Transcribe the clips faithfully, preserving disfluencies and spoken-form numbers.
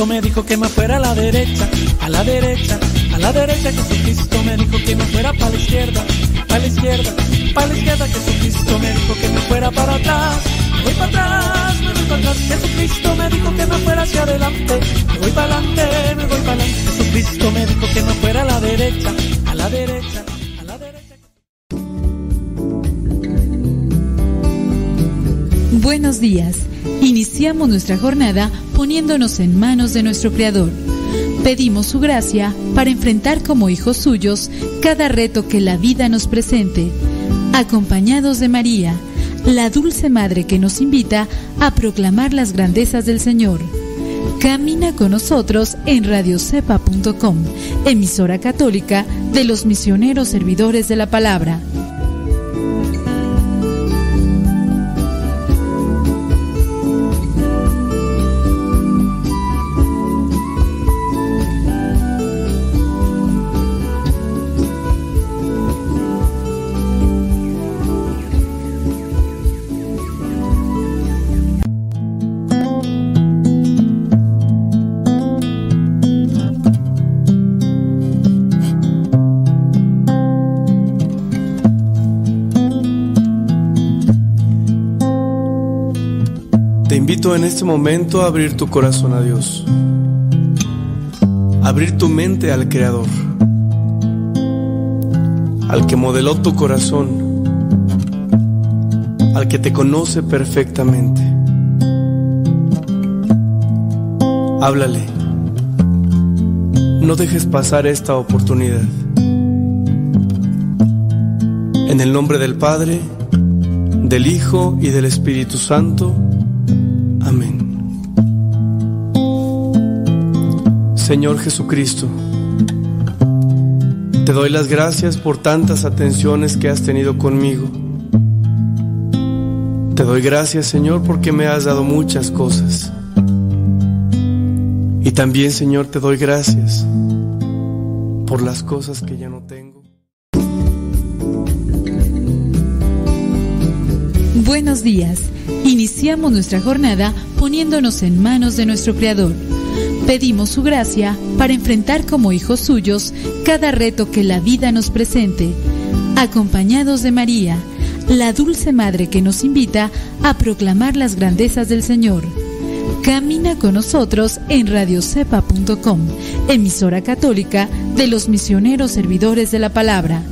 Jesucristo me dijo que me fuera a la derecha, a la derecha, a la derecha. Jesucristo me dijo que me fuera para la izquierda, para la izquierda, para la izquierda. Jesucristo me dijo que me fuera para atrás, me voy para atrás, me voy para atrás. Jesucristo me dijo que me fuera hacia adelante, me voy para adelante, me voy para adelante. Jesucristo me dijo que me fuera a la derecha, a la derecha, a la derecha. Buenos días. Iniciamos nuestra jornada poniéndonos en manos de nuestro Creador. Pedimos su gracia para enfrentar como hijos suyos cada reto que la vida nos presente, acompañados de María, la dulce madre que nos invita a proclamar las grandezas del Señor. Camina con nosotros en radio cepa punto com, emisora católica de los misioneros servidores de la palabra. Te invito en este momento a abrir tu corazón a Dios, abrir tu mente al Creador, al que modeló tu corazón, al que te conoce perfectamente. Háblale, no dejes pasar esta oportunidad. En el nombre del Padre, del Hijo y del Espíritu Santo. Amén. Señor Jesucristo, te doy las gracias por tantas atenciones que has tenido conmigo. Te doy gracias, Señor, porque me has dado muchas cosas. Y también, Señor, te doy gracias por las cosas que ya no tengo. Buenos días. Iniciamos nuestra jornada poniéndonos en manos de nuestro Creador. Pedimos su gracia para enfrentar como hijos suyos cada reto que la vida nos presente, acompañados de María, la dulce madre que nos invita a proclamar las grandezas del Señor. Camina con nosotros en radio cepa punto com, emisora católica de los misioneros servidores de la palabra.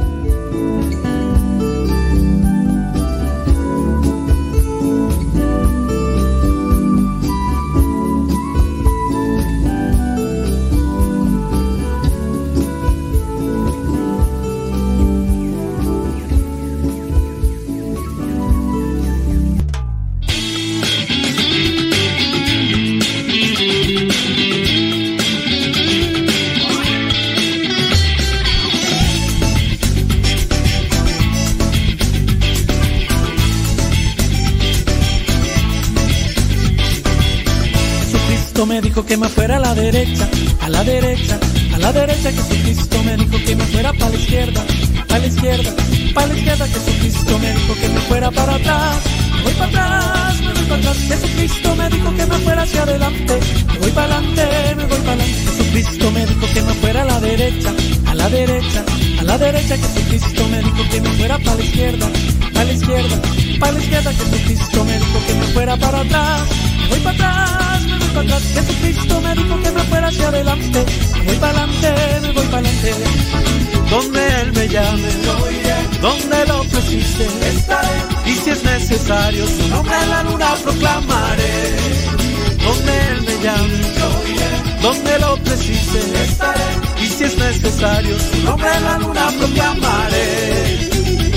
Me dijo que me fuera a la derecha, a la derecha, a la derecha. Jesucristo me dijo que me fuera para la izquierda, para la izquierda, para la izquierda. Jesucristo me dijo que me fuera para atrás, me voy para atrás, me voy para atrás. Jesucristo me dijo que me fuera hacia adelante, me voy para adelante, me voy para adelante. Jesucristo me dijo que me fuera a la derecha, a la derecha, a la derecha. Jesucristo me dijo que me fuera para la izquierda, para la izquierda, para la izquierda. Jesucristo me dijo que me fuera para atrás, me voy para atrás, me voy para atrás. Jesucristo me dijo que me fuera hacia adelante, me voy para adelante, me voy para adelante. Donde Él me llame, yo iré, donde lo precise, estaré, y si es necesario, su nombre en la luna proclamaré. Donde Él me llame, yo iré, donde lo precise, estaré, y si es necesario, su nombre en la luna proclamaré.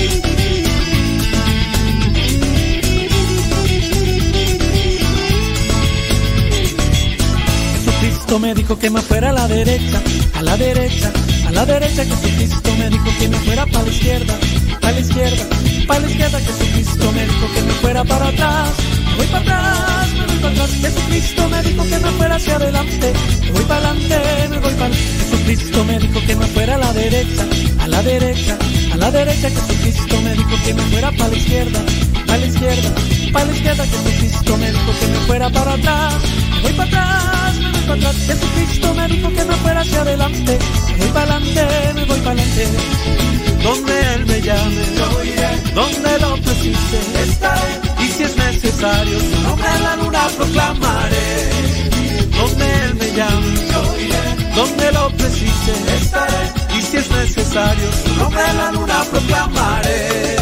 Jesucristo me dijo que me fuera a la derecha, a la derecha, a la derecha. Jesucristo me dijo que me fuera para la izquierda, para la izquierda, para la izquierda. Jesucristo me dijo que me fuera para atrás, me voy para atrás, me voy para atrás. Jesucristo me dijo que me fuera hacia adelante, me voy para adelante, me voy para adelante. Jesucristo me dijo que me fuera a la derecha, a la derecha, a la derecha. Jesucristo me dijo que me fuera para la izquierda, para la izquierda, para la izquierda. Jesucristo me dijo que me fuera para atrás, me voy para atrás, me voy para atrás. para atrás. Jesucristo me dijo que me fuera hacia adelante. Me voy para adelante, me voy para adelante. Donde Él me llame, yo iré. Donde lo precise, estaré. Y si es necesario, su nombre en la luna proclamaré. Donde Él me llame, yo iré. Donde lo precise, estaré. Y si es necesario, su nombre en la luna proclamaré.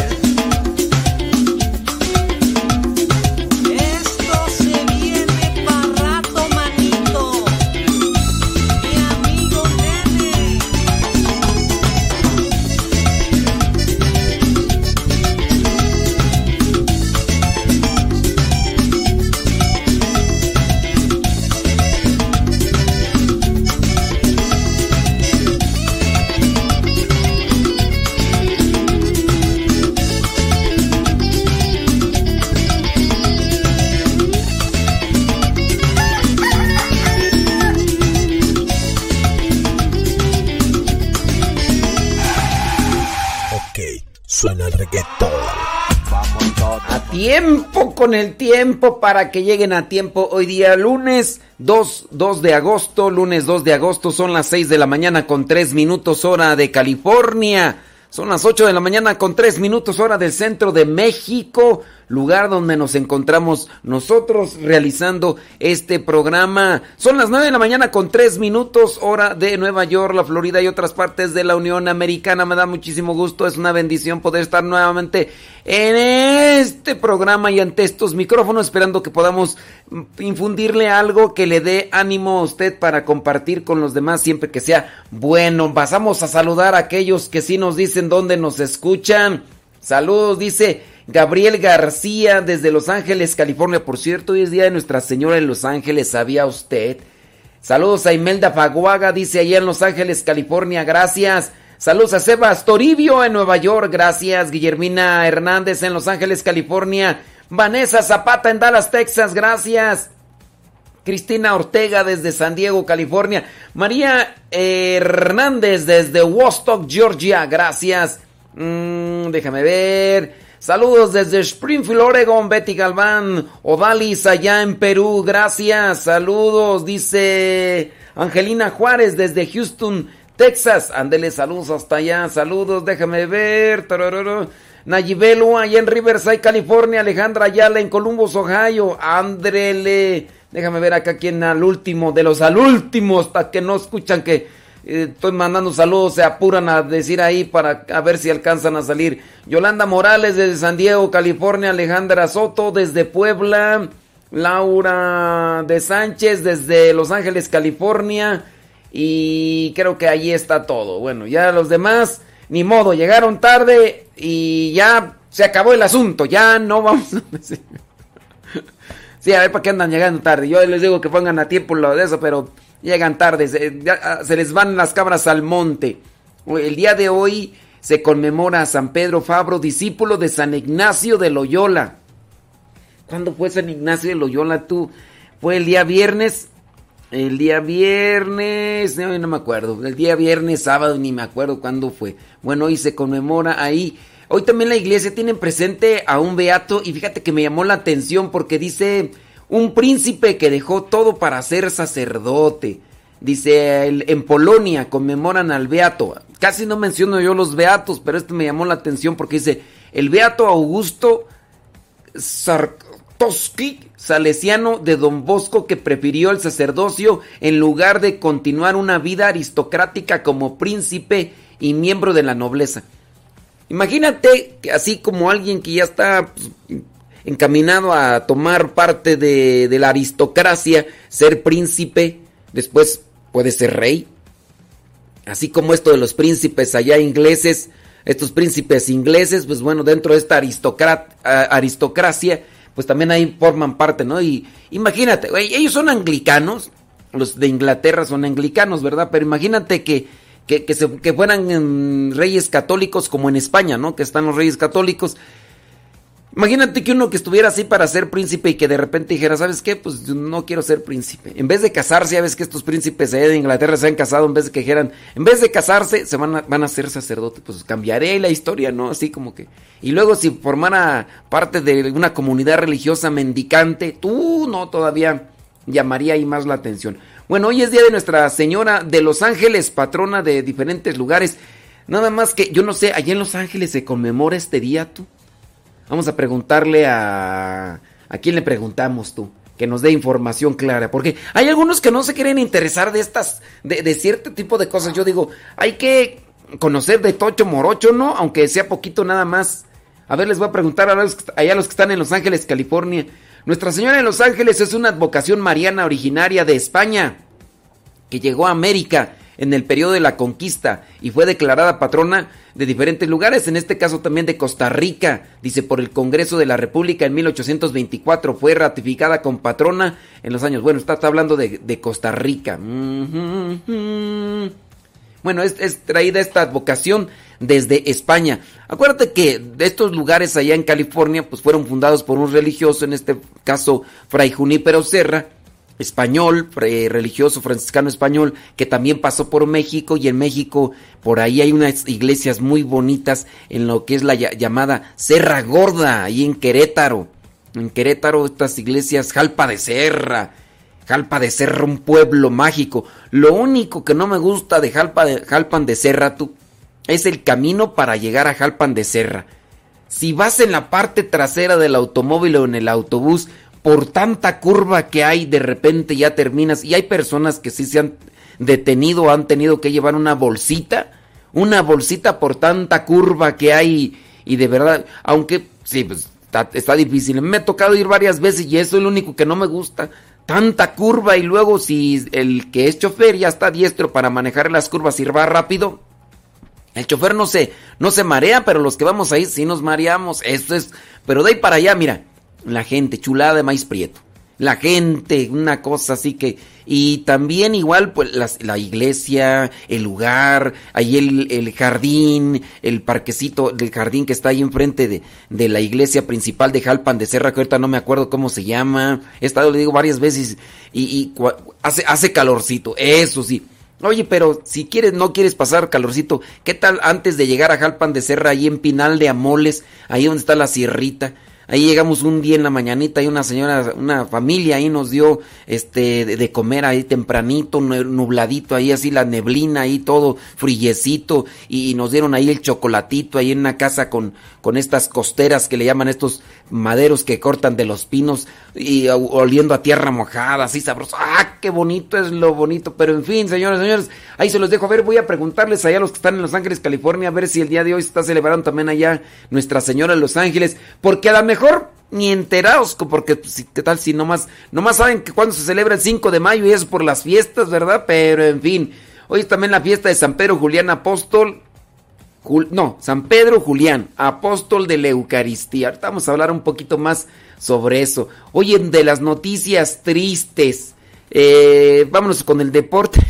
Suena el reggaetón. Vamos todos. A tiempo, con el tiempo, para que lleguen a tiempo. Hoy día lunes dos de agosto, lunes dos de agosto, son las seis de la mañana con tres minutos hora de California. Son las ocho de la mañana con tres minutos hora del centro de México, lugar donde nos encontramos nosotros realizando este programa. Son las nueve de la mañana con tres minutos hora de Nueva York, la Florida y otras partes de la Unión Americana. Me da muchísimo gusto, es una bendición poder estar nuevamente en este programa y ante estos micrófonos, esperando que podamos infundirle algo que le dé ánimo a usted para compartir con los demás siempre que sea bueno. Pasamos a saludar a aquellos que sí nos dicen dónde nos escuchan. Saludos, dice Gabriel García desde Los Ángeles, California. Por cierto, hoy es día de Nuestra Señora en Los Ángeles, ¿sabía usted? Saludos a Imelda Faguaga, dice allá en Los Ángeles, California, gracias. Saludos a Sebas Toribio en Nueva York, gracias. Guillermina Hernández en Los Ángeles, California. Vanessa Zapata en Dallas, Texas, gracias. Cristina Ortega desde San Diego, California. María Hernández desde Woodstock, Georgia, gracias. Mm, déjame ver. Saludos desde Springfield, Oregon, Betty Galván. Odalis allá en Perú, gracias. Saludos, dice Angelina Juárez desde Houston, Texas. Ándele, saludos hasta allá. Saludos, déjame ver. Tararara. Nayibelu allá en Riverside, California. Alejandra Ayala en Columbus, Ohio. Ándrele. Déjame ver acá quién al último, de los al último, hasta que no escuchan que eh, estoy mandando saludos, se apuran a decir ahí para a ver si alcanzan a salir. Yolanda Morales desde San Diego, California. Alejandra Soto desde Puebla. Laura de Sánchez desde Los Ángeles, California. Y creo que ahí está todo. Bueno, ya los demás, ni modo, llegaron tarde y ya se acabó el asunto. Ya no vamos a decir. Sí, a ver para qué andan llegando tarde. Yo les digo que pongan a tiempo lo de eso, pero llegan tarde. Se, ya, se les van las cabras al monte. El día de hoy se conmemora a San Pedro Fabro, discípulo de San Ignacio de Loyola. ¿Cuándo fue San Ignacio de Loyola tú? Fue el día viernes. El día viernes, no, no me acuerdo. El día viernes, sábado, ni me acuerdo cuándo fue. Bueno, hoy se conmemora ahí. Hoy también la iglesia tiene presente a un beato y fíjate que me llamó la atención porque dice un príncipe que dejó todo para ser sacerdote. Dice, el, en Polonia conmemoran al beato. Casi no menciono yo los beatos, pero este me llamó la atención porque dice, el beato Augusto Sarkowski, salesiano de Don Bosco, que prefirió el sacerdocio en lugar de continuar una vida aristocrática como príncipe y miembro de la nobleza. Imagínate que así como alguien que ya está pues, encaminado a tomar parte de, de la aristocracia, ser príncipe, después puede ser rey. Así como esto de los príncipes allá ingleses, estos príncipes ingleses, pues bueno, dentro de esta aristocrat, aristocracia, pues también ahí forman parte, ¿no? Y imagínate, ellos son anglicanos, los de Inglaterra son anglicanos, ¿verdad? Pero imagínate que Que, que, se, que fueran um, reyes católicos como en España, ¿no? Que están los reyes católicos. Imagínate que uno que estuviera así para ser príncipe y que de repente dijera, ¿sabes qué? Pues no quiero ser príncipe. En vez de casarse, ya ves que estos príncipes allá de Inglaterra se han casado, en vez de que dijeran, en vez de casarse, se van a, van a ser sacerdotes. Pues cambiaré la historia, ¿no? Así como que... Y luego si formara parte de una comunidad religiosa mendicante, tú no, todavía llamaría ahí más la atención. Bueno, hoy es día de Nuestra Señora de Los Ángeles, patrona de diferentes lugares. Nada más que, yo no sé, allá en Los Ángeles se conmemora este día, tú. Vamos a preguntarle a... ¿A quién le preguntamos, tú? Que nos dé información clara, porque hay algunos que no se quieren interesar de estas, de, de cierto tipo de cosas. Yo digo, hay que conocer de tocho morocho, ¿no? Aunque sea poquito nada más. A ver, les voy a preguntar a los, allá a los que están en Los Ángeles, California. Nuestra Señora de Los Ángeles es una advocación mariana originaria de España, que llegó a América en el periodo de la conquista y fue declarada patrona de diferentes lugares, en este caso también de Costa Rica. Dice, por el Congreso de la República en mil ochocientos veinticuatro fue ratificada con patrona en los años. Bueno, está, está hablando de, de Costa Rica. Mm-hmm. Bueno, es, es traída esta advocación desde España. Acuérdate que de estos lugares allá en California pues fueron fundados por un religioso, en este caso Fray Junípero Serra, español, religioso franciscano español, que también pasó por México, y en México por ahí hay unas iglesias muy bonitas en lo que es la llamada Serra Gorda, ahí en Querétaro. En Querétaro estas iglesias, Jalpa de Serra, Jalpa de Serra, un pueblo mágico. Lo único que no me gusta de Jalpa de, Jalpan de Serra, tú, es el camino para llegar a Jalpan de Serra. Si vas en la parte trasera del automóvil o en el autobús, por tanta curva que hay, de repente ya terminas. Y hay personas que sí se han detenido, han tenido que llevar una bolsita, una bolsita por tanta curva que hay. Y de verdad, aunque sí, pues está, está difícil. Me ha tocado ir varias veces y eso es lo único que no me gusta. Tanta curva, y luego si el que es chofer ya está diestro para manejar las curvas y va rápido, el chofer no se, no se marea, pero los que vamos ahí sí nos mareamos. Eso es, pero de ahí para allá, mira, la gente, chulada de maíz prieto. La gente, una cosa así que... Y también igual, pues, la, la iglesia, el lugar, ahí el, el jardín, el parquecito del jardín que está ahí enfrente de, de la iglesia principal de Jalpan de Serra, que ahorita no me acuerdo cómo se llama. He estado, le digo, varias veces y, y hace, hace calorcito, eso sí. Oye, pero si quieres, no quieres pasar calorcito, ¿qué tal antes de llegar a Jalpan de Serra, ahí en Pinal de Amoles, ahí donde está la sierrita? Ahí llegamos un día en la mañanita y una señora, una familia ahí nos dio este de, de comer ahí tempranito, nubladito, ahí así la neblina, ahí todo friecito, y, y nos dieron ahí el chocolatito ahí en una casa con, con estas costeras que le llaman estos maderos que cortan de los pinos, y uh, oliendo a tierra mojada, así sabroso. ¡Ah, qué bonito es lo bonito! Pero en fin, señores, señores, ahí se los dejo. A ver, voy a preguntarles allá a los que están en Los Ángeles, California, a ver si el día de hoy se está celebrando también allá Nuestra Señora de Los Ángeles, porque a lo mejor mejor ni enterados, porque pues, qué tal si nomás, nomás saben que cuando se celebra el cinco de mayo y eso por las fiestas, ¿verdad? Pero en fin, hoy es también la fiesta de San Pedro Julián Apóstol, Jul, no, San Pedro Julián, Apóstol de la Eucaristía. Ahorita vamos a hablar un poquito más sobre eso. Oye, de las noticias tristes, eh, vámonos con el deporte.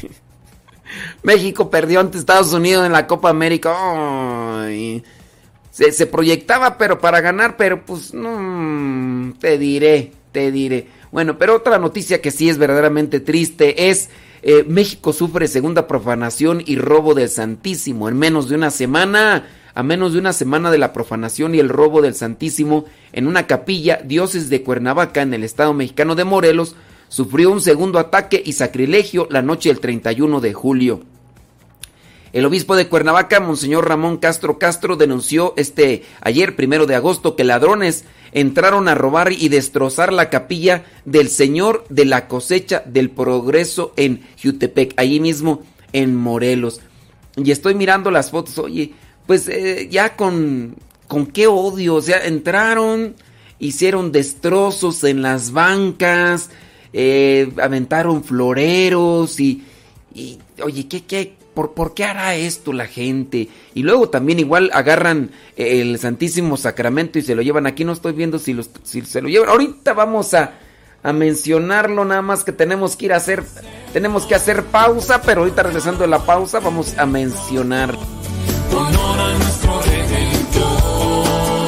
México perdió ante Estados Unidos en la Copa América. Ay... Se, se proyectaba, pero para ganar, pero pues no, te diré, te diré. Bueno, pero otra noticia que sí es verdaderamente triste es eh, México sufre segunda profanación y robo del Santísimo. En menos de una semana, a menos de una semana de la profanación y el robo del Santísimo en una capilla, Diócesis de Cuernavaca, en el estado mexicano de Morelos, sufrió un segundo ataque y sacrilegio la noche del treinta y uno de julio. El obispo de Cuernavaca, Monseñor Ramón Castro Castro, denunció este ayer, primero de agosto, que ladrones entraron a robar y destrozar la capilla del Señor de la Cosecha del Progreso en Jutepec, ahí mismo en Morelos. Y estoy mirando las fotos, oye, pues eh, ya con, con qué odio, o sea, entraron, hicieron destrozos en las bancas, eh, aventaron floreros y, y oye, ¿qué, qué? ¿Por, ¿Por qué hará esto la gente? Y luego también igual agarran el Santísimo Sacramento y se lo llevan. Aquí no estoy viendo si, los, si se lo llevan. Ahorita vamos a, a mencionarlo, nada más que tenemos que ir a hacer, tenemos que hacer pausa, pero ahorita regresando de la pausa vamos a mencionar. Honor a nuestro Redentor,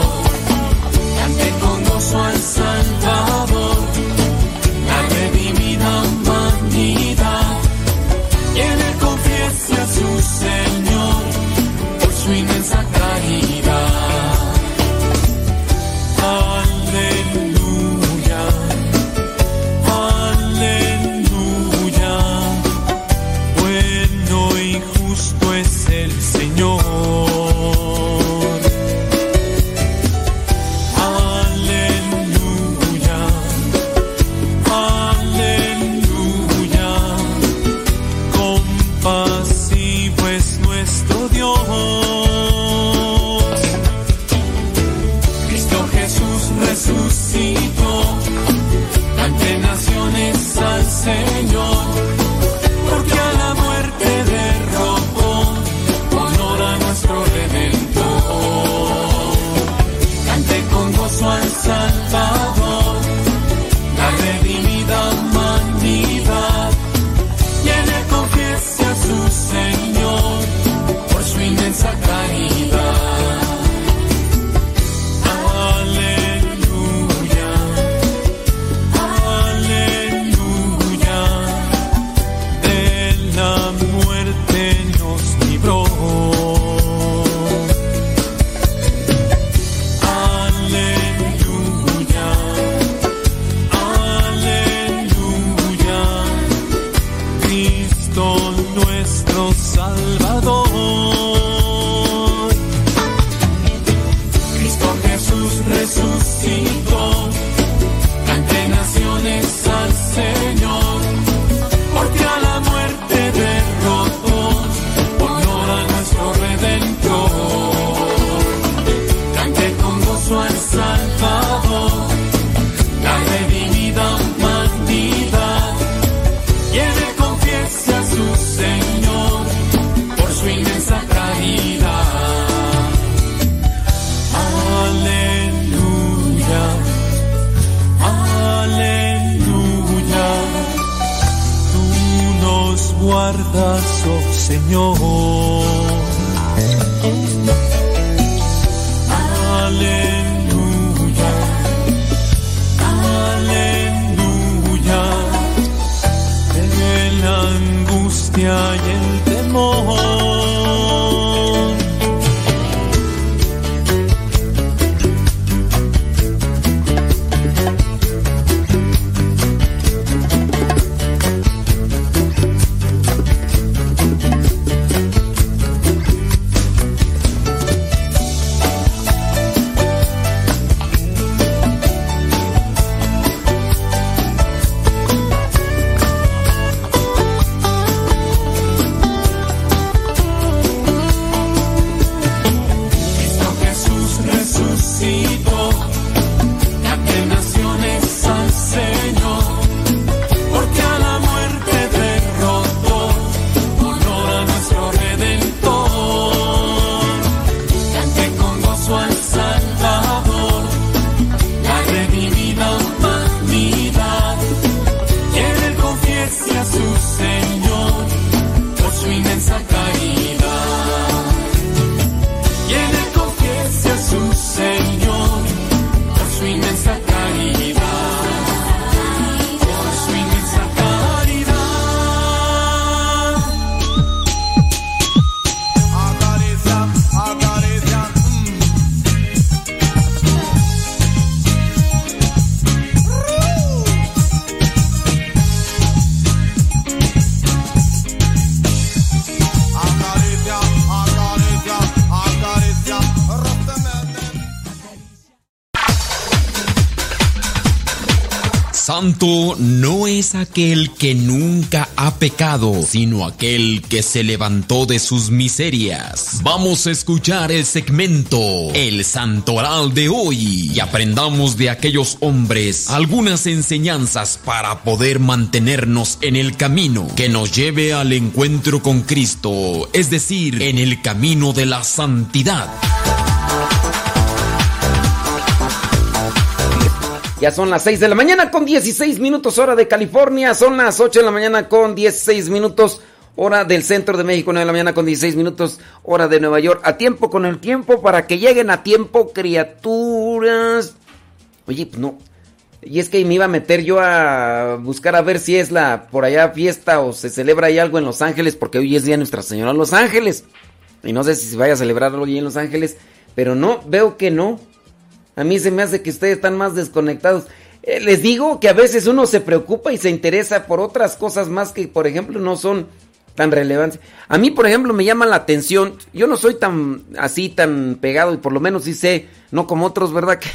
cante con gozo al Salvador, la redimida humanidad, y en el confiese a su Señor por su inmensa caridad. Aleluya, aleluya. hizo, Señor. Aleluya, aleluya, en la angustia y el temor. Santo no es aquel que nunca ha pecado, sino aquel que se levantó de sus miserias. Vamos a escuchar el segmento El Santoral de hoy y aprendamos de aquellos hombres algunas enseñanzas para poder mantenernos en el camino que nos lleve al encuentro con Cristo, es decir, en el camino de la santidad. Ya son las seis de la mañana con dieciséis minutos hora de California, son las ocho de la mañana con dieciséis minutos hora del centro de México, nueve de la mañana con dieciséis minutos hora de Nueva York. A tiempo con el tiempo para que lleguen a tiempo, criaturas. Oye, pues no. Y es que me iba a meter yo a buscar a ver si es la por allá fiesta o se celebra ahí algo en Los Ángeles, porque hoy es día de Nuestra Señora de Los Ángeles. Y no sé si se vaya a celebrar algo ahí en Los Ángeles, pero no, veo que no. A mí se me hace que ustedes están más desconectados. Eh, les digo que a veces uno se preocupa y se interesa por otras cosas más que, por ejemplo, no son tan relevantes. A mí, por ejemplo, me llama la atención. Yo no soy tan así, tan pegado y por lo menos sí sé, no como otros, ¿verdad? Que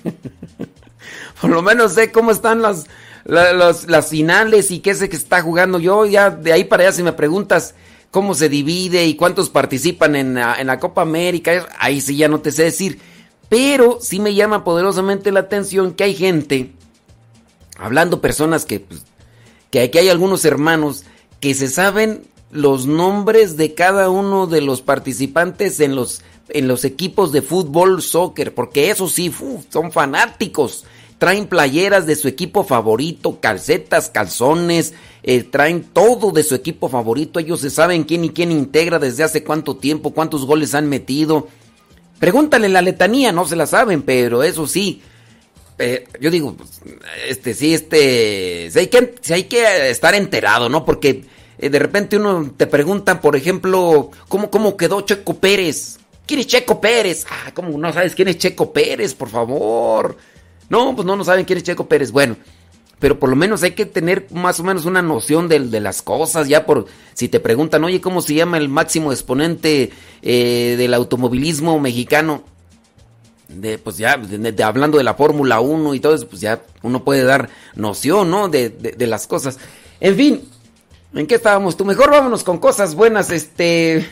por lo menos sé cómo están las, las, las, las finales y qué sé que está jugando. Yo ya de ahí para allá, si me preguntas cómo se divide y cuántos participan en, en la Copa América, ahí sí ya no te sé decir. Pero sí me llama poderosamente la atención que hay gente, hablando personas que, pues, que aquí hay algunos hermanos que se saben los nombres de cada uno de los participantes en los, en los equipos de fútbol, soccer, porque eso sí, uf, son fanáticos. Traen playeras de su equipo favorito, calcetas, calzones, eh, traen todo de su equipo favorito. Ellos se saben quién y quién integra desde hace cuánto tiempo, cuántos goles han metido. Pregúntale la letanía, no se la saben, pero eso sí, eh, yo digo, este sí, este, si hay que, si hay que estar enterado, ¿no? Porque eh, de repente uno te pregunta, por ejemplo, ¿cómo, cómo quedó Checo Pérez? ¿Quién es Checo Pérez? Ah, ¿cómo no sabes quién es Checo Pérez, por favor? No, pues no, no saben quién es Checo Pérez. Bueno, pero por lo menos hay que tener más o menos una noción de, de las cosas, ya por si te preguntan, oye, ¿cómo se llama el máximo exponente eh, del automovilismo mexicano? De, pues ya, de, de, hablando de la Fórmula uno y todo eso, pues ya uno puede dar noción, ¿no? De, de, de las cosas. En fin, ¿en qué estábamos? Tú mejor vámonos con cosas buenas, este...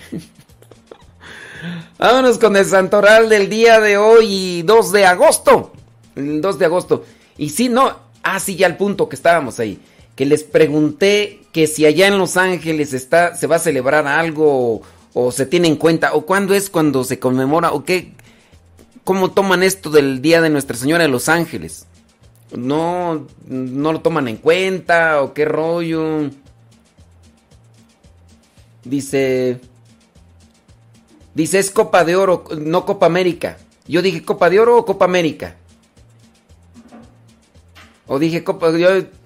vámonos con el santoral del día de hoy, dos de agosto. El dos de agosto. Y sí, no... Ah, sí, ya al punto que estábamos ahí. Que les pregunté que si allá en Los Ángeles está, se va a celebrar algo o, o se tiene en cuenta. O cuándo es cuando se conmemora o qué. ¿Cómo toman esto del Día de Nuestra Señora de Los Ángeles? ¿No, no lo toman en cuenta o qué rollo? Dice... Dice, es Copa de Oro, no Copa América. Yo dije Copa de Oro o Copa América. O dije Copa... Yo,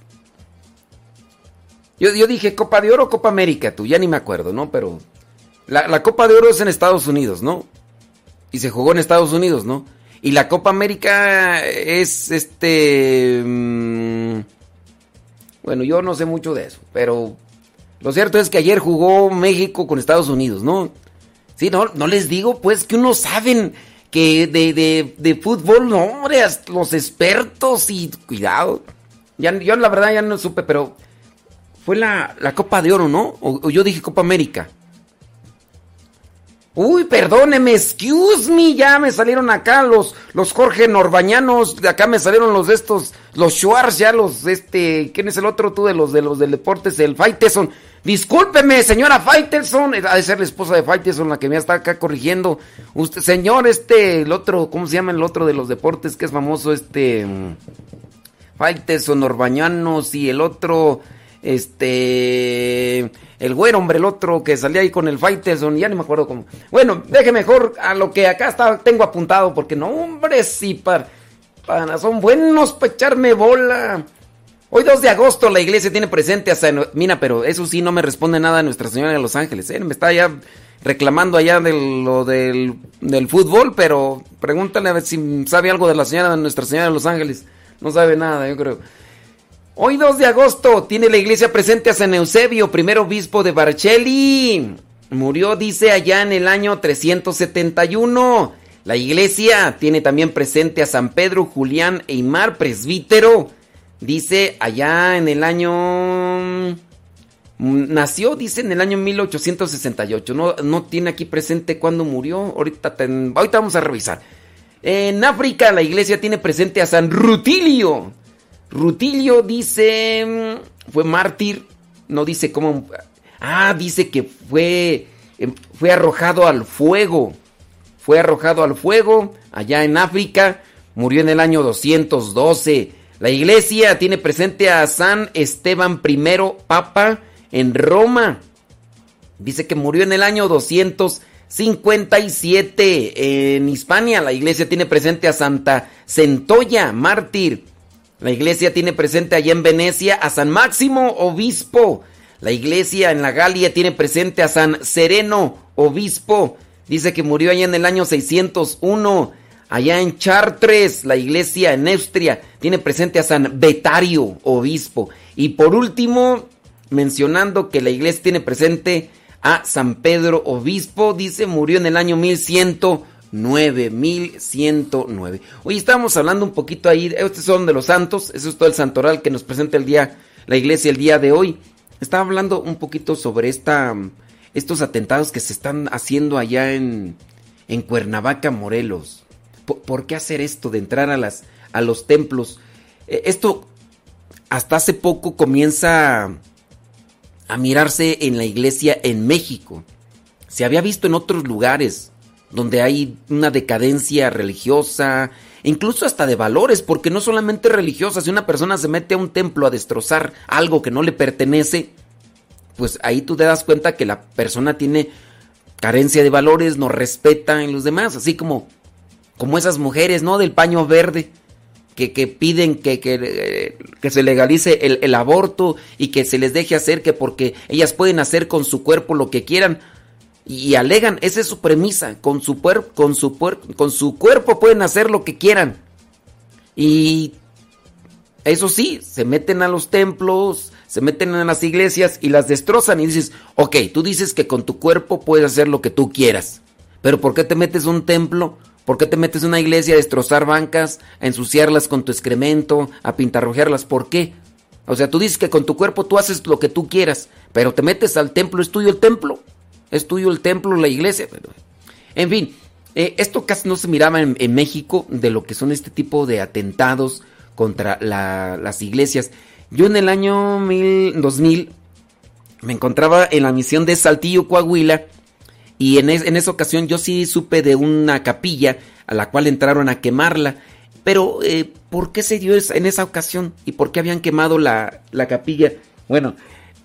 yo, yo dije Copa de Oro o Copa América, tú, ya ni me acuerdo, ¿no? Pero... La, la Copa de Oro es en Estados Unidos, ¿no? Y se jugó en Estados Unidos, ¿no? Y la Copa América es este... Mmm, bueno, yo no sé mucho de eso, pero... Lo cierto es que ayer jugó México con Estados Unidos, ¿no? Sí, no, no les digo, pues, que unos saben que de, de, de fútbol, no, hombre, hasta los expertos y cuidado. Ya, yo la verdad ya no supe, pero fue la, la Copa de Oro, ¿no? O, o yo dije Copa América. Uy, perdóneme, excuse me, ya me salieron acá los, los Jorge Norbañanos, de acá me salieron los de estos, los Schwartz, ya los, este, ¿quién es el otro tú de los de los del deportes? El Faitelson. Discúlpeme, señora Faitelson, ha de ser la esposa de Faitelson la que me está acá corrigiendo. Usted, señor, este, el otro, ¿cómo se llama el otro de los deportes que es famoso? Este, Faitelson, Norbañanos y el otro, este... El güero, hombre, el otro que salía ahí con el Faitelson, ya ni me acuerdo cómo. Bueno, deje mejor a lo que acá está, tengo apuntado, porque no, hombre, sí, para, para, son buenos para echarme bola. Hoy dos de agosto la iglesia tiene presente a San... Mira, pero eso sí no me responde nada Nuestra Señora de los Ángeles, ¿eh? Me está ya reclamando allá de lo del, del fútbol, pero pregúntale a ver si sabe algo de la señora de Nuestra Señora de los Ángeles. No sabe nada, yo creo. Hoy dos de agosto tiene la iglesia presente a San Eusebio, primer obispo de Vercelli. Murió, dice, allá en el año trescientos setenta y uno. La iglesia tiene también presente a San Pedro, Julián e Imar, presbítero. Dice, allá en el año... Nació, dice, en el año mil ochocientos sesenta y ocho. No, no tiene aquí presente cuándo murió. Ahorita, ten... Ahorita vamos a revisar. En África la iglesia tiene presente a San Rutilio. Rutilio dice, fue mártir, no dice cómo, ah, dice que fue, fue arrojado al fuego, fue arrojado al fuego allá en África, murió en el año doscientos doce. La iglesia tiene presente a San Esteban I, Papa, en Roma, dice que murió en el año doscientos cincuenta y siete. En Hispania la iglesia tiene presente a Santa Centolla, mártir. La iglesia tiene presente allá en Venecia a San Máximo, obispo. La iglesia en la Galia tiene presente a San Sereno, obispo. Dice que murió allá en el año seiscientos uno. Allá en Chartres, la iglesia en Neustria tiene presente a San Betario, obispo. Y por último, mencionando que la iglesia tiene presente a San Pedro, obispo, dice, murió en el año mil ciento nueve, mil ciento nueve. Hoy estábamos hablando un poquito ahí, estos son de los santos, eso es todo el santoral que nos presenta el día, la iglesia el día de hoy. Estaba hablando un poquito sobre esta, estos atentados que se están haciendo allá en, en Cuernavaca, Morelos. ¿Por, ¿Por qué hacer esto de entrar a, las, a los templos? Eh, esto hasta hace poco comienza a mirarse en la iglesia en México. Se había visto en otros lugares donde hay una decadencia religiosa, incluso hasta de valores, porque no solamente religiosa, si una persona se mete a un templo a destrozar algo que no le pertenece, pues ahí tú te das cuenta que la persona tiene carencia de valores, no respeta en los demás, así como, como esas mujeres, ¿no? Del paño verde, que, que piden que, que, que se legalice el, el aborto y que se les deje hacer, que porque ellas pueden hacer con su cuerpo lo que quieran. Y alegan, esa es su premisa, con su, puer, con, su puer, con su cuerpo pueden hacer lo que quieran. Y eso sí, se meten a los templos, se meten a las iglesias y las destrozan. Y dices, ok, tú dices que con tu cuerpo puedes hacer lo que tú quieras. Pero ¿por qué te metes a un templo? ¿Por qué te metes a una iglesia a destrozar bancas, a ensuciarlas con tu excremento, a pintarrojearlas? ¿Por qué? O sea, tú dices que con tu cuerpo tú haces lo que tú quieras, pero te metes al templo, es tuyo el templo. Es tuyo el templo, la iglesia. En fin, eh, esto casi no se miraba en, en México de lo que son este tipo de atentados contra la, las iglesias. Yo en el año mil, dos mil me encontraba en la misión de Saltillo, Coahuila, y en, es, en esa ocasión yo sí supe de una capilla a la cual entraron a quemarla. Pero, eh, ¿por qué se dio en esa ocasión? ¿Y por qué habían quemado la, la capilla? Bueno,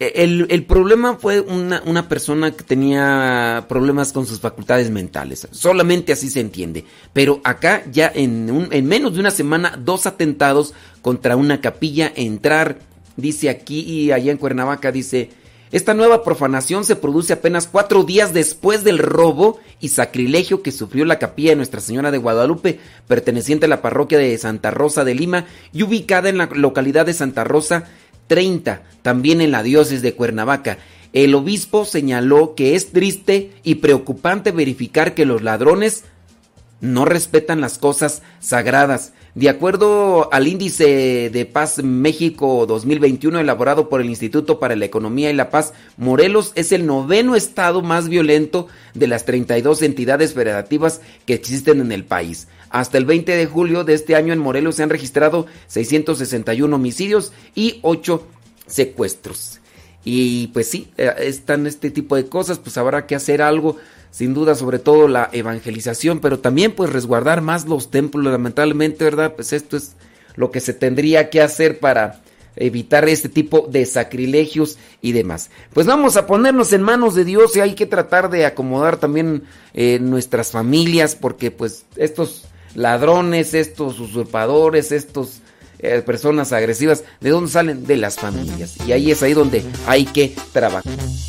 El, el problema fue una, una persona que tenía problemas con sus facultades mentales. Solamente así se entiende. Pero acá ya en, un, en menos de una semana, dos atentados contra una capilla. Entrar, dice aquí y allá en Cuernavaca, dice... Esta nueva profanación se produce apenas cuatro días después del robo y sacrilegio que sufrió la capilla de Nuestra Señora de Guadalupe, perteneciente a la parroquia de Santa Rosa de Lima y ubicada en la localidad de Santa Rosa treinta, también en la diócesis de Cuernavaca. El obispo señaló que es triste y preocupante verificar que los ladrones no respetan las cosas sagradas. De acuerdo al índice de Paz México dos mil veintiuno elaborado por el Instituto para la Economía y la Paz, Morelos es el noveno estado más violento de las treinta y dos entidades federativas que existen en el país. Hasta el veinte de julio de este año en Morelos se han registrado seiscientos sesenta y uno homicidios y ocho secuestros. Y pues sí, están este tipo de cosas, pues habrá que hacer algo. Sin duda, sobre todo la evangelización, pero también pues resguardar más los templos, lamentablemente, ¿verdad? Pues esto es lo que se tendría que hacer para evitar este tipo de sacrilegios y demás. Pues vamos a ponernos en manos de Dios y hay que tratar de acomodar también eh, nuestras familias, porque pues estos ladrones, estos usurpadores, estos eh, personas agresivas, ¿de dónde salen? De las familias. Y ahí es ahí donde hay que trabajar.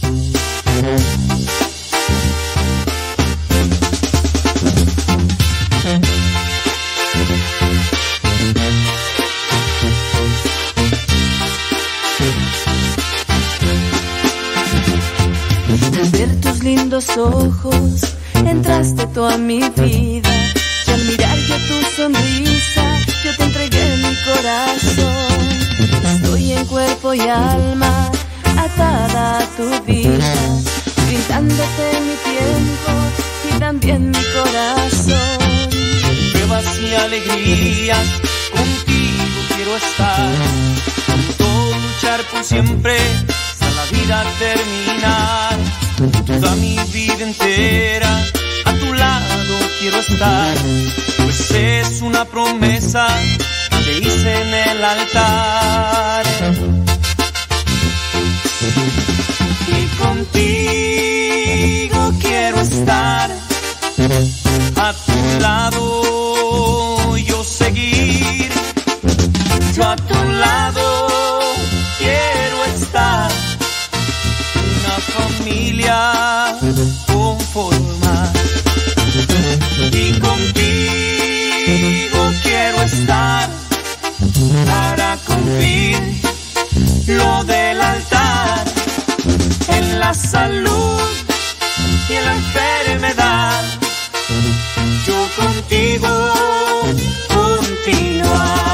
Al ver tus lindos ojos, entraste tú a mi vida. Y al mirar yo tu sonrisa, yo te entregué mi corazón. Estoy en cuerpo y alma, atada a tu vida, brindándote mi tiempo y también mi corazón. Pruebas y alegrías, contigo quiero estar, junto luchar por siempre, hasta la vida terminar. Toda mi vida entera, a tu lado quiero estar, pues es una promesa que te hice en el altar. Y contigo quiero estar, a tu lado yo seguir, yo a tu lado quiero estar, una familia conformar. Y contigo quiero estar para cumplir lo del altar, en la salud y en la enfermedad, yo contigo continuar.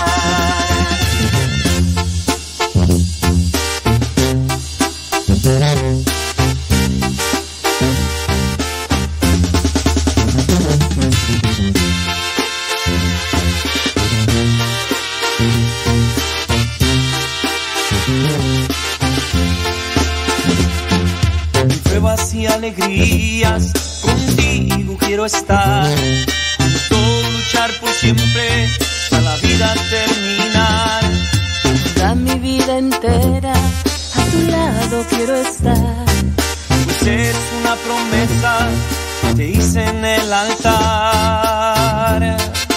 Pruebas y alegrías, contigo quiero estar, junto luchar por siempre, hasta la vida terminar. Toda mi vida entera, a tu lado quiero estar, pues es una promesa que te hice en el altar.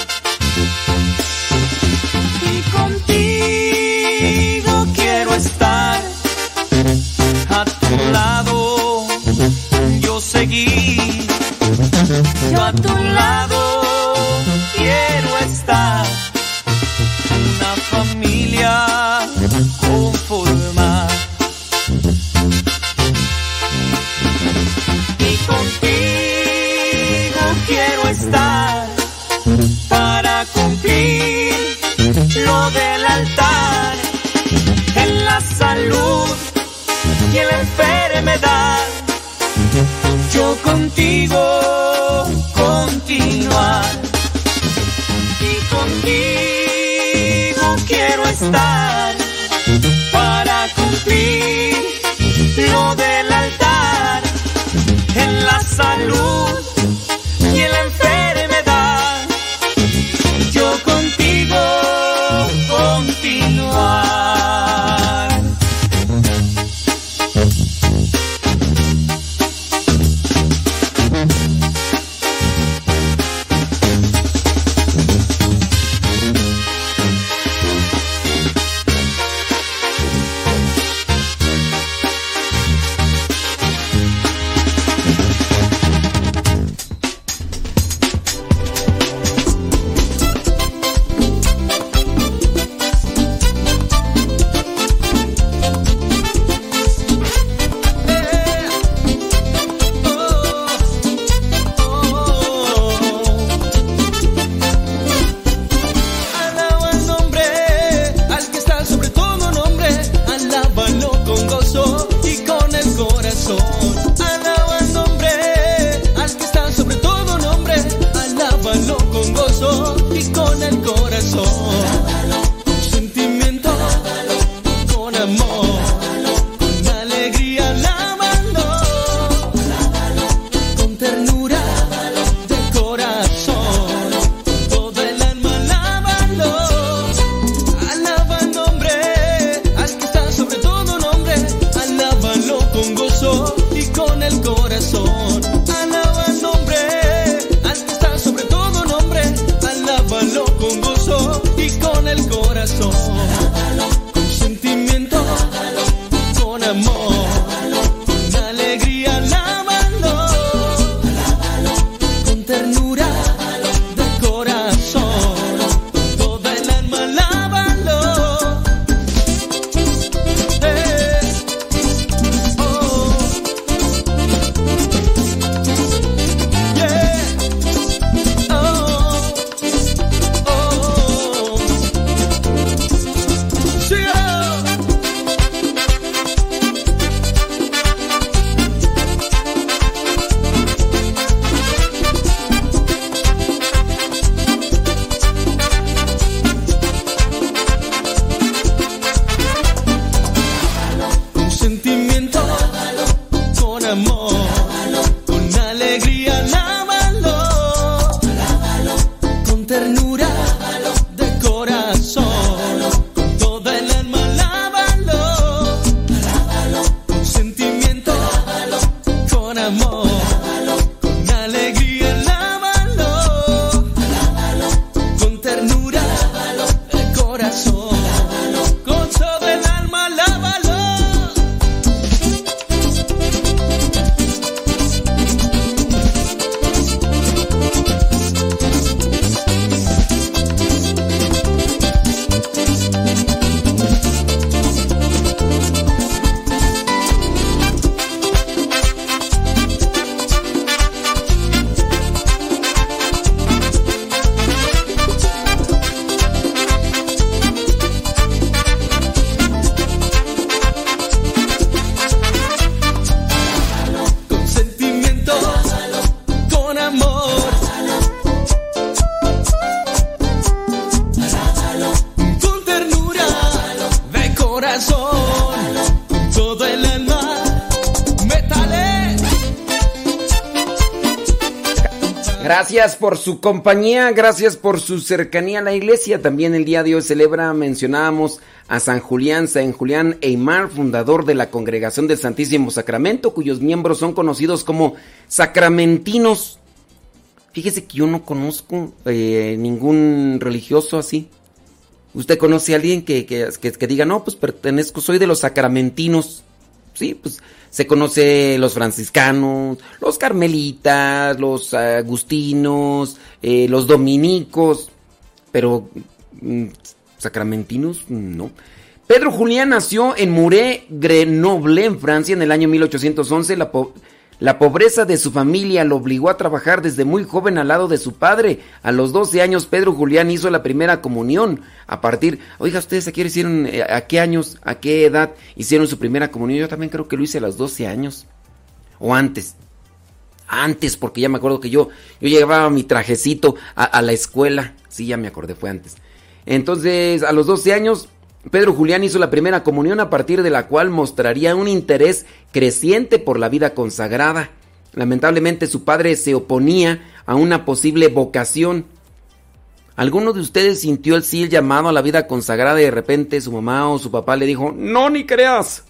Y contigo quiero estar, a tu lado yo seguir, yo a tu lado quiero estar, una familia conformar. Y contigo quiero estar para cumplir lo del altar, en la salud y en la enfermedad, yo contigo continuar. Y contigo quiero estar para cumplir lo del altar, en la salud y en la enfermedad, yo contigo continuar. con ternura de corazón. Toda el alma lávalo. Eh, oh. Yeah. Oh. Oh. Sí, oh. Con sentimiento, con amor, con alegría, lávalo. Con ternura de corazón, con toda el alma, lávalo. Con sentimiento, con amor, con alegría, lávalo. Con ternura de corazón, con todo el alma, lávalo. Con sentimiento, con amor, con ternura de corazón, con todo el alma, métale. Gracias por su compañía, gracias por su cercanía a la iglesia. También el día de hoy celebra, mencionábamos a San Julián, San Julián Aymar, fundador de la Congregación del Santísimo Sacramento, cuyos miembros son conocidos como sacramentinos. Fíjese que yo no conozco eh, ningún religioso así. ¿Usted conoce a alguien que, que, que, que diga, no, pues pertenezco, soy de los sacramentinos? Sí, pues se conoce los franciscanos, los carmelitas, los agustinos, eh, los dominicos, pero mm, sacramentinos no. Pedro Julián nació en Muret, Grenoble, en Francia, en el año mil ochocientos once. La, po la pobreza de su familia lo obligó a trabajar desde muy joven al lado de su padre. A los doce años, Pedro Julián hizo la primera comunión. A partir, oiga, ¿ustedes a qué hicieron, a qué años, a qué edad hicieron su primera comunión? Yo también creo que lo hice a los doce años. O antes. Antes, porque ya me acuerdo que yo, yo llevaba mi trajecito a, a la escuela. Sí, ya me acordé, fue antes. Entonces, a los doce años, Pedro Julián hizo la primera comunión, a partir de la cual mostraría un interés creciente por la vida consagrada. Lamentablemente su padre se oponía a una posible vocación. ¿Alguno de ustedes sintió el sí el llamado a la vida consagrada y de repente su mamá o su papá le dijo, no, ni creas?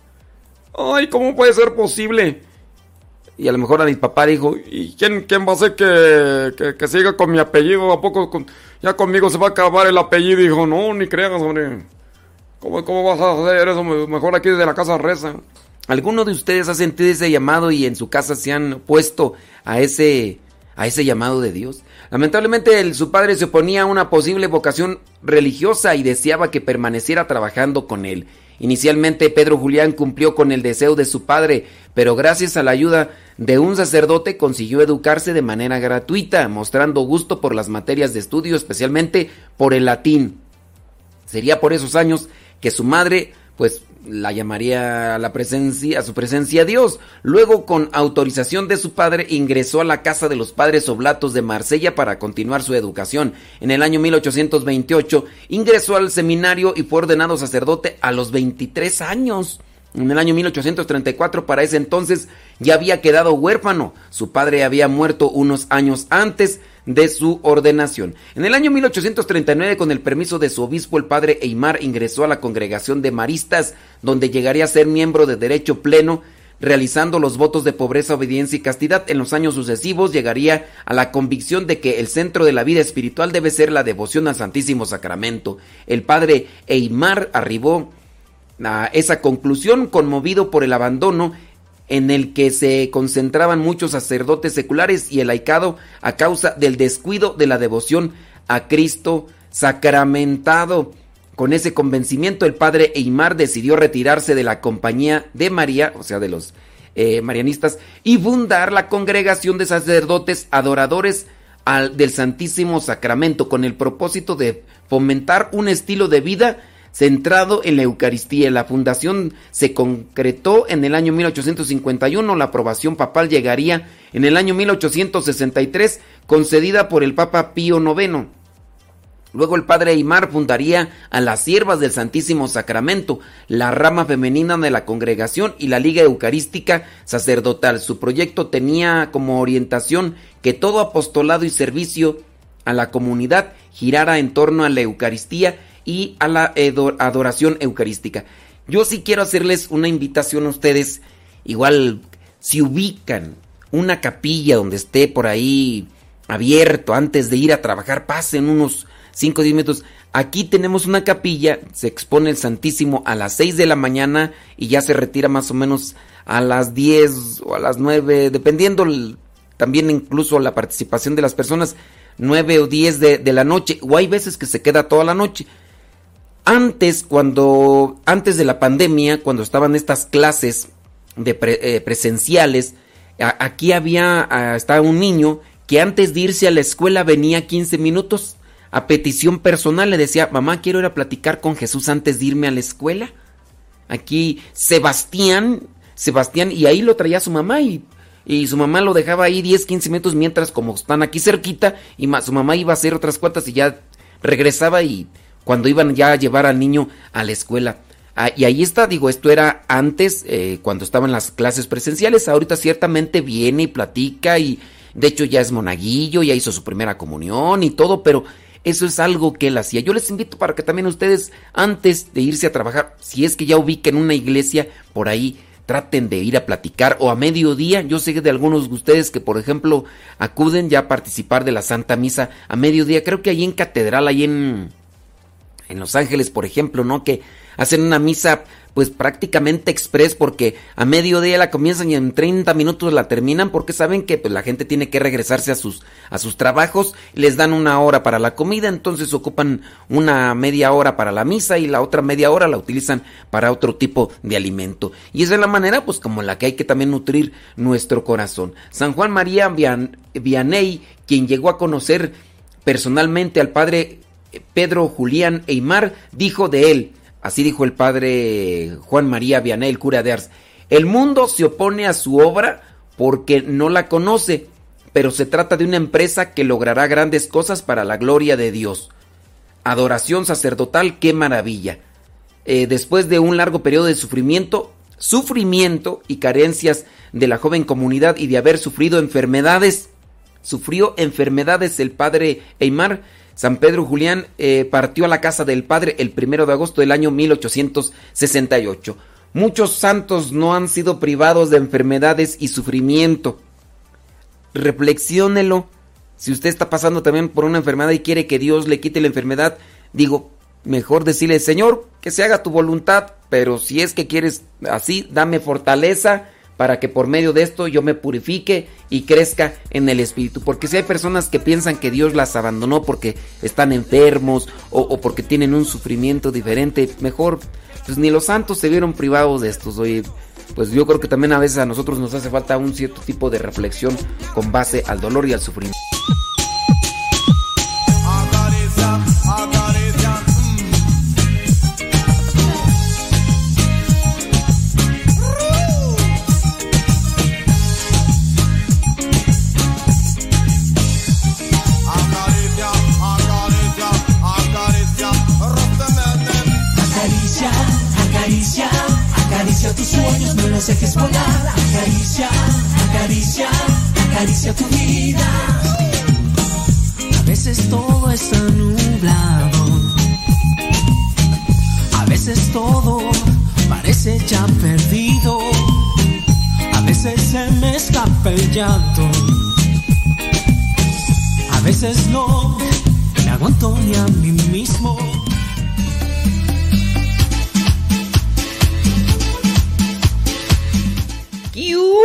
Ay, ¿cómo puede ser posible? Y a lo mejor a mi papá dijo, ¿y quién, quién va a hacer que, que, que siga con mi apellido? ¿A poco con, ya conmigo se va a acabar el apellido? Y dijo, no, ni creas, hombre. ¿Cómo, ¿Cómo vas a hacer eso? Mejor aquí desde la casa reza. ¿Alguno de ustedes ha sentido ese llamado y en su casa se han opuesto a ese, a ese llamado de Dios? Lamentablemente el, su padre se oponía a una posible vocación religiosa y deseaba que permaneciera trabajando con él. Inicialmente Pedro Julián cumplió con el deseo de su padre, pero gracias a la ayuda de un sacerdote consiguió educarse de manera gratuita, mostrando gusto por las materias de estudio, especialmente por el latín. Sería por esos años que su madre pues la llamaría a la presencia, a su presencia a Dios. Luego, con autorización de su padre, ingresó a la casa de los padres oblatos de Marsella para continuar su educación. En el año mil ochocientos veintiocho ingresó al seminario y fue ordenado sacerdote a los veintitrés años. En el año mil ochocientos treinta y cuatro, para ese entonces, ya había quedado huérfano. Su padre había muerto unos años antes de su ordenación. En el año mil ochocientos treinta y nueve, con el permiso de su obispo, el padre Aymar ingresó a la congregación de maristas, donde llegaría a ser miembro de derecho pleno, realizando los votos de pobreza, obediencia y castidad. En los años sucesivos llegaría a la convicción de que el centro de la vida espiritual debe ser la devoción al Santísimo Sacramento. El padre Aymar arribó a esa conclusión conmovido por el abandono en el que se concentraban muchos sacerdotes seculares y el laicado a causa del descuido de la devoción a Cristo sacramentado. Con ese convencimiento, el padre Aimar decidió retirarse de la Compañía de María, o sea, de los eh, marianistas, y fundar la Congregación de Sacerdotes Adoradores al, del Santísimo Sacramento, con el propósito de fomentar un estilo de vida centrado en la Eucaristía. La fundación se concretó en el año mil ochocientos cincuenta y uno, la aprobación papal llegaría en el año mil ochocientos sesenta y tres, concedida por el Papa Pío noveno. Luego el padre Aimar fundaría a las Siervas del Santísimo Sacramento, la rama femenina de la congregación, y la Liga Eucarística Sacerdotal. Su proyecto tenía como orientación que todo apostolado y servicio a la comunidad girara en torno a la Eucaristía y a la adoración eucarística. Yo sí quiero hacerles una invitación a ustedes, igual si ubican una capilla donde esté por ahí abierto antes de ir a trabajar, pasen unos cinco o diez minutos. Aquí tenemos una capilla, se expone el Santísimo a las seis de la mañana y ya se retira más o menos a las diez o a las nueve, dependiendo el, también incluso la participación de las personas, nueve o diez de, de la noche, o hay veces que se queda toda la noche. Antes, cuando, antes de la pandemia, cuando estaban estas clases de pre, eh, presenciales, a, aquí había, a, estaba un niño que antes de irse a la escuela venía quince minutos, a petición personal le decía, mamá, quiero ir a platicar con Jesús antes de irme a la escuela. Aquí Sebastián, Sebastián, y ahí lo traía su mamá y, y su mamá lo dejaba ahí diez, quince minutos mientras, como están aquí cerquita, y ma, su mamá iba a hacer otras cuantas y ya regresaba, y cuando iban ya a llevar al niño a la escuela. Ah, y ahí está, digo, esto era antes, eh, cuando estaban las clases presenciales. Ahorita ciertamente viene y platica, y de hecho ya es monaguillo, ya hizo su primera comunión y todo, pero eso es algo que él hacía. Yo les invito para que también ustedes, antes de irse a trabajar, si es que ya ubiquen una iglesia por ahí, traten de ir a platicar, o a mediodía. Yo sé de algunos de ustedes que, por ejemplo, acuden ya a participar de la Santa Misa a mediodía. Creo que ahí en Catedral, ahí en, en Los Ángeles, por ejemplo, ¿no? Que hacen una misa pues prácticamente express, porque a mediodía la comienzan y en treinta minutos la terminan, porque saben que pues la gente tiene que regresarse a sus a sus trabajos. Les dan una hora para la comida, entonces ocupan una media hora para la misa y la otra media hora la utilizan para otro tipo de alimento. Y esa es la manera pues como la que hay que también nutrir nuestro corazón. San Juan María Vianney, quien llegó a conocer personalmente al padre Pedro Julián Aimar, dijo de él, así dijo el padre Juan María Vianney, el cura de Ars: el mundo se opone a su obra porque no la conoce, pero se trata de una empresa que logrará grandes cosas para la gloria de Dios. Adoración sacerdotal, qué maravilla. Eh, después de un largo periodo de sufrimiento, sufrimiento y carencias de la joven comunidad y de haber sufrido enfermedades, sufrió enfermedades el padre Aimar, San Pedro Julián eh, partió a la casa del Padre el primero de agosto del año mil ochocientos sesenta y ocho. Muchos santos no han sido privados de enfermedades y sufrimiento. Reflexiónelo. Si usted está pasando también por una enfermedad y quiere que Dios le quite la enfermedad, digo, mejor decirle, Señor, que se haga tu voluntad, pero si es que quieres así, dame fortaleza para que por medio de esto yo me purifique y crezca en el Espíritu. Porque si hay personas que piensan que Dios las abandonó porque están enfermos o, o porque tienen un sufrimiento diferente, mejor, pues ni los santos se vieron privados de estos. Oye, pues yo creo que también a veces a nosotros nos hace falta un cierto tipo de reflexión con base al dolor y al sufrimiento. Acaricia tus sueños, no los dejes volar. Acaricia, acaricia, acaricia tu vida. A veces todo está nublado, a veces todo parece ya perdido, a veces se me escapa el llanto, a veces no me aguanto ni a mí mismo. ¡Kiu!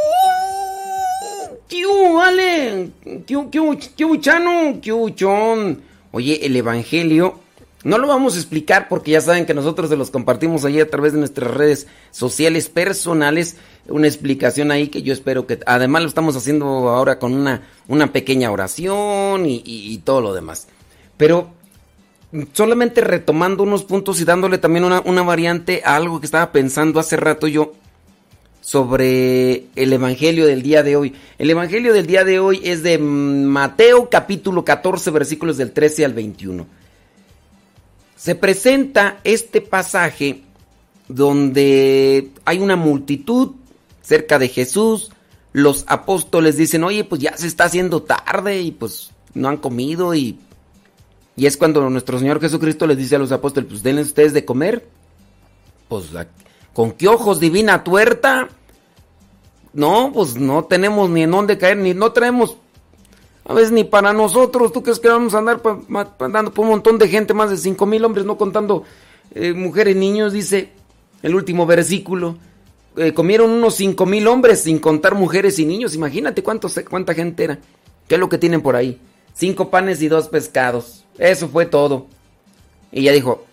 ¡Kiu, vale! ¡Kiu, kiu, kiu, chano! ¡Kiu, chon! Oye, el Evangelio no lo vamos a explicar porque ya saben que nosotros se los compartimos ahí a través de nuestras redes sociales personales. Una explicación ahí que yo espero que... Además lo estamos haciendo ahora con una, una pequeña oración y, y, y todo lo demás. Pero solamente retomando unos puntos y dándole también una, una variante a algo que estaba pensando hace rato yo sobre el Evangelio del día de hoy. El Evangelio del día de hoy es de Mateo capítulo catorce versículos del trece al veintiuno. Se presenta este pasaje donde hay una multitud cerca de Jesús. Los apóstoles dicen, oye, pues ya se está haciendo tarde y pues no han comido. Y, y es cuando nuestro Señor Jesucristo les dice a los apóstoles, pues denles ustedes de comer. Pues, ¿con qué ojos, divina tuerta? No, pues no tenemos ni en dónde caer, ni no traemos... A veces ni para nosotros. ¿Tú crees que vamos a andar pa, pa, andando por un montón de gente? Más de cinco mil hombres, no contando eh, mujeres, niños, dice el último versículo. Eh, comieron unos cinco mil hombres sin contar mujeres y niños. Imagínate cuántos, cuánta gente era. ¿Qué es lo que tienen por ahí? Cinco panes y dos pescados. Eso fue todo. Y ella dijo,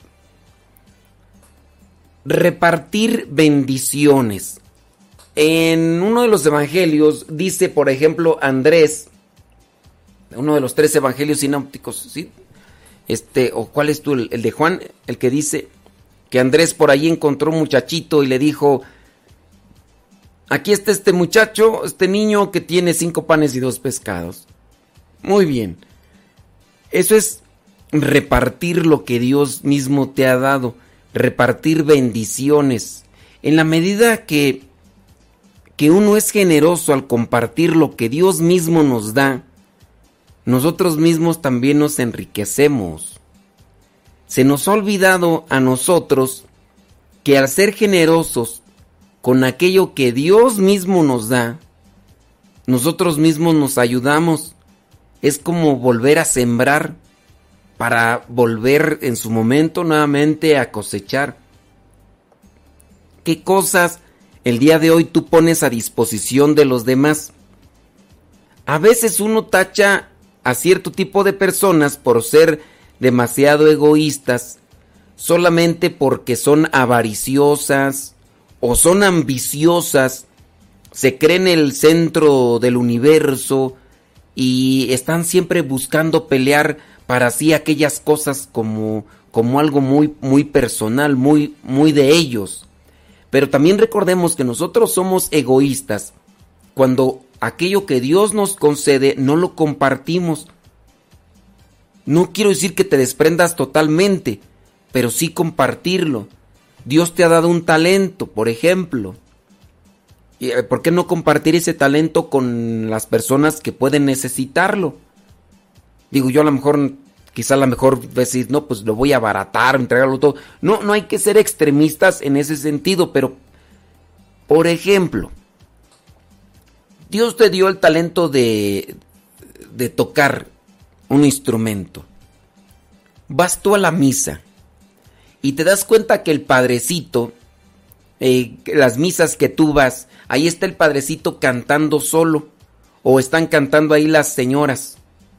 repartir bendiciones. En uno de los evangelios dice, por ejemplo, Andrés, uno de los tres evangelios sinópticos, ¿sí? Este, o ¿cuál es tú? El, el de Juan, el que dice que Andrés por ahí encontró un muchachito y le dijo, aquí está este muchacho, este niño que tiene cinco panes y dos pescados. Muy bien. Eso es repartir lo que Dios mismo te ha dado, repartir bendiciones. En la medida que, que uno es generoso al compartir lo que Dios mismo nos da, nosotros mismos también nos enriquecemos. Se nos ha olvidado a nosotros que al ser generosos con aquello que Dios mismo nos da, nosotros mismos nos ayudamos. Es como volver a sembrar para volver en su momento nuevamente a cosechar. ¿Qué cosas el día de hoy tú pones a disposición de los demás? A veces uno tacha a cierto tipo de personas por ser demasiado egoístas, solamente porque son avariciosas o son ambiciosas, se creen el centro del universo y están siempre buscando pelear para sí aquellas cosas como, como algo muy, muy personal, muy, muy de ellos. Pero también recordemos que nosotros somos egoístas cuando aquello que Dios nos concede no lo compartimos. No quiero decir que te desprendas totalmente, pero sí compartirlo. Dios te ha dado un talento, por ejemplo. ¿Por qué no compartir ese talento con las personas que pueden necesitarlo? Digo, yo a lo mejor, quizá a lo mejor decir, no, pues lo voy a abaratar, entregarlo todo. No, no hay que ser extremistas en ese sentido, pero, por ejemplo, Dios te dio el talento de, de tocar un instrumento. Vas tú a la misa y te das cuenta que el padrecito, eh, las misas que tú vas, ahí está el padrecito cantando solo, o están cantando ahí las señoras.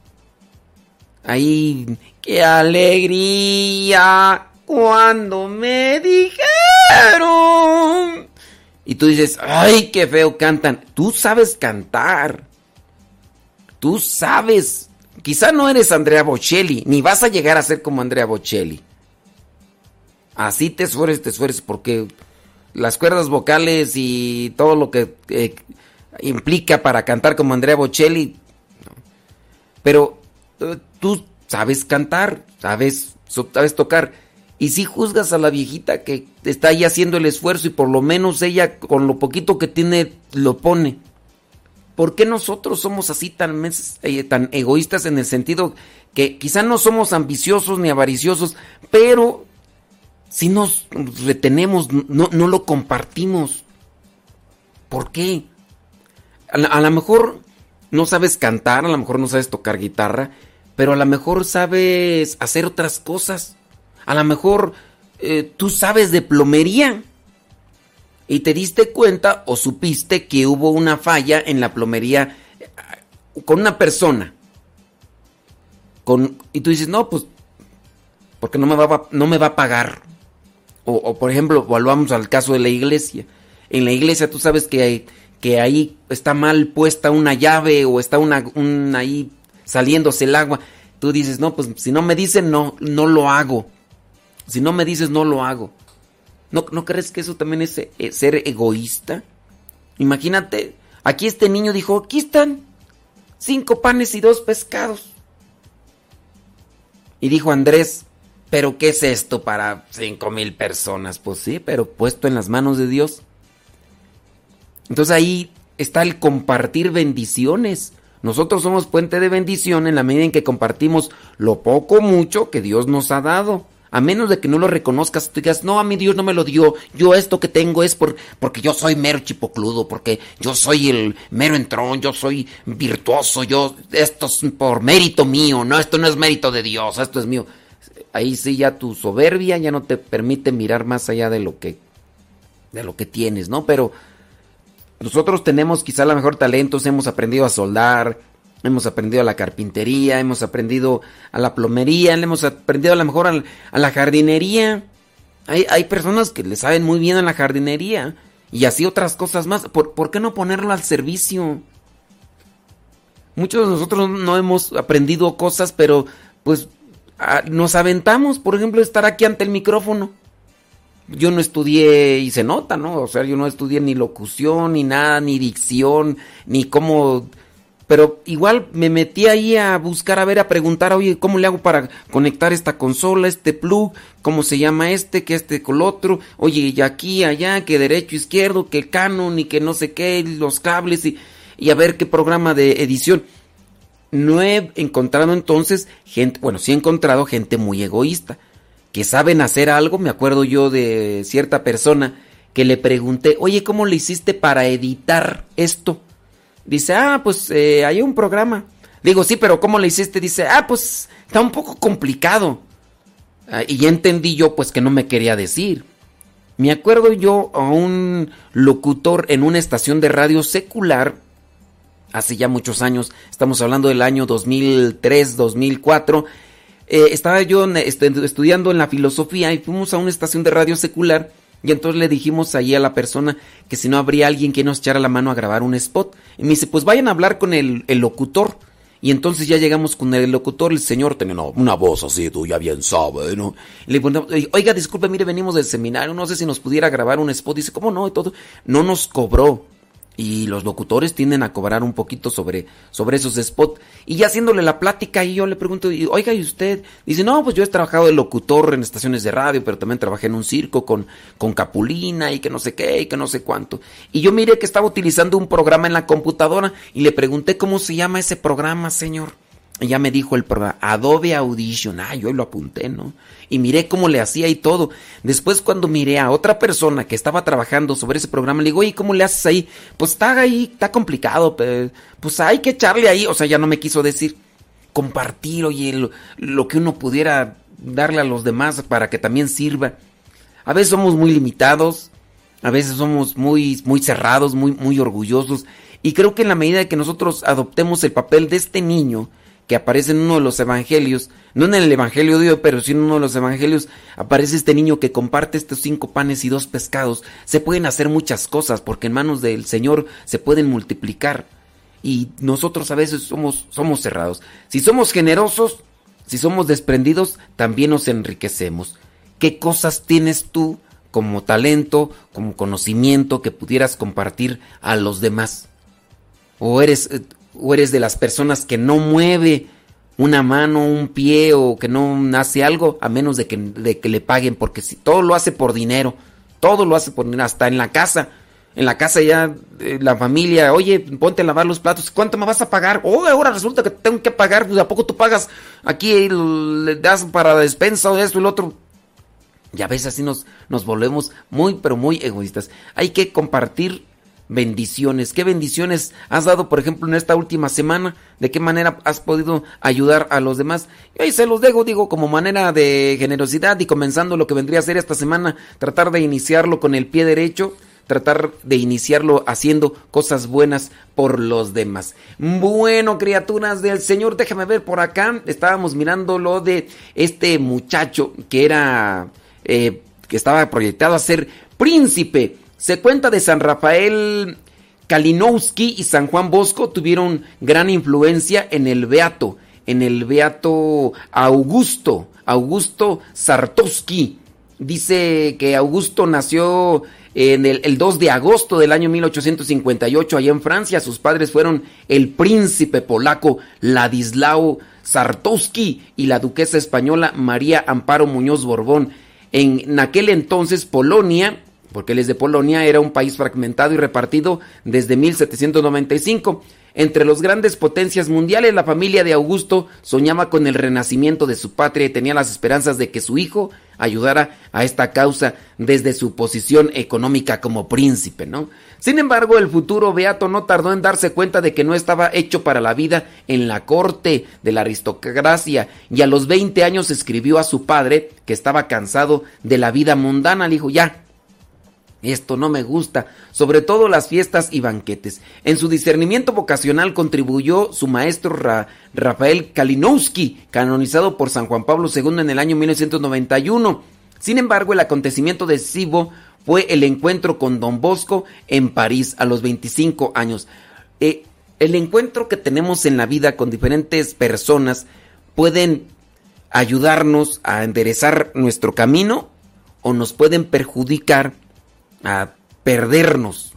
Ahí, ¡qué alegría cuando me dijeron! Y tú dices, ¡ay, qué feo cantan! Tú sabes cantar. Tú sabes. Quizá no eres Andrea Bocelli, ni vas a llegar a ser como Andrea Bocelli. Así te esfuerces, te esfuerces, porque las cuerdas vocales y todo lo que eh, implica para cantar como Andrea Bocelli. No. Pero eh, tú sabes cantar, sabes, sabes tocar. Y si juzgas a la viejita que está ahí haciendo el esfuerzo y por lo menos ella con lo poquito que tiene lo pone. ¿Por qué nosotros somos así tan, eh, tan egoístas en el sentido que quizá no somos ambiciosos ni avariciosos, pero si nos retenemos, no, no lo compartimos? ¿Por qué? A, a lo mejor no sabes cantar, a lo mejor no sabes tocar guitarra, pero a lo mejor sabes hacer otras cosas. A lo mejor eh, tú sabes de plomería. y te diste cuenta o supiste que hubo una falla en la plomería con una persona. Con, y tú dices, no, pues, porque no me va, no me va a pagar. O, o por ejemplo, volvamos al caso de la iglesia. En la iglesia tú sabes que, hay, que ahí está mal puesta una llave o está una, una ahí saliéndose el agua. Tú dices, no, pues si no me dicen, no, no lo hago. Si no me dices, no lo hago. ¿No, ¿no crees que eso también es, es ser egoísta? Imagínate, aquí este niño dijo, aquí están cinco panes y dos pescados. Y dijo Andrés, ¿pero qué es esto para cinco mil personas? Pues sí, pero puesto en las manos de Dios. Entonces ahí está el compartir bendiciones. Nosotros somos puente de bendición en la medida en que compartimos lo poco o mucho que Dios nos ha dado. A menos de que no lo reconozcas, tú digas, no, a mí Dios no me lo dio, yo esto que tengo es por, porque yo soy mero chipocludo, porque yo soy el mero entrón, yo soy virtuoso, yo, esto es por mérito mío, no, esto no es mérito de Dios, esto es mío. Ahí sí ya tu soberbia ya no te permite mirar más allá de lo que, de lo que tienes, ¿no? Pero nosotros tenemos quizá la mejor talentos, hemos aprendido a soldar, hemos aprendido a la carpintería, hemos aprendido a la plomería, hemos aprendido a lo mejor a, a la jardinería. Hay, hay personas que le saben muy bien a la jardinería y así otras cosas más. ¿Por, ¿por qué no ponerlo al servicio? Muchos de nosotros no hemos aprendido cosas, pero pues a, nos aventamos, por ejemplo, estar aquí ante el micrófono. Yo no estudié, y se nota, ¿no? O sea, yo no estudié ni locución, ni nada, ni dicción, ni cómo... Pero igual me metí ahí a buscar, a ver, a preguntar, oye, ¿cómo le hago para conectar esta consola, este plug? ¿Cómo se llama este, que este con el otro? Oye, y aquí, allá, que derecho, izquierdo, que el Canon y que no sé qué, los cables y, y a ver qué programa de edición. No he encontrado entonces gente, bueno, sí he encontrado gente muy egoísta, que saben hacer algo. Me acuerdo yo de cierta persona que le pregunté, oye, ¿cómo le hiciste para editar esto? Dice, ah, pues eh, hay un programa. Digo, sí, pero ¿cómo le hiciste? Dice, ah, pues está un poco complicado. Ah, y ya entendí yo, pues, que no me quería decir. Me acuerdo yo a un locutor en una estación de radio secular, hace ya muchos años, estamos hablando del año dos mil tres, dos mil cuatro, eh, estaba yo estudiando en la filosofía y fuimos a una estación de radio secular. Y entonces le dijimos ahí a la persona que si no habría alguien que nos echara la mano a grabar un spot. Y me dice, pues vayan a hablar con el, el locutor. Y entonces ya llegamos con el locutor, el señor tenía no, una voz así, tú ya bien sabes, ¿no? Y le preguntamos, oiga, disculpe, mire, venimos del seminario, no sé si nos pudiera grabar un spot. Dice, ¿cómo no? Y todo. No nos cobró. Y los locutores tienden a cobrar un poquito sobre, sobre esos spots. Y ya haciéndole la plática, y yo le pregunto, oiga, ¿y usted? Dice, no, pues yo he trabajado de locutor en estaciones de radio, pero también trabajé en un circo con, con Capulina y que no sé qué, y que no sé cuánto. Y yo miré que estaba utilizando un programa en la computadora y le pregunté, ¿cómo se llama ese programa, señor? Y ya me dijo el programa, Adobe Audition. Ah, yo lo apunté, ¿no? Y miré cómo le hacía y todo. Después cuando miré a otra persona que estaba trabajando sobre ese programa, le digo, oye, ¿cómo le haces ahí? Pues está ahí, está complicado, pero pues hay que echarle ahí. O sea, ya no me quiso decir compartir, oye, lo, lo que uno pudiera darle a los demás para que también sirva. A veces somos muy limitados, a veces somos muy, muy cerrados, muy, muy orgullosos. Y creo que en la medida que nosotros adoptemos el papel de este niño que aparece en uno de los evangelios, no en el evangelio de hoy, pero sí en uno de los evangelios, aparece este niño que comparte estos cinco panes y dos pescados. Se pueden hacer muchas cosas, porque en manos del Señor se pueden multiplicar. Y nosotros a veces somos, somos cerrados. Si somos generosos, si somos desprendidos, también nos enriquecemos. ¿Qué cosas tienes tú como talento, como conocimiento que pudieras compartir a los demás? ¿O eres... o eres de las personas que no mueve una mano, un pie o que no hace algo a menos de que, de que le paguen? Porque si todo lo hace por dinero, todo lo hace por dinero, hasta en la casa. En la casa ya eh, la familia, oye, ponte a lavar los platos, ¿cuánto me vas a pagar? Oh, ahora resulta que tengo que pagar, ¿de a poco tú pagas? Aquí le das para despensa o esto y lo otro. Y a veces así nos, nos volvemos muy, pero muy egoístas. Hay que compartir bendiciones. ¿Qué bendiciones has dado, por ejemplo, en esta última semana? ¿De qué manera has podido ayudar a los demás? Y ahí se los dejo, digo, como manera de generosidad y comenzando lo que vendría a ser esta semana, tratar de iniciarlo con el pie derecho, tratar de iniciarlo haciendo cosas buenas por los demás. Bueno, criaturas del Señor, déjame ver por acá. Estábamos mirando lo de este muchacho que era, eh, que estaba proyectado a ser príncipe. Se cuenta de San Rafael Kalinowski y San Juan Bosco tuvieron gran influencia en el beato, en el beato Augusto, Augusto Sartowski. Dice que Augusto nació en el, el dos de agosto del año mil ochocientos cincuenta y ocho allá en Francia. Sus padres fueron el príncipe polaco Ladislao Sartowski y la duquesa española María Amparo Muñoz Borbón. En aquel entonces Polonia, porque él es de Polonia, era un país fragmentado y repartido desde mil setecientos noventa y cinco. Entre las grandes potencias mundiales, la familia de Augusto soñaba con el renacimiento de su patria y tenía las esperanzas de que su hijo ayudara a esta causa desde su posición económica como príncipe, ¿no? Sin embargo, el futuro beato no tardó en darse cuenta de que no estaba hecho para la vida en la corte de la aristocracia, y a los veinte años escribió a su padre que estaba cansado de la vida mundana. Le dijo, ya, esto no me gusta, sobre todo las fiestas y banquetes. En su discernimiento vocacional contribuyó su maestro Ra- Rafael Kalinowski, canonizado por San Juan Pablo segundo en el año mil novecientos noventa y uno. Sin embargo, el acontecimiento decisivo fue el encuentro con Don Bosco en París a los veinticinco años. Eh, el encuentro que tenemos en la vida con diferentes personas pueden ayudarnos a enderezar nuestro camino o nos pueden perjudicar a perdernos.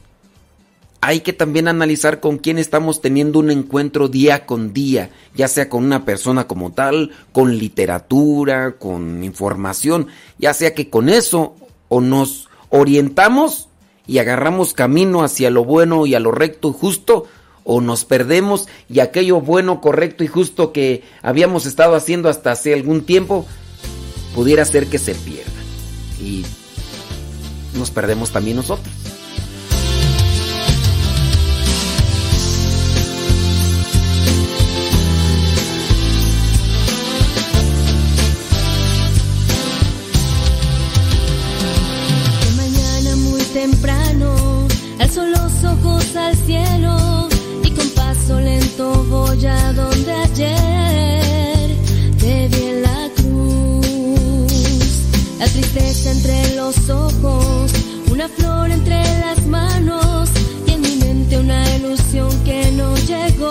Hay que también analizar con quién estamos teniendo un encuentro día con día, ya sea con una persona como tal, con literatura, con información, ya sea que con eso o nos orientamos y agarramos camino hacia lo bueno y a lo recto y justo, o nos perdemos y aquello bueno, correcto y justo que habíamos estado haciendo hasta hace algún tiempo pudiera ser que se pierda y nos perdemos también nosotros. De mañana muy temprano alzo los ojos al cielo y con paso lento voy a donde ayer te vi en la cruz. La tristeza entre los ojos, una flor entre las manos y en mi mente una ilusión que no llegó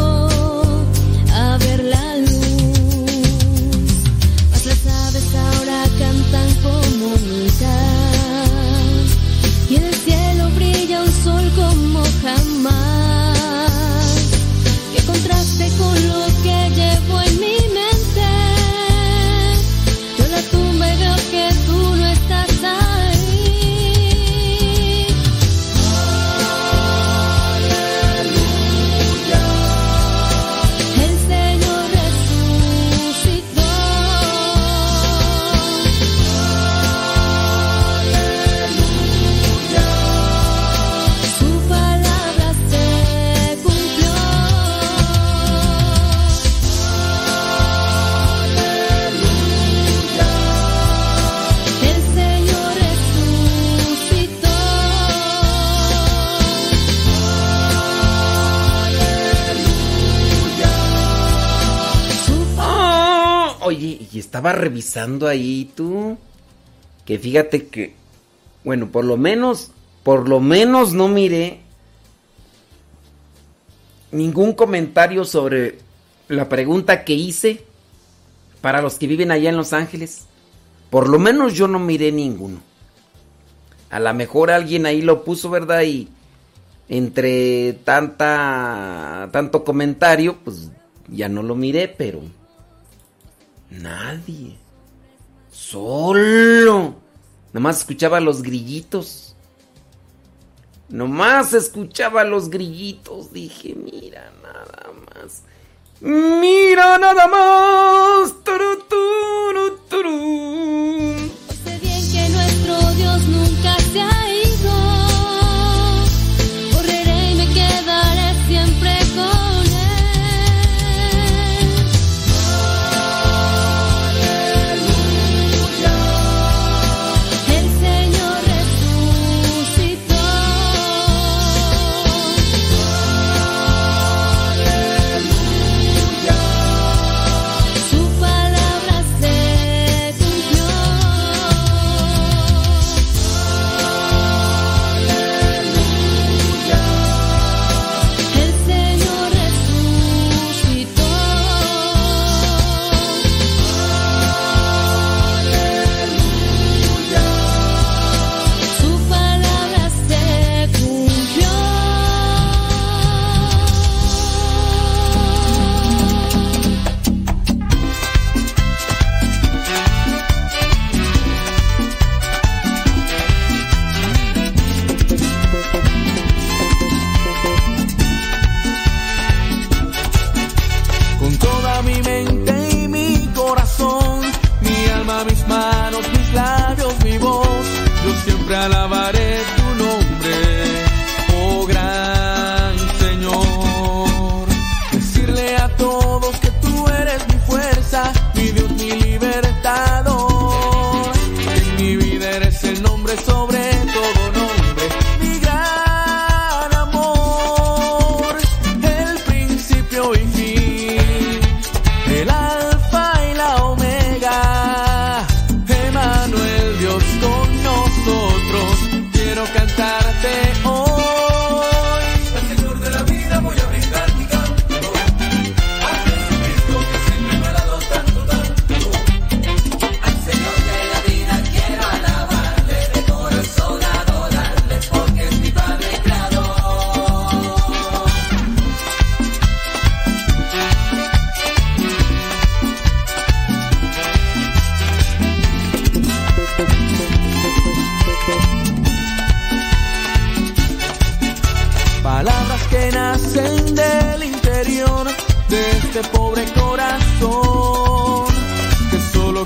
a ver la luz. Mas las aves ahora cantan como nunca y en el cielo brilla un sol como jamás. Que contraste con lo que llevo en mi mente. Yo la tumba y veo que tú no estás ahí. Aleluya. El Señor resucitó. Aleluya. Su palabra se cumplió. Aleluya. El Señor resucitó. Aleluya. Su Ah, oye, y estaba revisando ahí tú, que fíjate que, bueno, por lo menos, por lo menos no miré ningún comentario sobre la pregunta que hice para los que viven allá en Los Ángeles. Por lo menos yo no miré ninguno. A lo mejor alguien ahí lo puso, ¿verdad? Y entre tanta tanto comentario, pues ya no lo miré, pero nadie. Solo. Nomás escuchaba los grillitos. Nomás escuchaba los grillitos. Dije, mira nada más. Mira nada más. Turu, turu, turu. sé bien que nuestro Dios nunca se ha ido. Correré y me quedaré siempre con Él. Aleluya. El Señor resucitó.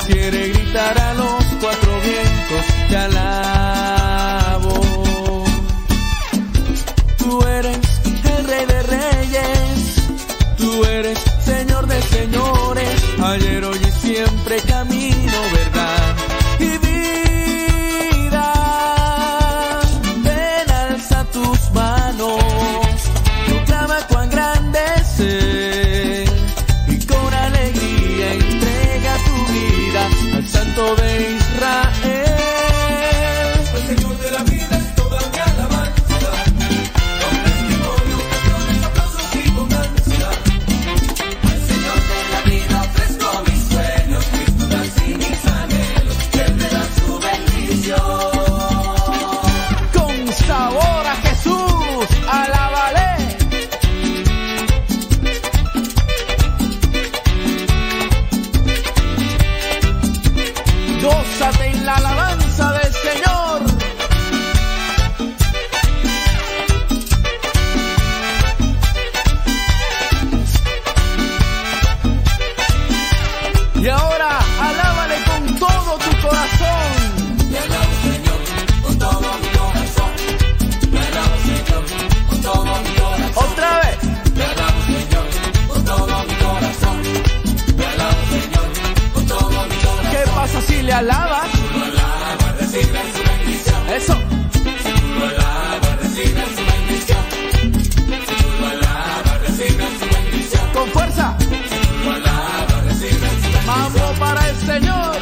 quiere gritar a los cuatro vientos, te alabo. Tú eres el Rey de Reyes, tú eres Señor de señores, ayer, hoy y siempre, camino, verdad y vida. Ven, alza tus manos, proclama cuán grande es Él, y con alegría entrega tu vida al Santo de Israel. El Señor de la vida es toda mi alabanza, con testimonio, canciones, aplausos y con danza. Al Señor de la vida ofrezco mis sueños, mis dudas y mis anhelos, que me dan su bendición. Con sabor a Jesús, alábale. Gózate en la alabanza del Señor. Y ahora, alábale con todo tu corazón. Te alabo, Señor, con todo mi corazón. Te alabo, Señor, con todo mi corazón. Otra vez. Te alabo, Señor, con todo mi corazón. Te alabo, Señor, con todo mi corazón. ¿Qué pasa si le alabas? Si tú lo alabas, recibes su bendición. Eso. Si tú lo alabas, recibes su bendición. Si tú lo alabas, recibes su bendición. Con fuerza. Si tú lo alabas, recibes su bendición. Mambo para el Señor.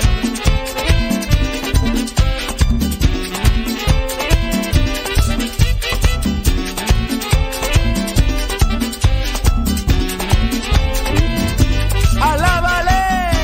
¡Alábale!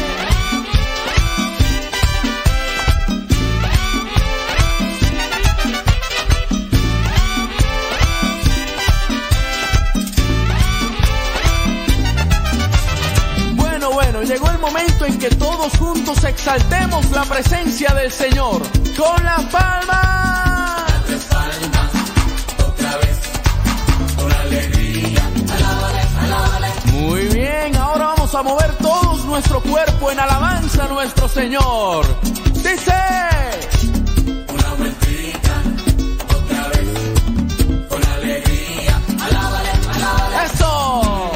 Bueno, bueno, llegó el momento en que todos juntos exaltemos la presencia del Señor con las palmas. Las palmas, otra vez, con alegría. Alábale, alábale. Muy bien, ahora vamos a mover todos nuestro cuerpo en alabanza a nuestro Señor. Dice. Una vueltita, otra vez, con alegría. Alábale, alábale. Eso.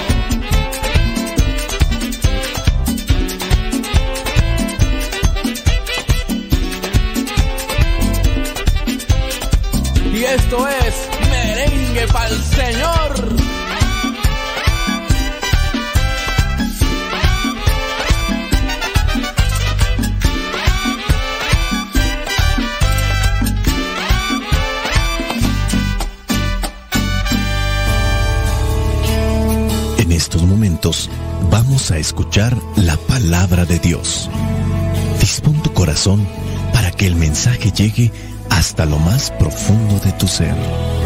Y esto es merengue pa'l Señor. En estos momentos vamos a escuchar la palabra de Dios. Dispón tu corazón para que el mensaje llegue hasta lo más profundo de tu ser.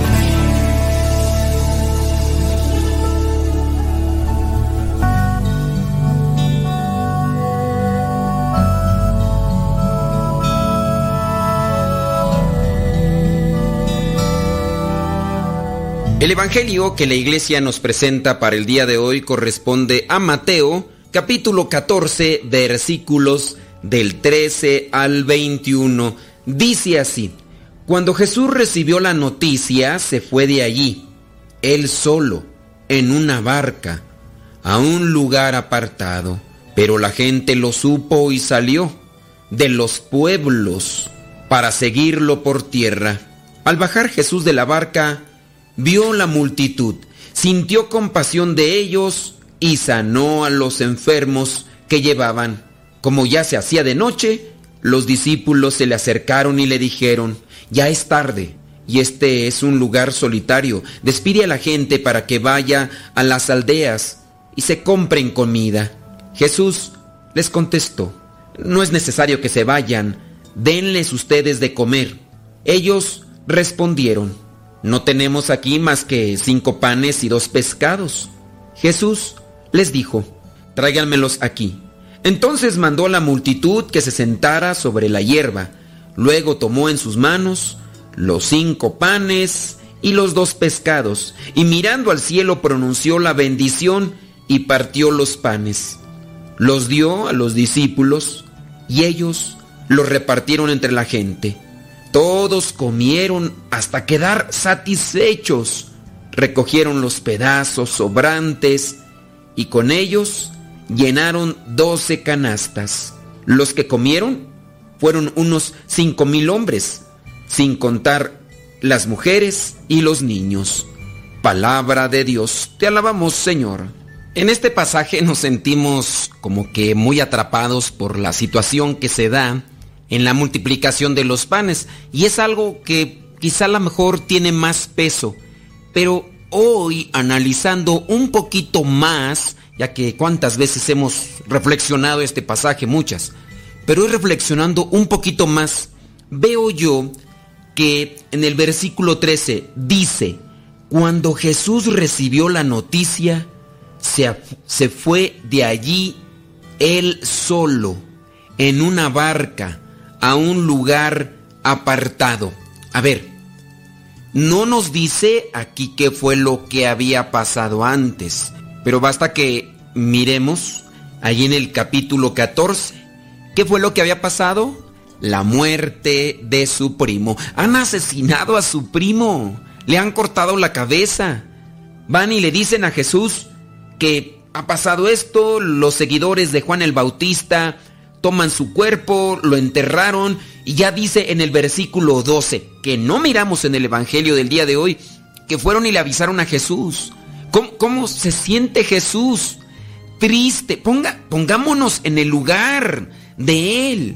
El evangelio que la iglesia nos presenta para el día de hoy corresponde a Mateo, capítulo catorce, versículos del trece al veintiuno. Dice así: cuando Jesús recibió la noticia, se fue de allí, él solo, en una barca, a un lugar apartado. Pero la gente lo supo y salió de los pueblos para seguirlo por tierra. Al bajar Jesús de la barca, vio la multitud, sintió compasión de ellos y sanó a los enfermos que llevaban. Como ya se hacía de noche, los discípulos se le acercaron y le dijeron: ya es tarde y este es un lugar solitario. Despide a la gente para que vaya a las aldeas y se compren comida. Jesús les contestó: no es necesario que se vayan, denles ustedes de comer. Ellos respondieron: no tenemos aquí más que cinco panes y dos pescados. Jesús les dijo: tráiganmelos aquí. Entonces mandó a la multitud que se sentara sobre la hierba. Luego tomó en sus manos los cinco panes y los dos pescados, y mirando al cielo pronunció la bendición y partió los panes. Los dio a los discípulos y ellos los repartieron entre la gente. Todos comieron hasta quedar satisfechos. Recogieron los pedazos sobrantes y con ellos llenaron doce canastas. Los que comieron fueron unos cinco mil hombres, sin contar las mujeres y los niños. Palabra de Dios, te alabamos, Señor. En este pasaje nos sentimos como que muy atrapados por la situación que se da en la multiplicación de los panes, y es algo que quizá a lo mejor tiene más peso, pero hoy, analizando un poquito más, ya que cuántas veces hemos reflexionado este pasaje, muchas, pero hoy reflexionando un poquito más, veo yo que en el versículo trece dice: cuando Jesús recibió la noticia, se, se fue de allí él solo, en una barca, a un lugar apartado. A ver, no nos dice aquí qué fue lo que había pasado antes, pero basta que miremos allí en el capítulo catorce. ¿Qué fue lo que había pasado? La muerte de su primo. Han asesinado a su primo, le han cortado la cabeza. Van y le dicen a Jesús que ha pasado esto. Los seguidores de Juan el Bautista toman su cuerpo, lo enterraron, y ya dice en el versículo doce, que no miramos en el evangelio del día de hoy, que fueron y le avisaron a Jesús. ¿Cómo, cómo se siente Jesús? Triste. Ponga, pongámonos en el lugar de él.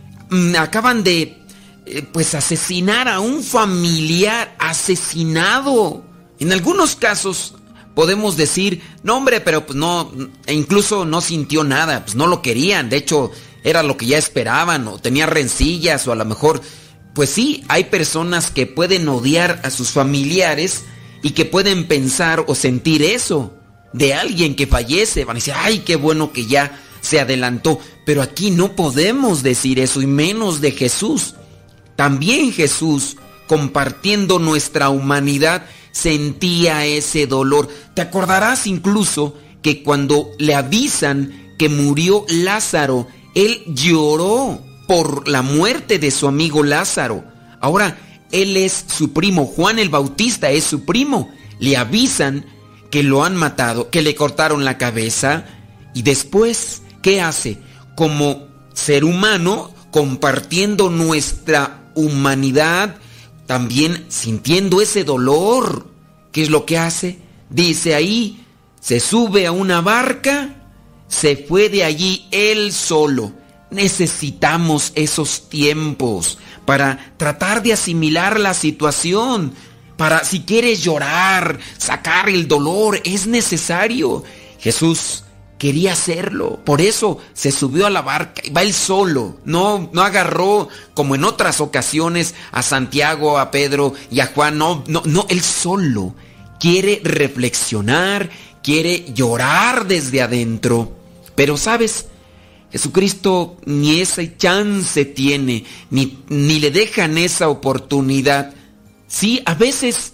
Acaban de eh, pues asesinar a un familiar, asesinado. En algunos casos podemos decir, no hombre, pero pues no, e incluso no sintió nada, pues no lo querían, de hecho era lo que ya esperaban, o tenía rencillas, o a lo mejor, pues sí, hay personas que pueden odiar a sus familiares y que pueden pensar o sentir eso de alguien que fallece. Van a decir, ay, qué bueno que ya se adelantó, pero aquí no podemos decir eso, y menos de Jesús. También Jesús, compartiendo nuestra humanidad, sentía ese dolor. Te acordarás incluso que cuando le avisan que murió Lázaro, él lloró por la muerte de su amigo Lázaro. Ahora, él es su primo, Juan el Bautista es su primo. Le avisan que lo han matado, que le cortaron la cabeza, y después, ¿qué hace? Como ser humano, compartiendo nuestra humanidad, también sintiendo ese dolor. ¿Qué es lo que hace? Dice ahí, se sube a una barca, se fue de allí él solo. Necesitamos esos tiempos para tratar de asimilar la situación. Para, si quieres llorar, sacar el dolor, es necesario. Jesús quería hacerlo, por eso se subió a la barca y va él solo. No, no agarró como en otras ocasiones a Santiago, a Pedro y a Juan. No, no, no, él solo quiere reflexionar, quiere llorar desde adentro. Pero ¿sabes? Jesucristo ni ese chance tiene, ni, ni le dejan esa oportunidad. Sí, a veces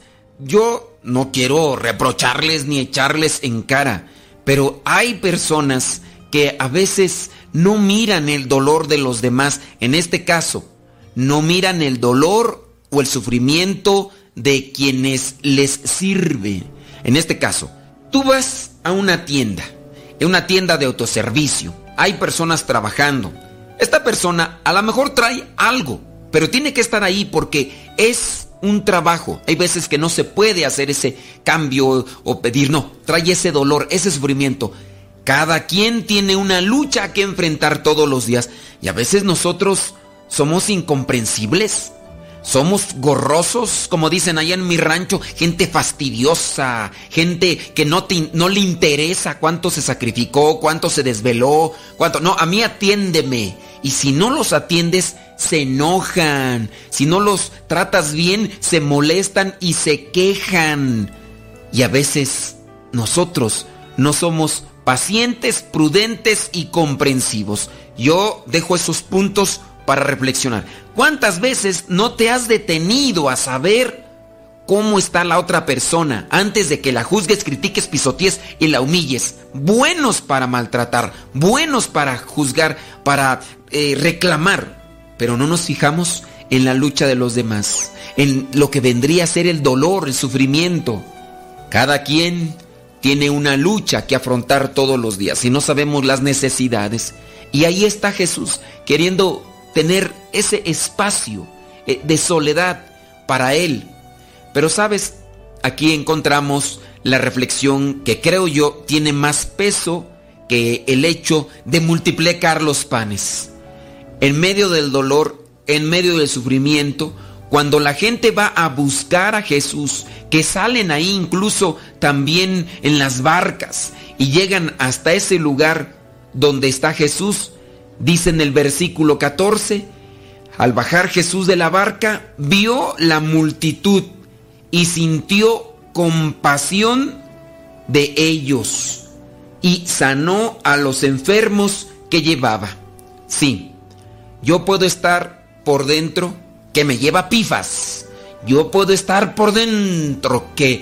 yo no quiero reprocharles ni echarles en cara, pero hay personas que a veces no miran el dolor de los demás. En este caso, no miran el dolor o el sufrimiento de quienes les sirve. En este caso, tú vas a una tienda, en una tienda de autoservicio. Hay personas trabajando. Esta persona a lo mejor trae algo, pero tiene que estar ahí porque es un trabajo. Hay veces que no se puede hacer ese cambio o pedir, no, trae ese dolor, ese sufrimiento. Cada quien tiene una lucha que enfrentar todos los días, y a veces nosotros somos incomprensibles, somos gorrosos, como dicen allá en mi rancho, gente fastidiosa, gente que no, te, no le interesa cuánto se sacrificó, cuánto se desveló, cuánto... No, a mí atiéndeme. Y si no los atiendes, se enojan. Si no los tratas bien, se molestan y se quejan. Y a veces nosotros no somos pacientes, prudentes y comprensivos. Yo dejo esos puntos para reflexionar. ¿Cuántas veces no te has detenido a saber cómo está la otra persona antes de que la juzgues, critiques, pisotees y la humilles. Buenos para maltratar, buenos para juzgar, para eh, reclamar, pero no nos fijamos en la lucha de los demás, en lo que vendría a ser el dolor, el sufrimiento. Cada quien tiene una lucha que afrontar todos los días y no sabemos las necesidades. Y ahí está Jesús queriendo tener ese espacio eh, de soledad para Él. Pero sabes, aquí encontramos la reflexión que creo yo tiene más peso que el hecho de multiplicar los panes. En medio del dolor, en medio del sufrimiento, cuando la gente va a buscar a Jesús, que salen ahí incluso también en las barcas y llegan hasta ese lugar donde está Jesús, dice en el versículo catorce, al bajar Jesús de la barca, vio la multitud y sintió compasión de ellos y sanó a los enfermos que llevaba. Sí, yo puedo estar por dentro que me lleva pifas. Yo puedo estar por dentro que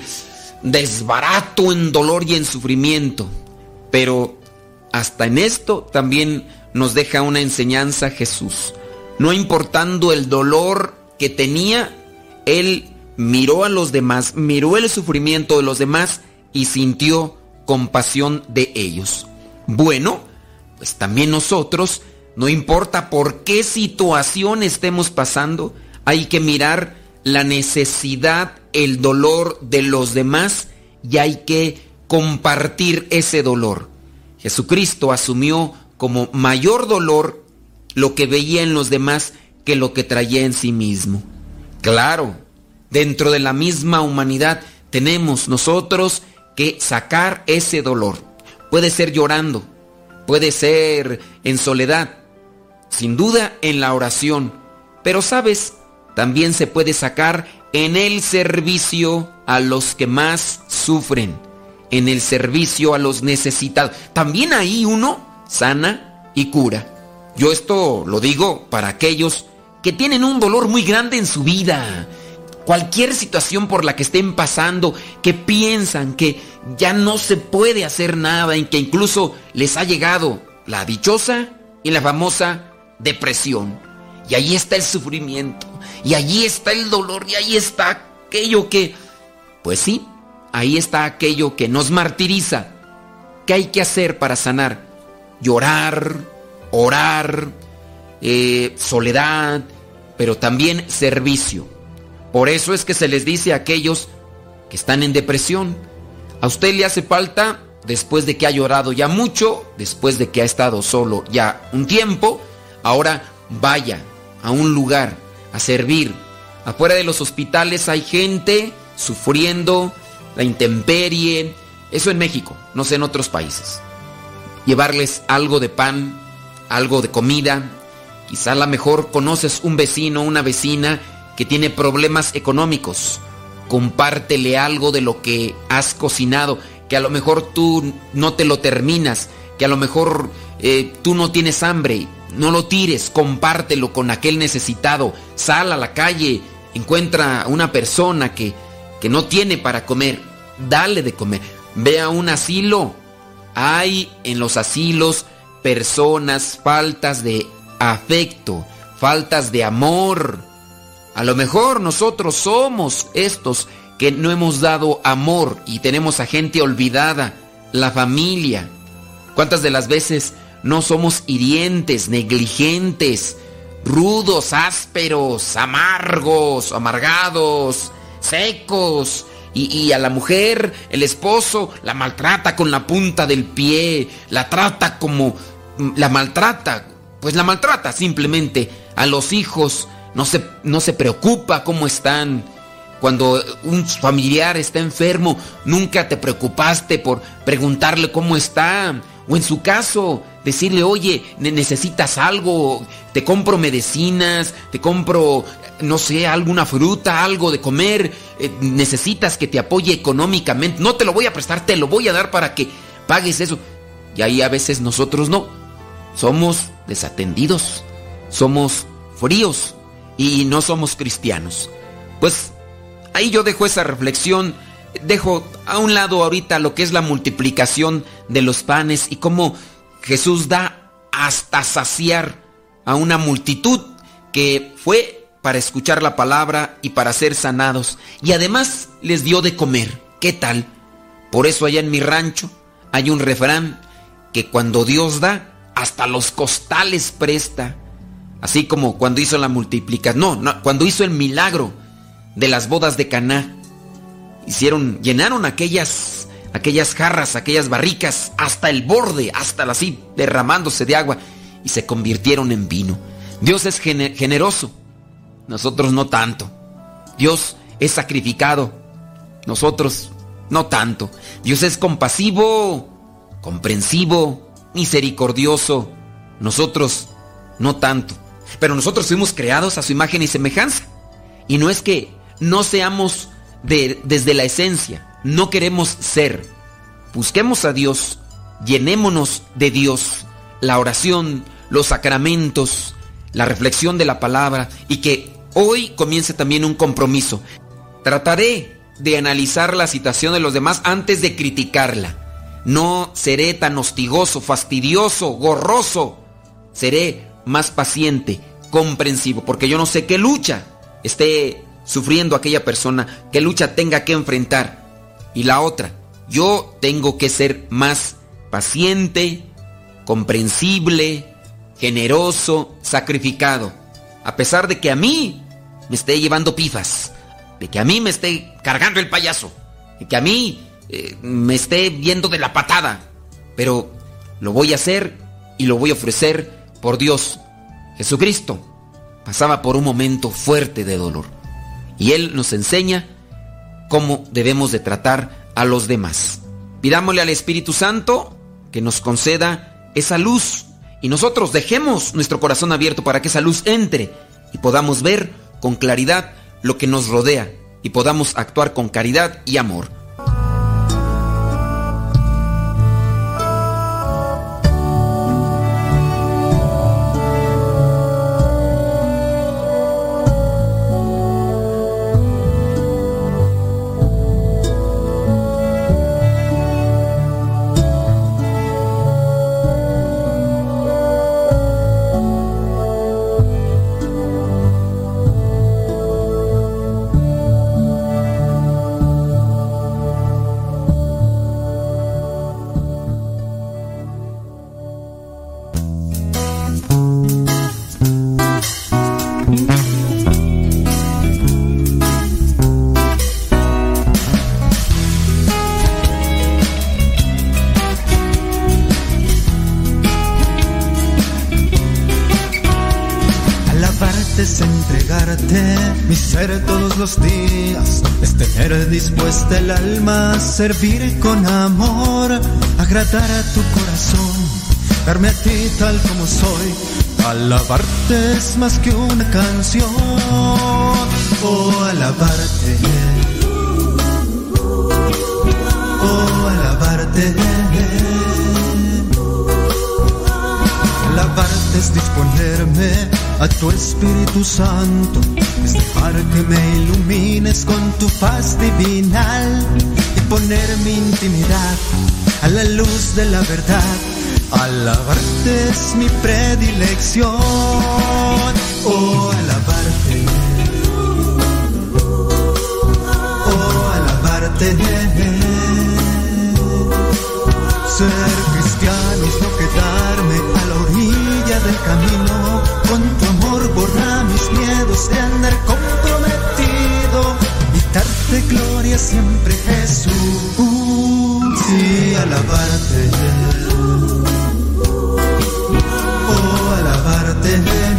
desbarato en dolor y en sufrimiento. Pero hasta en esto también nos deja una enseñanza Jesús. No importando el dolor que tenía, Él miró a los demás, miró el sufrimiento de los demás y sintió compasión de ellos. Bueno, pues también nosotros, no importa por qué situación estemos pasando, hay que mirar la necesidad, el dolor de los demás y hay que compartir ese dolor. Jesucristo asumió como mayor dolor lo que veía en los demás que lo que traía en sí mismo. Claro, dentro de la misma humanidad tenemos nosotros que sacar ese dolor. Puede ser llorando, puede ser en soledad, sin duda en la oración, pero sabes, también se puede sacar en el servicio a los que más sufren, en el servicio a los necesitados. También ahí uno sana y cura. Yo esto lo digo para aquellos que tienen un dolor muy grande en su vida. Cualquier situación por la que estén pasando, que piensan que ya no se puede hacer nada, en que incluso les ha llegado la dichosa y la famosa depresión. Y ahí está el sufrimiento, y allí está el dolor, y ahí está aquello que, pues sí, ahí está aquello que nos martiriza. ¿Qué hay que hacer para sanar? Llorar, orar, eh, soledad, pero también servicio. Por eso es que se les dice a aquellos que están en depresión, a usted le hace falta, después de que ha llorado ya mucho, después de que ha estado solo ya un tiempo, ahora vaya a un lugar a servir. Afuera de los hospitales hay gente sufriendo la intemperie, eso en México, no sé en otros países. Llevarles algo de pan, algo de comida. Quizá a lo mejor conoces un vecino, una vecina que tiene problemas económicos. Compártele algo de lo que has cocinado, que a lo mejor tú no te lo terminas, que a lo mejor eh, tú no tienes hambre. No lo tires, compártelo con aquel necesitado. Sal a la calle, encuentra a una persona que, que no tiene para comer, dale de comer. Ve a un asilo. Hay en los asilos personas faltas de afecto, faltas de amor. A lo mejor nosotros somos estos que no hemos dado amor y tenemos a gente olvidada, la familia. ¿Cuántas de las veces no somos hirientes, negligentes, rudos, ásperos, amargos, amargados, secos? Y, y a la mujer, el esposo, la maltrata con la punta del pie, la trata como... la maltrata, pues la maltrata simplemente. A los hijos no se, no se preocupa cómo están. Cuando un familiar está enfermo, nunca te preocupaste por preguntarle cómo está. O en su caso, decirle, oye, necesitas algo, te compro medicinas, te compro, no sé, alguna fruta, algo de comer, eh, necesitas que te apoye económicamente, no te lo voy a prestar, te lo voy a dar para que pagues eso. Y ahí a veces nosotros no, somos desatendidos, somos fríos y no somos cristianos. Pues ahí yo dejo esa reflexión, dejo a un lado ahorita lo que es la multiplicación de los panes y cómo Jesús da hasta saciar a una multitud que fue para escuchar la palabra y para ser sanados. Y además les dio de comer. ¿Qué tal? Por eso allá en mi rancho hay un refrán que cuando Dios da, hasta los costales presta. Así como cuando hizo la multiplicación, no, no, cuando hizo el milagro de las bodas de Caná. Hicieron, llenaron aquellas, aquellas jarras, aquellas barricas hasta el borde, hasta así, derramándose de agua y se convirtieron en vino. Dios es gener- generoso, nosotros no tanto. Dios es sacrificado, nosotros no tanto. Dios es compasivo, comprensivo, misericordioso, nosotros no tanto. Pero nosotros fuimos creados a su imagen y semejanza. Y no es que no seamos de, desde la esencia, no queremos ser. Busquemos a Dios, llenémonos de Dios, la oración, los sacramentos, la reflexión de la palabra, y que hoy comience también un compromiso. Trataré de analizar la situación de los demás antes de criticarla. No seré tan hostigoso, fastidioso, gorroso. Seré más paciente, comprensivo, porque yo no sé qué lucha esté sufriendo aquella persona, qué lucha tenga que enfrentar. Y la otra, yo tengo que ser más paciente, comprensible, generoso, sacrificado, a pesar de que a mí me esté llevando pifas, de que a mí me esté cargando el payaso, de que a mí eh, me esté viendo de la patada, pero lo voy a hacer y lo voy a ofrecer por Dios. Jesucristo pasaba por un momento fuerte de dolor y Él nos enseña cómo debemos de tratar a los demás. Pidámosle al Espíritu Santo que nos conceda esa luz y nosotros dejemos nuestro corazón abierto para que esa luz entre y podamos ver con claridad lo que nos rodea y podamos actuar con caridad y amor. Mi ser todos los días es tener dispuesta el alma, servir con amor, agradar a tu corazón, darme a ti tal como soy. Alabarte es más que una canción, oh alabarte, oh alabarte. Alabarte es disponerme a tu Espíritu Santo, es dejar que me ilumines con tu paz divinal y poner mi intimidad a la luz de la verdad. Alabarte es mi predilección, oh alabarte, oh alabarte. Ser cristiano es no quedarme a la orilla del camino, con tu amor borra mis miedos de andar comprometido y darte gloria siempre, Jesús. Sí, alabarte, oh alabarte.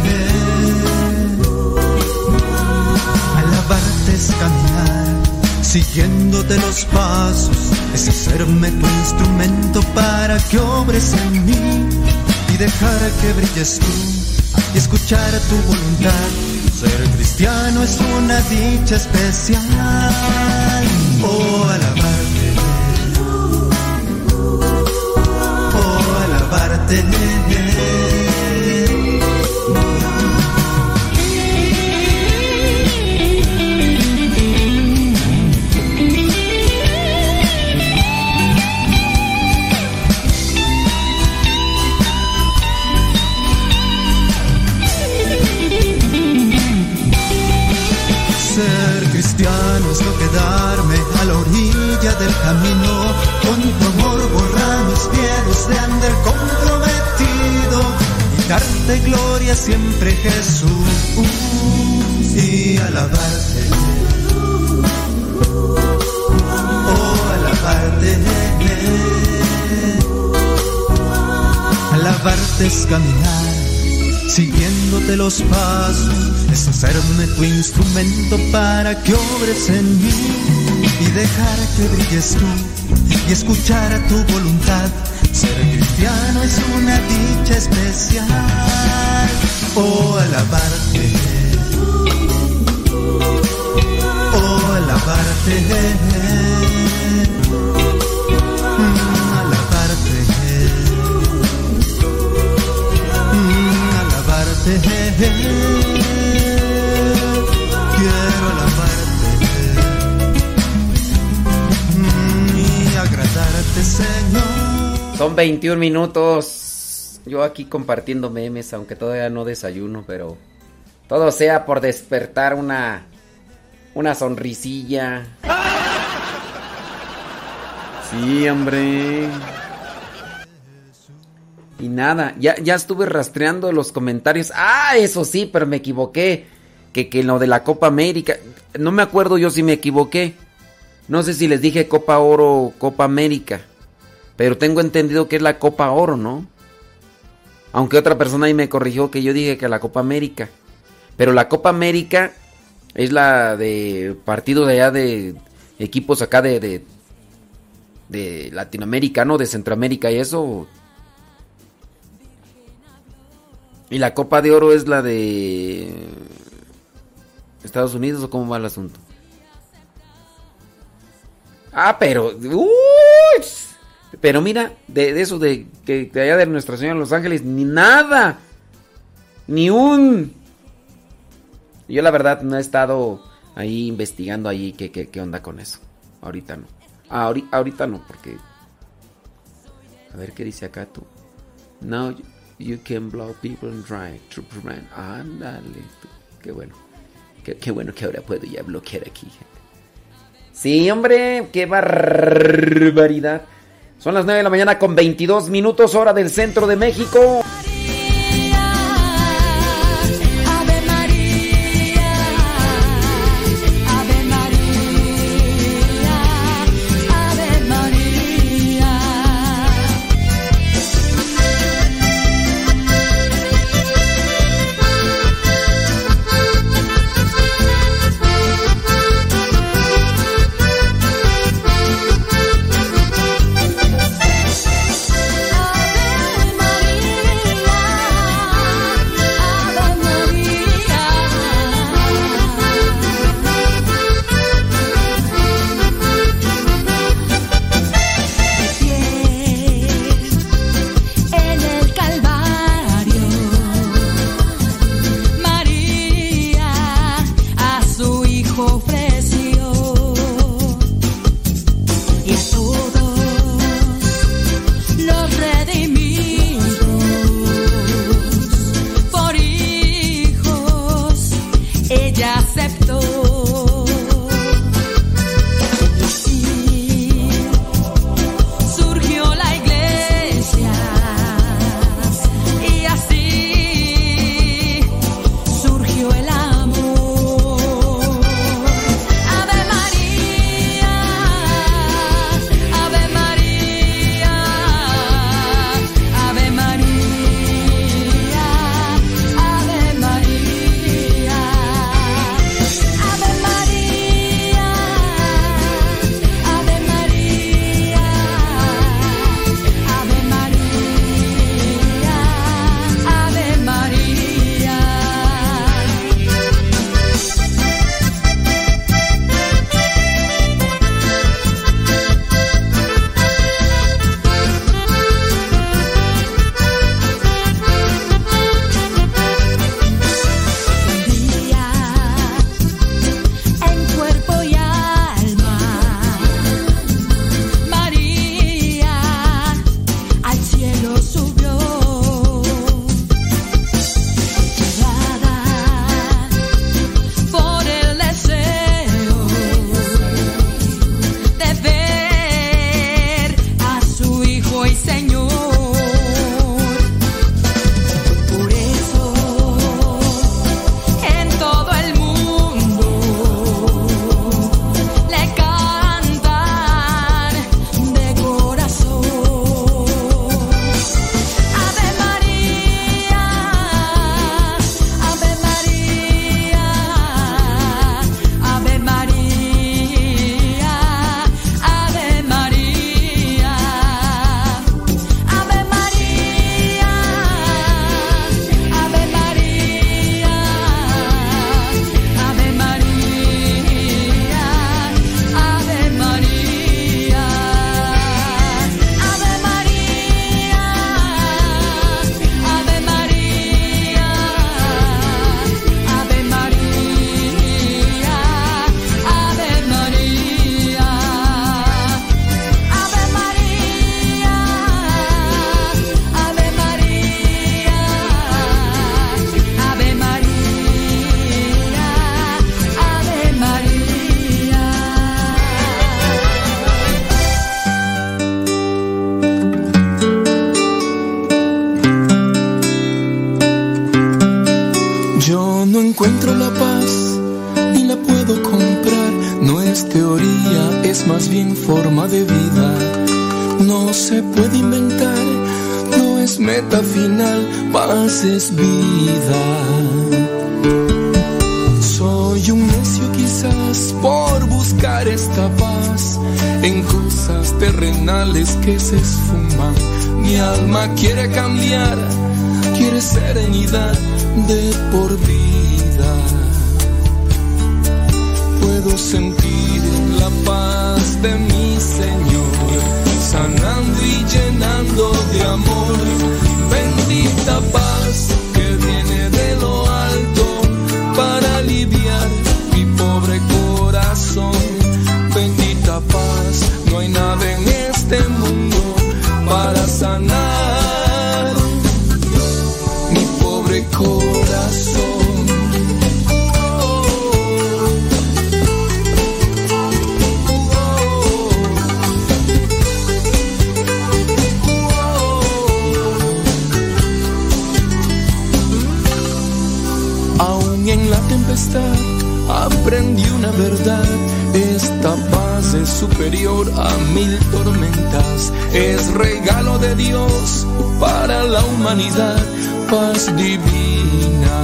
Alabarte es caminar siguiéndote los pasos, es hacerme tu instrumento para que obres en mí y dejar que brilles tú y escuchar tu voluntad. Ser cristiano es una dicha especial, oh alabarte, oh alabarte. cristiano es no quedarme a la orilla del camino. Con tu amor borra mis miedos de andar comprometido y darte gloria siempre, Jesús, y alabarte, oh alabarte. Alabarte es caminar siguiéndote los pasos, es hacerme tu instrumento para que obres en mí y dejar que brilles tú y escuchar a tu voluntad. Ser cristiano es una dicha especial. Oh, alabarte, oh, alabarte, mm, alabarte, mm, alabarte, quiero alabarte mm, y agradarte, Señor. Son veintiún minutos. Yo aquí compartiendo memes, aunque todavía no desayuno, pero todo sea por despertar una una sonrisilla. Sí, hombre. Y nada, ya, ya estuve rastreando los comentarios. Ah, eso sí, pero me equivoqué. Que, que lo de la Copa América. No me acuerdo yo si me equivoqué. No sé si les dije Copa Oro o Copa América. Pero tengo entendido que es la Copa Oro, ¿no? Aunque otra persona ahí me corrigió que yo dije que la Copa América. Pero la Copa América es la de partido de allá de equipos acá de, de, de Latinoamérica, ¿no? De Centroamérica y eso. Y la Copa de Oro es la de Estados Unidos, ¿o cómo va el asunto? Ah, pero... ¡Uy! Pero mira, de, de eso de que de allá de Nuestra Señora de Los Ángeles, ni nada. Ni un... Yo la verdad no he estado ahí investigando ahí qué, qué, qué onda con eso. Ahorita no. Ah, ahorita, ahorita no, porque... A ver qué dice acá tú. Now you, you can blow people and drive to prevent. Ándale. Qué bueno. Qué, qué bueno que ahora puedo ya bloquear aquí. Sí, hombre, qué barbaridad. Son las nueve de la mañana con veintidós minutos, hora del centro de México. Ave María. No encuentro la paz, ni la puedo comprar. No es teoría, es más bien forma de vida. No se puede inventar, no es meta final, paz es vida. Soy un necio quizás por buscar esta paz en cosas terrenales que se esfuman. Mi alma quiere cambiar, quiere serenidad de por vida. Puedo sentir la paz de mi Señor, sanando y llenando de amor. Bendita paz que viene de lo alto para aliviar mi pobre corazón. Bendita paz, no hay nada en este mundo para sanar mi pobre corazón. Aún en la tempestad aprendí una verdad. Esta paz es superior a mil tormentas. Es regalo de Dios para la humanidad, paz divina.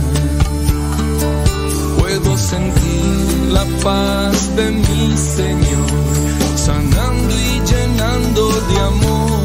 Puedo sentir la paz de mi Señor, sanando y llenando de amor.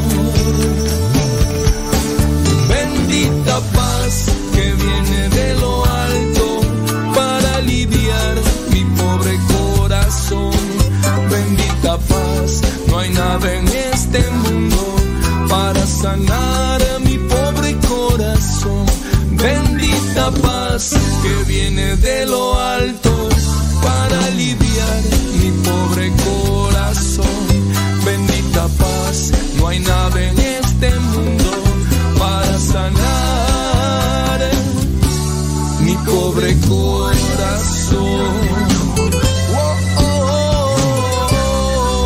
Bendita paz que viene de lo alto para aliviar mi pobre corazón. Bendita paz, no hay nada en este mundo para sanar mi pobre corazón. Bendita paz que viene de lo alto para aliviar mi pobre corazón. Bendita paz, no hay nada en este mundo para sanar mi pobre corazón. Oh, oh, oh,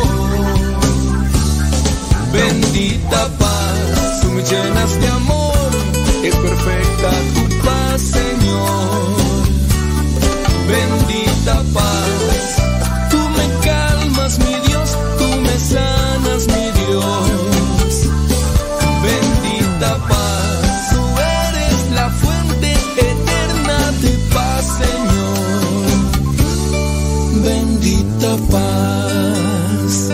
oh. Bendita paz, tú me llenas de amor, es perfecta tu paz, Señor. Bendita paz, tú me calmas, mi Dios, tú me sanas, mi Dios. Bendita paz, tú eres la fuente eterna de paz, Señor. Bendita paz.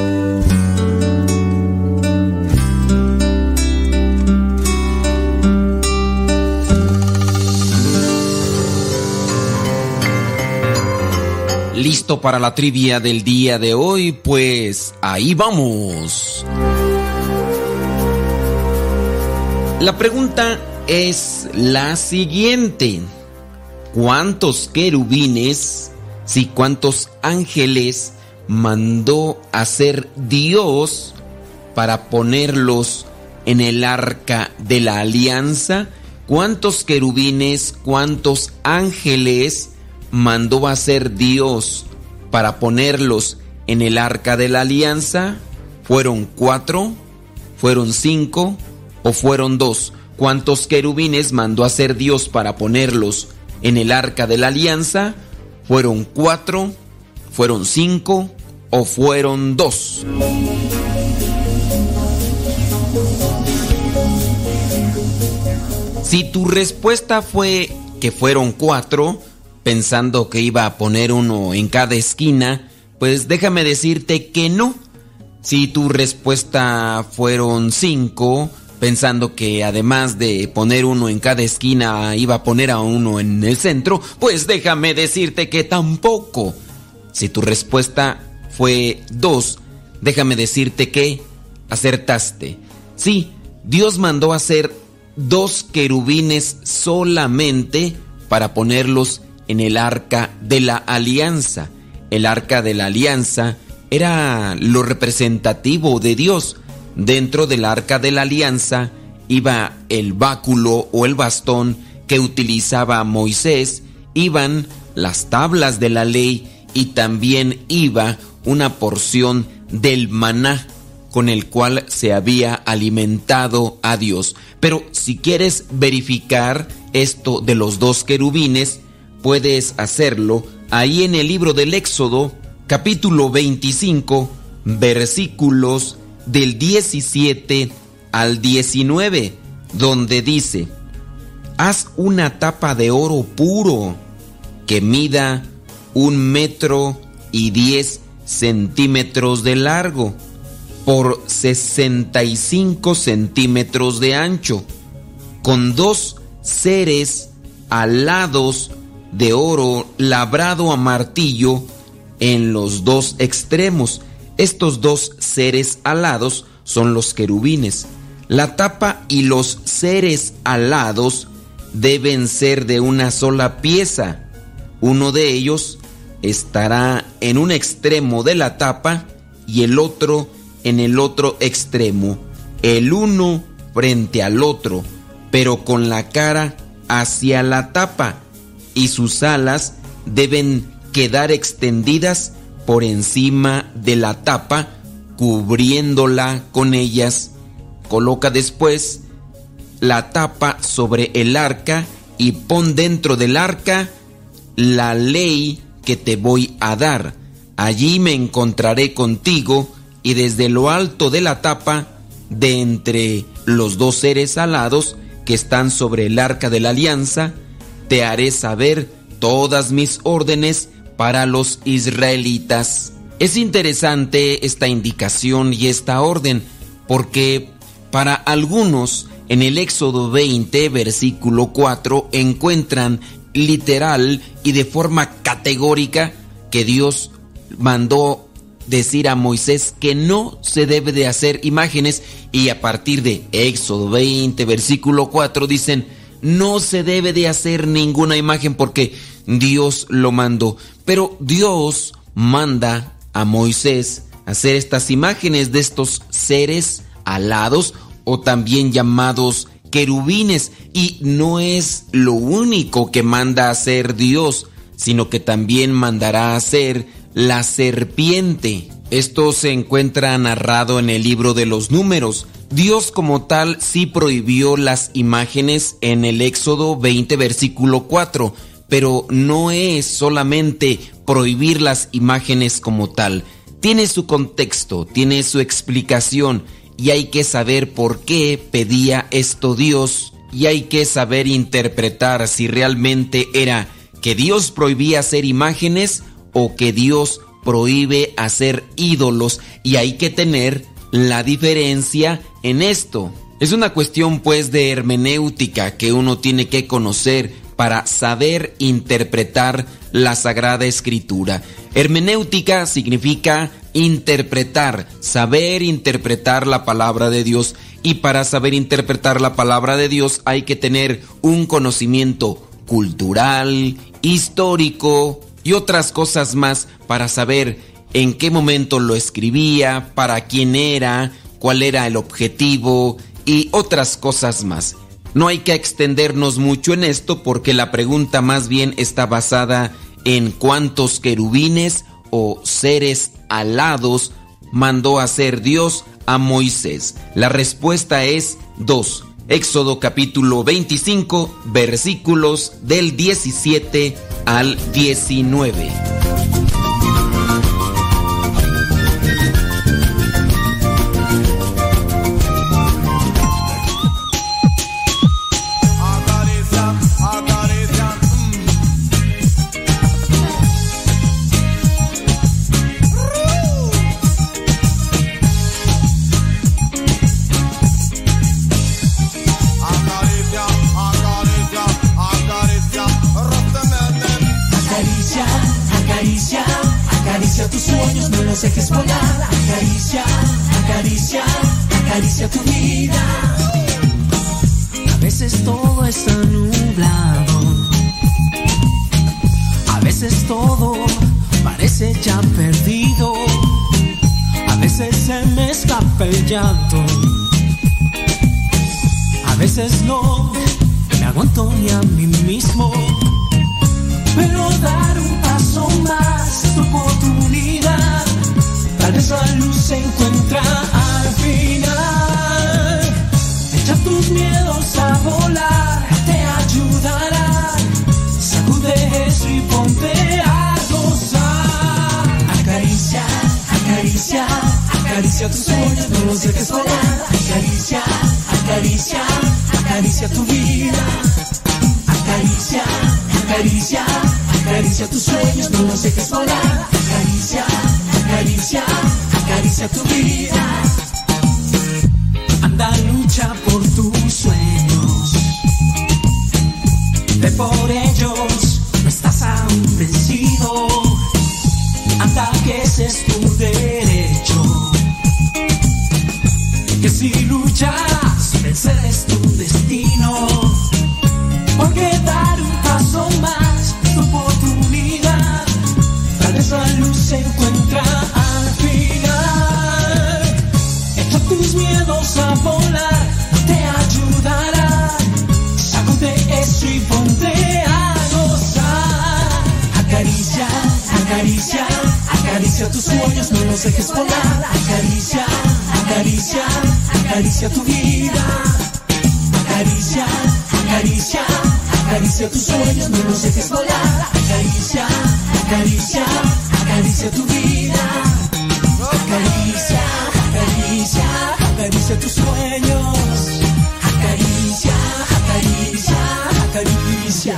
¿Listo para la trivia del día de hoy? Pues ahí vamos. La pregunta es la siguiente: ¿cuántos querubines, sí, cuántos ángeles mandó hacer Dios para ponerlos en el arca de la alianza? ¿Cuántos querubines, cuántos ángeles mandó hacer Dios para ponerlos en el arca de la alianza? ¿Fueron cuatro? ¿Fueron cinco? ¿O fueron dos? ¿Cuántos querubines mandó hacer Dios para ponerlos en el arca de la alianza? ¿Fueron cuatro? ¿Fueron cinco? ¿O fueron dos? Si tu respuesta fue que fueron cuatro, pensando que iba a poner uno en cada esquina, pues déjame decirte que no. Si tu respuesta fueron cinco, pensando que además de poner uno en cada esquina iba a poner a uno en el centro, pues déjame decirte que tampoco. Si tu respuesta fue dos, déjame decirte que acertaste. Sí, Dios mandó hacer dos querubines solamente para ponerlos en el arca de la alianza. El arca de la alianza era lo representativo de Dios. Dentro del arca de la alianza iba el báculo o el bastón que utilizaba Moisés, iban las tablas de la ley y también iba una porción del maná con el cual se había alimentado a Dios. Pero si quieres verificar esto de los dos querubines, puedes hacerlo ahí en el libro del Éxodo, capítulo veinticinco, versículos del diecisiete al diecinueve, donde dice: haz una tapa de oro puro que mida un metro y diez centímetros de largo por sesenta y cinco centímetros de ancho, con dos seres alados de oro labrado a martillo en los dos extremos. Estos dos seres alados son los querubines. La tapa y los seres alados deben ser de una sola pieza. Uno de ellos estará en un extremo de la tapa y el otro en el otro extremo, el uno frente al otro, pero con la cara hacia la tapa, y sus alas deben quedar extendidas por encima de la tapa, cubriéndola con ellas. Coloca después la tapa sobre el arca y pon dentro del arca la ley que te voy a dar. Allí me encontraré contigo, y desde lo alto de la tapa, de entre los dos seres alados que están sobre el arca de la alianza, te haré saber todas mis órdenes para los israelitas. Es interesante esta indicación y esta orden, porque para algunos en el Éxodo veinte, versículo cuatro, encuentran literal y de forma categórica que Dios mandó decir a Moisés que no se debe de hacer imágenes, y a partir de Éxodo veinte, versículo cuatro, dicen no se debe de hacer ninguna imagen porque Dios lo mandó. Pero Dios manda a Moisés hacer estas imágenes de estos seres alados, o también llamados querubines, y no es lo único que manda hacer Dios, sino que también mandará hacer la serpiente. Esto se encuentra narrado en el libro de los Números. Dios como tal sí prohibió las imágenes en el Éxodo veinte, versículo cuatro, pero no es solamente prohibir las imágenes como tal. Tiene su contexto, tiene su explicación, y hay que saber por qué pedía esto Dios, y hay que saber interpretar si realmente era que Dios prohibía hacer imágenes o que Dios prohíbe hacer ídolos, y hay que tener la diferencia en esto. Es una cuestión pues de hermenéutica que uno tiene que conocer para saber interpretar la Sagrada Escritura. Hermenéutica significa interpretar, saber interpretar la palabra de Dios, y para saber interpretar la palabra de Dios hay que tener un conocimiento cultural, histórico y otras cosas más para saber en qué momento lo escribía, para quién era, cuál era el objetivo y otras cosas más. No hay que extendernos mucho en esto porque la pregunta más bien está basada en cuántos querubines o seres alados mandó hacer Dios a Moisés. La respuesta es dos. Éxodo capítulo veinticinco, versículos del diecisiete al diecinueve. Tus sueños no los dejes volar. Acaricia, acaricia, acaricia tu vida. A veces todo está nublado, a veces todo parece ya perdido, a veces se me escapa el llanto, a veces no me aguanto ni a mí mismo. Pero dar un paso más es tu oportunidad. Tal vez la luz se encuentra al final. Echa tus miedos a volar, te ayudará. Sacude eso acaricia tus sueños, no los dejes volar. Acaricia, acaricia, acaricia tu vida. Acaricia, acaricia, acaricia tus sueños, no los dejes volar. Acaricia, acaricia, acaricia tu vida. Anda, lucha por tus sueños, ve por ellos, no estás aún vencido. Anda, que ese es tu derecho, que si luchas, vencer es tu destino. Porque dar un paso más es tu oportunidad, tal vez la luz se encuentra al final. Echa tus miedos a volar, te ayudará. Sacude eso y ponte a gozar. Acaricia, acaricia, acaricia tus sueños, no los dejes volar. Acaricia, acaricia, acaricia tu vida. Acaricia, acaricia, acaricia tus sueños, no los dejes volar. Acaricia, acaricia, acaricia tu vida. Acaricia, acaricia, acaricia tus sueños. Acaricia, acaricia, acaricia.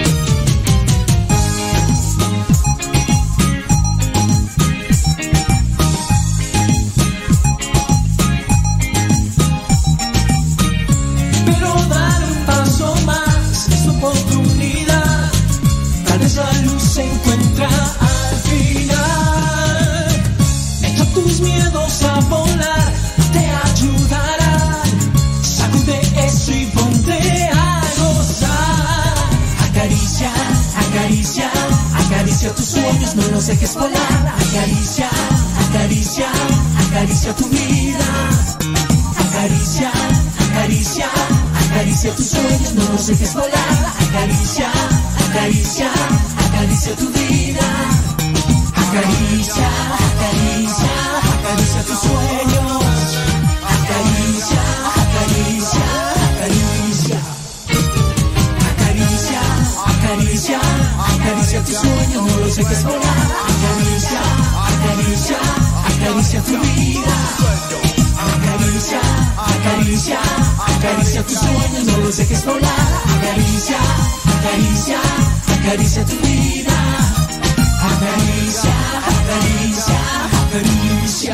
Oportunidad, tal vez la luz se encuentra al final. Echa tus miedos a volar, te ayudará. Sacude eso y ponte a gozar. Acaricia, acaricia, acaricia tus sueños, no los dejes volar. Acaricia, acaricia, acaricia tu vida. Acaricia, acaricia, acaricia tus sueños, no los dejes volar. Acaricia, acaricia, acaricia tu vida. Acaricia, acaricia, acaricia tus sueños. Acaricia, acaricia, acaricia. Acaricia, acaricia, acaricia tus sueños, no los dejes volar. Acaricia, acaricia, acaricia tu vida. Acaricia, acaricia, acaricia tus sueños, no los dejes volar. Acaricia, acaricia, acaricia tu vida. Acaricia, acaricia, acaricia.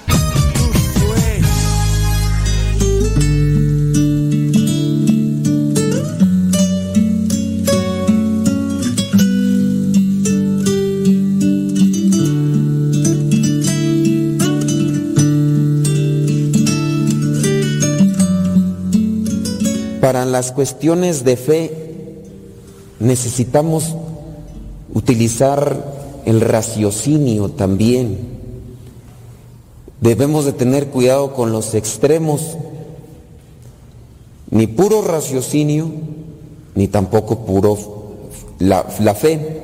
Para las cuestiones de fe necesitamos utilizar el raciocinio también. Debemos de tener cuidado con los extremos, ni puro raciocinio, ni tampoco puro la, la fe.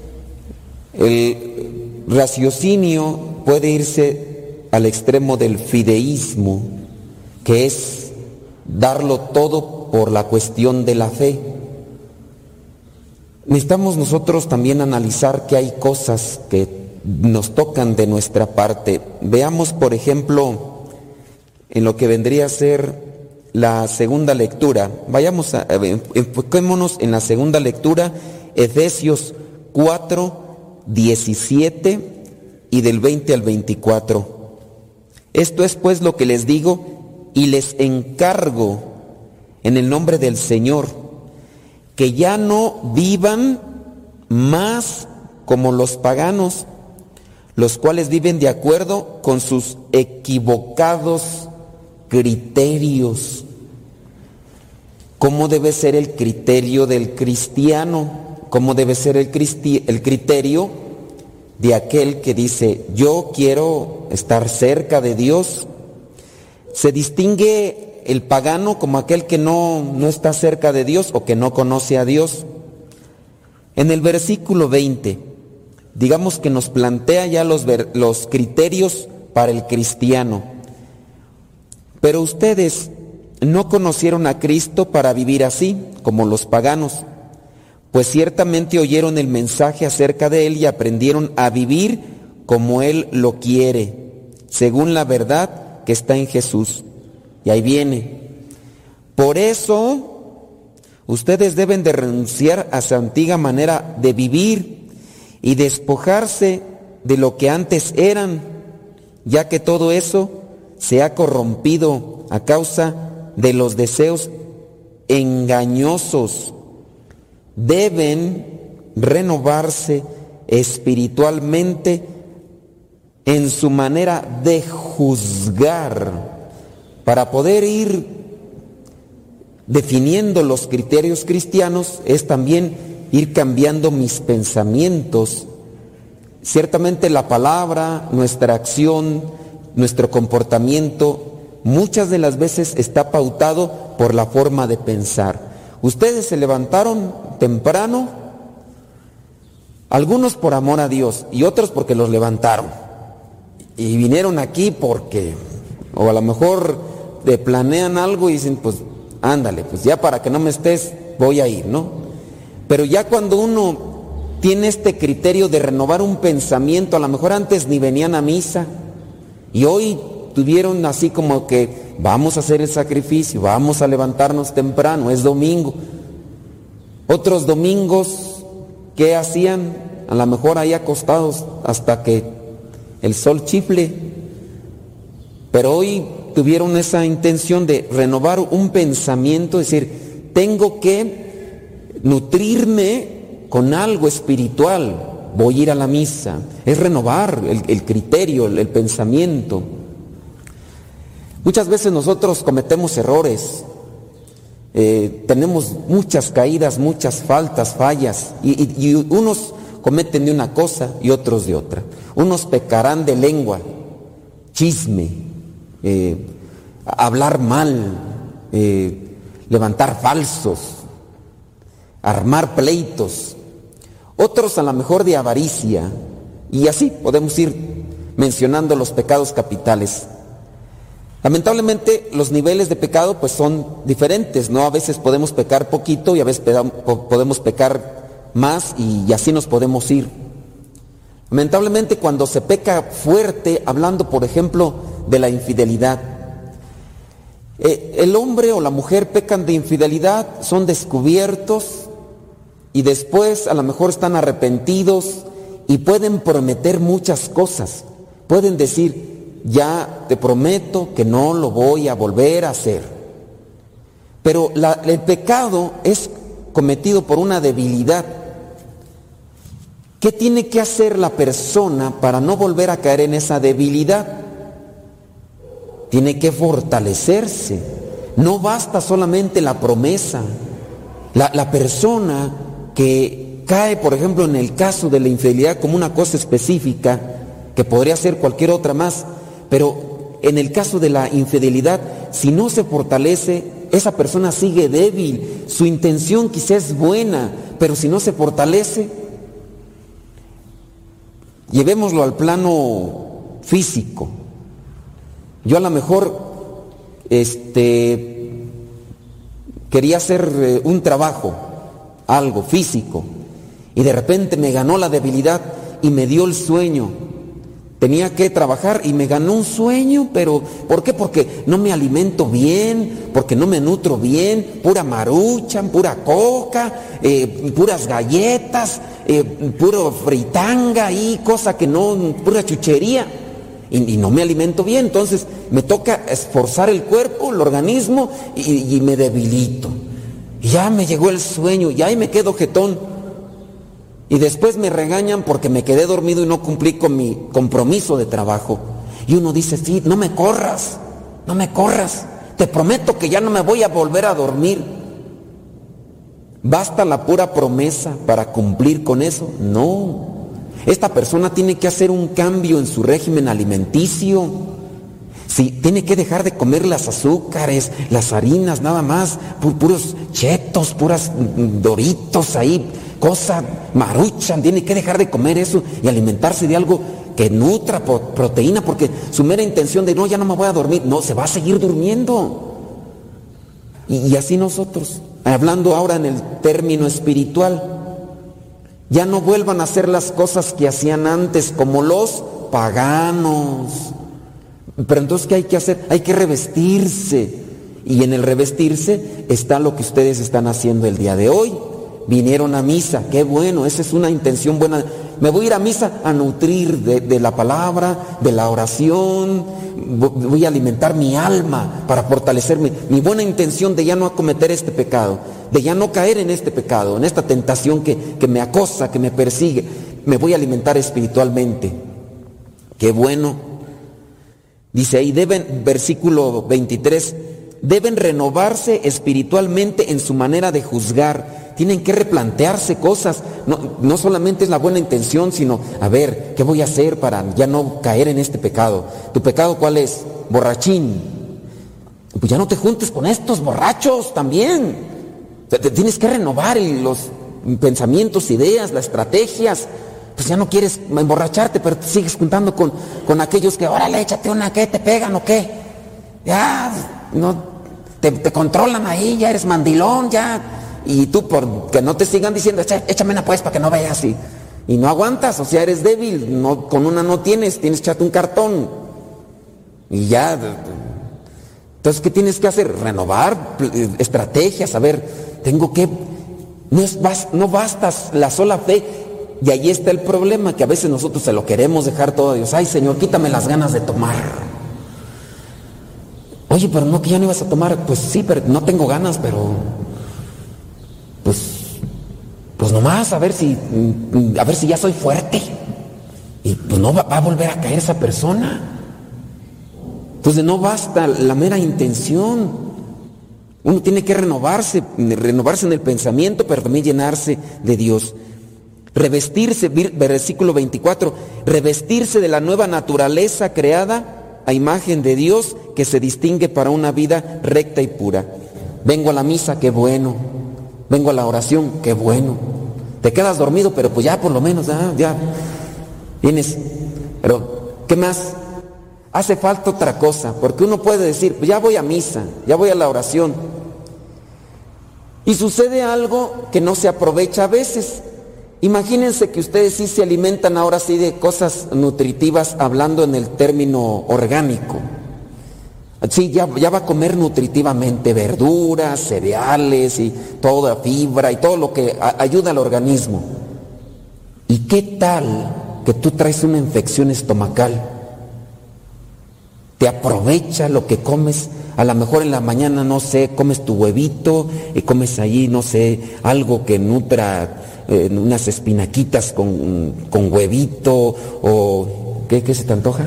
El raciocinio puede irse al extremo del fideísmo, que es darlo todo por la cuestión de la fe. Necesitamos nosotros también analizar que hay cosas que nos tocan de nuestra parte. Veamos, por ejemplo, en lo que vendría a ser la segunda lectura. Vayamos a, enfoquémonos en la segunda lectura, Efesios cuatro, diecisiete y del veinte al veinticuatro. Esto es pues lo que les digo y les encargo en el nombre del Señor, que ya no vivan más como los paganos, los cuales viven de acuerdo con sus equivocados criterios. ¿Cómo debe ser el criterio del cristiano? ¿Cómo debe ser el, cristi- el criterio de aquel que dice, yo quiero estar cerca de Dios? Se distingue el pagano como aquel que no, no está cerca de Dios o que no conoce a Dios. En el versículo veinte, digamos que nos plantea ya los, ver, los criterios para el cristiano. Pero ustedes no conocieron a Cristo para vivir así, como los paganos, pues ciertamente oyeron el mensaje acerca de Él y aprendieron a vivir como Él lo quiere. según la verdad que está en Jesús. Y ahí viene. Por eso, ustedes deben de renunciar a su antigua manera de vivir y despojarse de lo que antes eran, ya que todo eso se ha corrompido a causa de los deseos engañosos. Deben renovarse espiritualmente en su manera de juzgar para poder ir definiendo los criterios cristianos. Es también ir cambiando mis pensamientos. Ciertamente la palabra, nuestra acción, nuestro comportamiento muchas de las veces está pautado por la forma de pensar. Ustedes se levantaron temprano, algunos por amor a Dios y otros porque los levantaron. Y vinieron aquí porque, o a lo mejor te planean algo y dicen, pues ándale, pues ya para que no me estés, voy a ir, ¿no? Pero ya cuando uno tiene este criterio de renovar un pensamiento, a lo mejor antes ni venían a misa y hoy tuvieron así como que vamos a hacer el sacrificio, vamos a levantarnos temprano, es domingo. Otros domingos, ¿qué hacían? A lo mejor ahí acostados hasta que el sol chifle. Pero hoy tuvieron esa intención de renovar un pensamiento, es decir, tengo que nutrirme con algo espiritual, voy a ir a la misa. Es renovar el, el criterio, el, el pensamiento. Muchas veces nosotros cometemos errores, eh, tenemos muchas caídas, muchas faltas, fallas, y, y, y unos cometen de una cosa y otros de otra. Unos pecarán de lengua, chisme, eh, hablar mal, eh, levantar falsos, armar pleitos. Otros a lo mejor de avaricia, y así podemos ir mencionando los pecados capitales. Lamentablemente los niveles de pecado pues son diferentes, ¿no? A veces podemos pecar poquito y a veces podemos pecar más y así nos podemos ir. Lamentablemente cuando se peca fuerte, hablando por ejemplo de la infidelidad, eh, el hombre o la mujer pecan de infidelidad, son descubiertos y después a lo mejor están arrepentidos y pueden prometer muchas cosas, pueden decir, ya te prometo que no lo voy a volver a hacer. Pero la, el pecado es cometido por una debilidad. ¿Qué tiene que hacer la persona para no volver a caer en esa debilidad? Tiene que fortalecerse. No basta solamente la promesa. La, la persona que cae, por ejemplo, en el caso de la infidelidad como una cosa específica, que podría ser cualquier otra más, pero en el caso de la infidelidad, si no se fortalece, esa persona sigue débil. Su intención quizás es buena, pero si no se fortalece, llevémoslo al plano físico. Yo a lo mejor este, quería hacer eh, un trabajo, algo físico, y de repente me ganó la debilidad y me dio el sueño. Tenía que trabajar y me ganó un sueño, pero ¿por qué? Porque no me alimento bien, porque no me nutro bien, pura maruchan, pura coca, eh, puras galletas, eh, puro fritanga y cosa que no, pura chuchería, y, y no me alimento bien. Entonces me toca esforzar el cuerpo, el organismo, y, y me debilito. Y ya me llegó el sueño, y ahí me quedo jetón. Y después me regañan porque me quedé dormido y no cumplí con mi compromiso de trabajo. Y uno dice, sí, no me corras, no me corras. Te prometo que ya no me voy a volver a dormir. ¿Basta la pura promesa para cumplir con eso? No. Esta persona tiene que hacer un cambio en su régimen alimenticio. Sí, tiene que dejar de comer las azúcares, las harinas, nada más, pu- puros chetos, puras doritos ahí, cosa maruchan. Tiene que dejar de comer eso y alimentarse de algo que nutra proteína, porque su mera intención de no, ya no me voy a dormir, no, se va a seguir durmiendo. Y, y así nosotros, hablando ahora en el término espiritual, ya no vuelvan a hacer las cosas que hacían antes como los paganos. Pero entonces, ¿qué hay que hacer? Hay que revestirse. Y en el revestirse está lo que ustedes están haciendo el día de hoy. Vinieron a misa, qué bueno, esa es una intención buena. Me voy a ir a misa a nutrir de, de la palabra, de la oración, voy a alimentar mi alma para fortalecerme. Mi buena intención de ya no cometer este pecado, de ya no caer en este pecado, en esta tentación que, que me acosa, que me persigue. Me voy a alimentar espiritualmente. Qué bueno. Dice ahí, deben, versículo veintitrés, deben renovarse espiritualmente en su manera de juzgar. Tienen que replantearse cosas. No, no solamente es la buena intención, sino, a ver, ¿qué voy a hacer para ya no caer en este pecado? ¿Tu pecado cuál es? Borrachín. Pues ya no te juntes con estos borrachos también. Te, te tienes que renovar el, los pensamientos, ideas, las estrategias. Pues ya no quieres emborracharte, pero te sigues juntando con, con aquellos que, órale, échate una, ¿qué? ¿Te pegan o qué? Ya, no, te, te controlan ahí, ya eres mandilón, ya. Y tú, por que no te sigan diciendo, échame una pues para que no veas, y, y no aguantas, o sea, eres débil, no, con una no tienes, tienes que echarte un cartón. Y ya. Entonces, ¿qué tienes que hacer? Renovar estrategias, a ver, tengo que, no, es, no bastas la sola fe. Y ahí está el problema, que a veces nosotros se lo queremos dejar todo a Dios. Ay, Señor, quítame las ganas de tomar. Oye, pero no, que ya no ibas a tomar. Pues sí, pero no tengo ganas, pero pues, pues nomás a ver si, a ver si ya soy fuerte. Y pues no va, va a volver a caer esa persona. Entonces no basta la mera intención. Uno tiene que renovarse, renovarse en el pensamiento, pero también llenarse de Dios. Revestirse, versículo veinticuatro, revestirse de la nueva naturaleza creada a imagen de Dios que se distingue para una vida recta y pura. Vengo a la misa, qué bueno. Vengo a la oración, qué bueno. Te quedas dormido, pero pues ya por lo menos, ah, ya vienes. Pero, ¿qué más? Hace falta otra cosa, porque uno puede decir, pues ya voy a misa, ya voy a la oración. Y sucede algo que no se aprovecha a veces. Imagínense que ustedes sí se alimentan ahora sí de cosas nutritivas, hablando en el término orgánico. Sí, ya, ya va a comer nutritivamente verduras, cereales y toda fibra y todo lo que a, ayuda al organismo. ¿Y qué tal que tú traes una infección estomacal? Te aprovecha lo que comes. A lo mejor en la mañana, no sé, comes tu huevito y comes ahí, no sé, algo que nutra, eh, unas espinaquitas con, con huevito o... ¿Qué, qué se te antoja?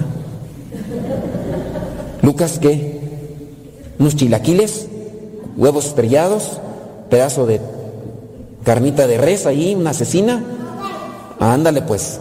Lucas, ¿qué? ¿Unos chilaquiles? ¿Huevos estrellados? ¿Pedazo de carnita de res ahí, una cecina? Ándale pues.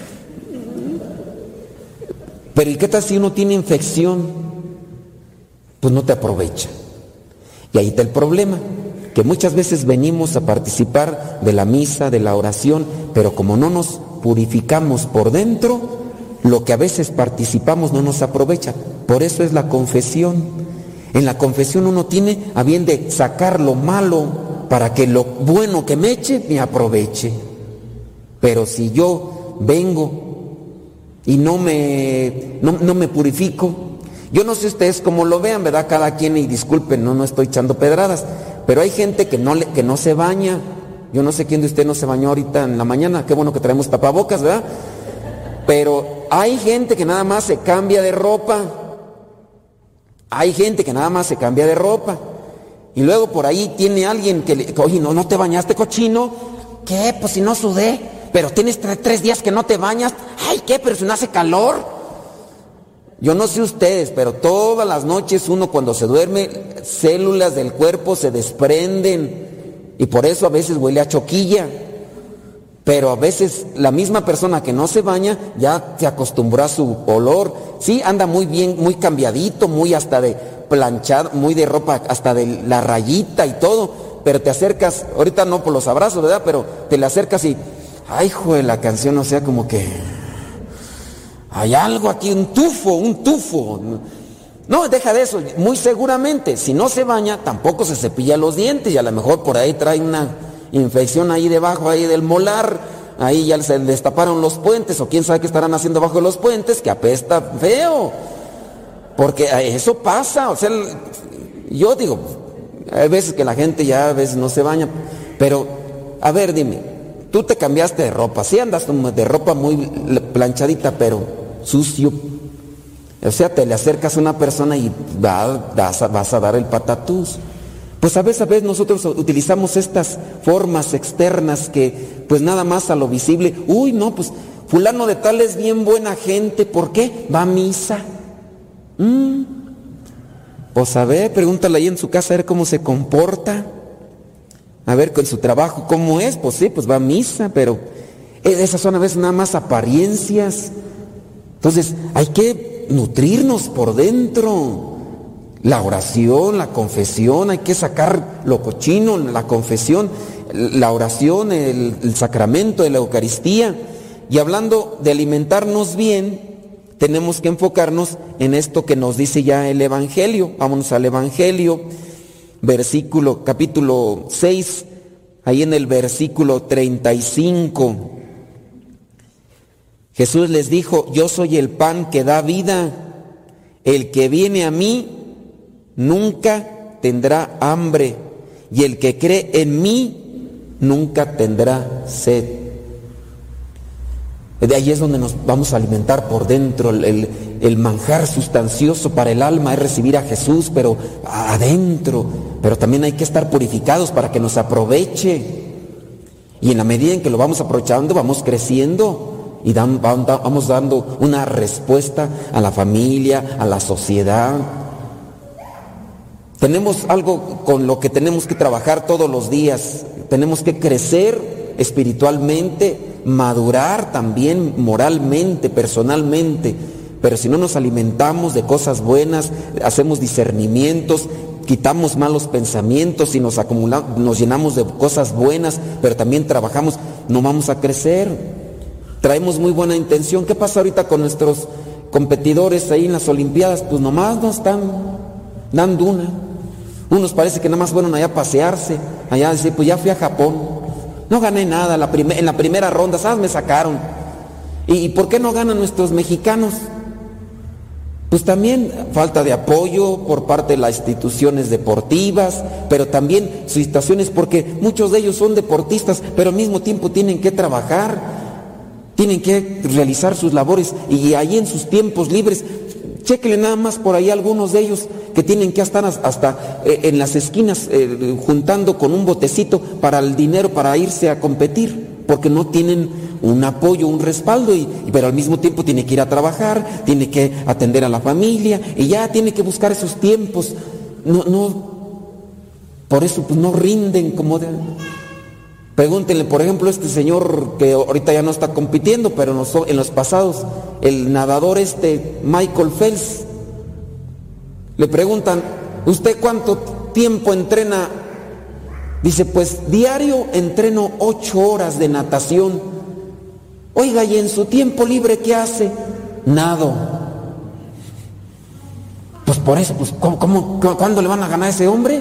Pero ¿y qué tal si uno tiene infección? Pues no te aprovecha. Y ahí está el problema, que muchas veces venimos a participar de la misa, de la oración, pero como no nos purificamos por dentro, lo que a veces participamos no nos aprovecha. Por eso es la confesión. En la confesión uno tiene a bien de sacar lo malo para que lo bueno que me eche me aproveche. Pero si yo vengo y no me, no, no me purifico, yo no sé ustedes cómo lo vean, ¿verdad? Cada quien, y disculpen, no, no estoy echando pedradas, pero hay gente que no, le, que no se baña. Yo no sé quién de ustedes no se bañó ahorita en la mañana. Qué bueno que traemos tapabocas, ¿verdad? Pero hay gente que nada más se cambia de ropa. Hay gente que nada más se cambia de ropa. Y luego por ahí tiene alguien que le, oye, no, no te bañaste, cochino. ¿Qué? Pues si no sudé. Pero tienes tres, tres días que no te bañas. Ay, ¿qué? Pero si no hace calor. Yo no sé ustedes, pero todas las noches uno cuando se duerme, células del cuerpo se desprenden. Y por eso a veces huele a choquilla. Pero a veces la misma persona que no se baña ya se acostumbró a su olor. Sí, anda muy bien, muy cambiadito, muy hasta de planchado, muy de ropa, hasta de la rayita y todo. Pero te acercas, ahorita no por los abrazos, ¿verdad? Pero te le acercas y, ay, joder, la canción, o sea, como que hay algo aquí, un tufo, un tufo. No, deja de eso, muy seguramente, si no se baña, tampoco se cepilla los dientes y a lo mejor por ahí trae una infección ahí debajo, ahí del molar, ahí ya se destaparon los puentes, o quién sabe qué estarán haciendo bajo los puentes, que apesta feo. Porque eso pasa, o sea, yo digo, hay veces que la gente ya a veces no se baña, pero, a ver, dime, tú te cambiaste de ropa, sí andas de ropa muy planchadita, pero sucio. O sea, te le acercas a una persona y va, vas, a, vas a dar el patatús. Pues a veces, a veces nosotros utilizamos estas formas externas que, pues nada más a lo visible. Uy, no, pues fulano de tal es bien buena gente. ¿Por qué? Va a misa. Mm. Pues a ver, pregúntale ahí en su casa a ver cómo se comporta. A ver con su trabajo cómo es. Pues sí, pues va a misa, pero esas son a veces nada más apariencias. Entonces hay que nutrirnos por dentro. La oración, la confesión, hay que sacar lo cochino, la confesión, la oración, el, el sacramento de la Eucaristía. Y hablando de alimentarnos bien, tenemos que enfocarnos en esto que nos dice ya el Evangelio. Vámonos al Evangelio, versículo, capítulo seis, ahí en el versículo treinta y cinco. Jesús les dijo: yo soy el pan que da vida. El que viene a mí nunca tendrá hambre, y el que cree en mí nunca tendrá sed. De ahí es donde nos vamos a alimentar por dentro. El, el, el manjar sustancioso para el alma es recibir a Jesús, pero adentro. Pero también hay que estar purificados para que nos aproveche. Y en la medida en que lo vamos aprovechando, vamos creciendo y dan, vamos dando una respuesta a la familia, a la sociedad. Tenemos algo con lo que tenemos que trabajar todos los días. Tenemos que crecer espiritualmente, madurar también moralmente, personalmente. Pero si no nos alimentamos de cosas buenas, hacemos discernimientos, quitamos malos pensamientos y nos acumulamos, nos llenamos de cosas buenas, pero también trabajamos, no vamos a crecer. Traemos muy buena intención. ¿Qué pasa ahorita con nuestros competidores ahí en las Olimpiadas? Pues nomás no están dando una. Unos parece que nada más fueron allá a pasearse, allá a decir, pues ya fui a Japón, no gané nada la prim- en la primera ronda, ¿sabes? Me sacaron. ¿Y, ¿Y por qué no ganan nuestros mexicanos? Pues también falta de apoyo por parte de las instituciones deportivas, pero también situaciones porque muchos de ellos son deportistas, pero al mismo tiempo tienen que trabajar, tienen que realizar sus labores y ahí en sus tiempos libres, chéquele nada más por ahí algunos de ellos que tienen que estar hasta eh, en las esquinas eh, juntando con un botecito para el dinero para irse a competir, porque no tienen un apoyo, un respaldo, y, pero al mismo tiempo tiene que ir a trabajar, tiene que atender a la familia y ya tiene que buscar esos tiempos. No, no, por eso pues no rinden como de... Pregúntenle, por ejemplo, a este señor que ahorita ya no está compitiendo, pero en los, en los pasados, el nadador este Michael Phelps, le preguntan, ¿usted cuánto tiempo entrena? Dice, pues diario entreno ocho horas de natación. Oiga, ¿y en su tiempo libre qué hace? Nado. Pues por eso, pues ¿cómo, cómo, ¿cuándo le van a ganar a ese hombre?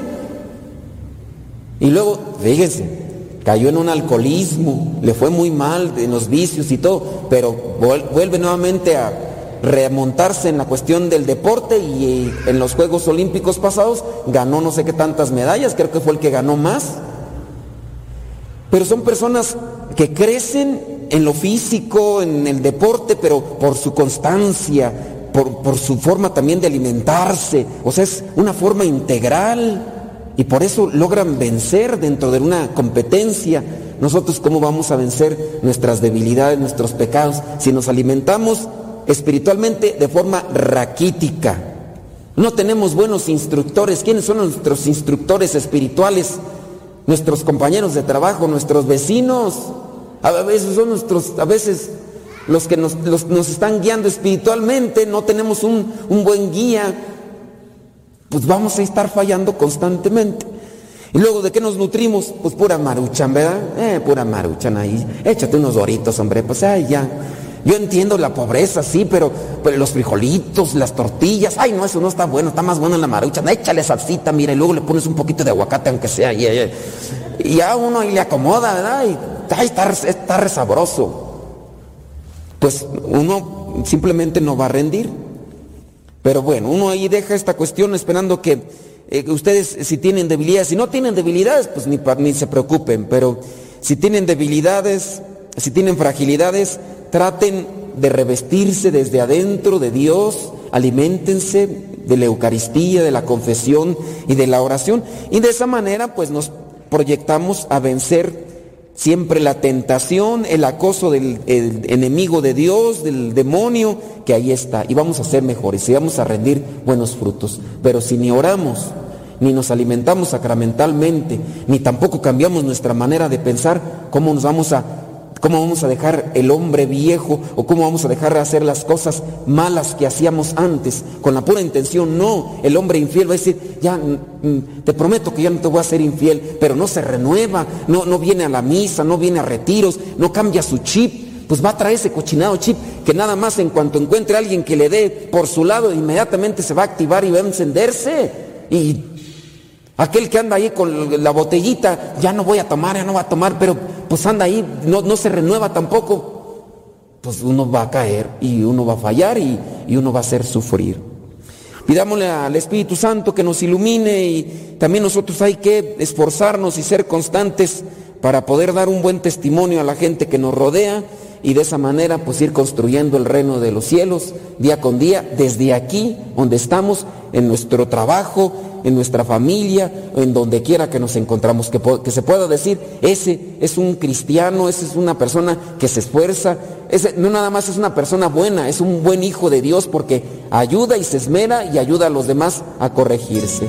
Y luego, fíjense, cayó en un alcoholismo, le fue muy mal en los vicios y todo, pero vuelve nuevamente a remontarse en la cuestión del deporte y en los Juegos Olímpicos pasados ganó no sé qué tantas medallas, creo que fue el que ganó más. Pero son personas que crecen en lo físico, en el deporte, pero por su constancia, por, por su forma también de alimentarse, o sea, es una forma integral. Y por eso logran vencer dentro de una competencia. Nosotros, ¿cómo vamos a vencer nuestras debilidades, nuestros pecados? Si nos alimentamos espiritualmente de forma raquítica. No tenemos buenos instructores. ¿Quiénes son nuestros instructores espirituales? Nuestros compañeros de trabajo, nuestros vecinos. A veces son nuestros, a veces los que nos, los, nos están guiando espiritualmente. No tenemos un, un buen guía. Pues vamos a estar fallando constantemente. Y luego, ¿de qué nos nutrimos? Pues pura maruchan, ¿verdad? Eh, pura maruchan ahí. Échate unos doritos, hombre, pues ay, ya. Yo entiendo la pobreza, sí, pero, pero los frijolitos, las tortillas, ay, no, eso no está bueno, está más bueno en la maruchan. Échale salsita, mira, y luego le pones un poquito de aguacate, aunque sea, y, y, y ya uno ahí le acomoda, ¿verdad? Y ay, está, está re sabroso. Pues uno simplemente no va a rendir. Pero bueno, uno ahí deja esta cuestión esperando que eh, ustedes, si tienen debilidades, si no tienen debilidades, pues ni, ni se preocupen, pero si tienen debilidades, si tienen fragilidades, traten de revestirse desde adentro de Dios, aliméntense de la Eucaristía, de la confesión y de la oración, y de esa manera pues nos proyectamos a vencer siempre la tentación, el acoso del el enemigo de Dios, del demonio, que ahí está, y vamos a ser mejores, y vamos a rendir buenos frutos. Pero si ni oramos, ni nos alimentamos sacramentalmente, ni tampoco cambiamos nuestra manera de pensar, ¿cómo nos vamos a, cómo vamos a dejar el hombre viejo, o cómo vamos a dejar de hacer las cosas malas que hacíamos antes, con la pura intención? No, el hombre infiel va a decir, ya, te prometo que ya no te voy a ser infiel, pero no se renueva, no, no viene a la misa, no viene a retiros, no cambia su chip, pues va a traer ese cochinado chip que nada más en cuanto encuentre a alguien que le dé por su lado, inmediatamente se va a activar y va a encenderse. Y aquel que anda ahí con la botellita, ya no voy a tomar, ya no va a tomar, pero pues anda ahí, no, no se renueva tampoco, pues uno va a caer y uno va a fallar y, y uno va a hacer sufrir. Pidámosle al Espíritu Santo que nos ilumine, y también nosotros hay que esforzarnos y ser constantes para poder dar un buen testimonio a la gente que nos rodea, y de esa manera pues ir construyendo el reino de los cielos día con día, desde aquí donde estamos, en nuestro trabajo, en nuestra familia, en donde quiera que nos encontramos, que, que se pueda decir, ese es un cristiano, esa es una persona que se esfuerza, ese no nada más es una persona buena, es un buen hijo de Dios, porque ayuda y se esmera y ayuda a los demás a corregirse.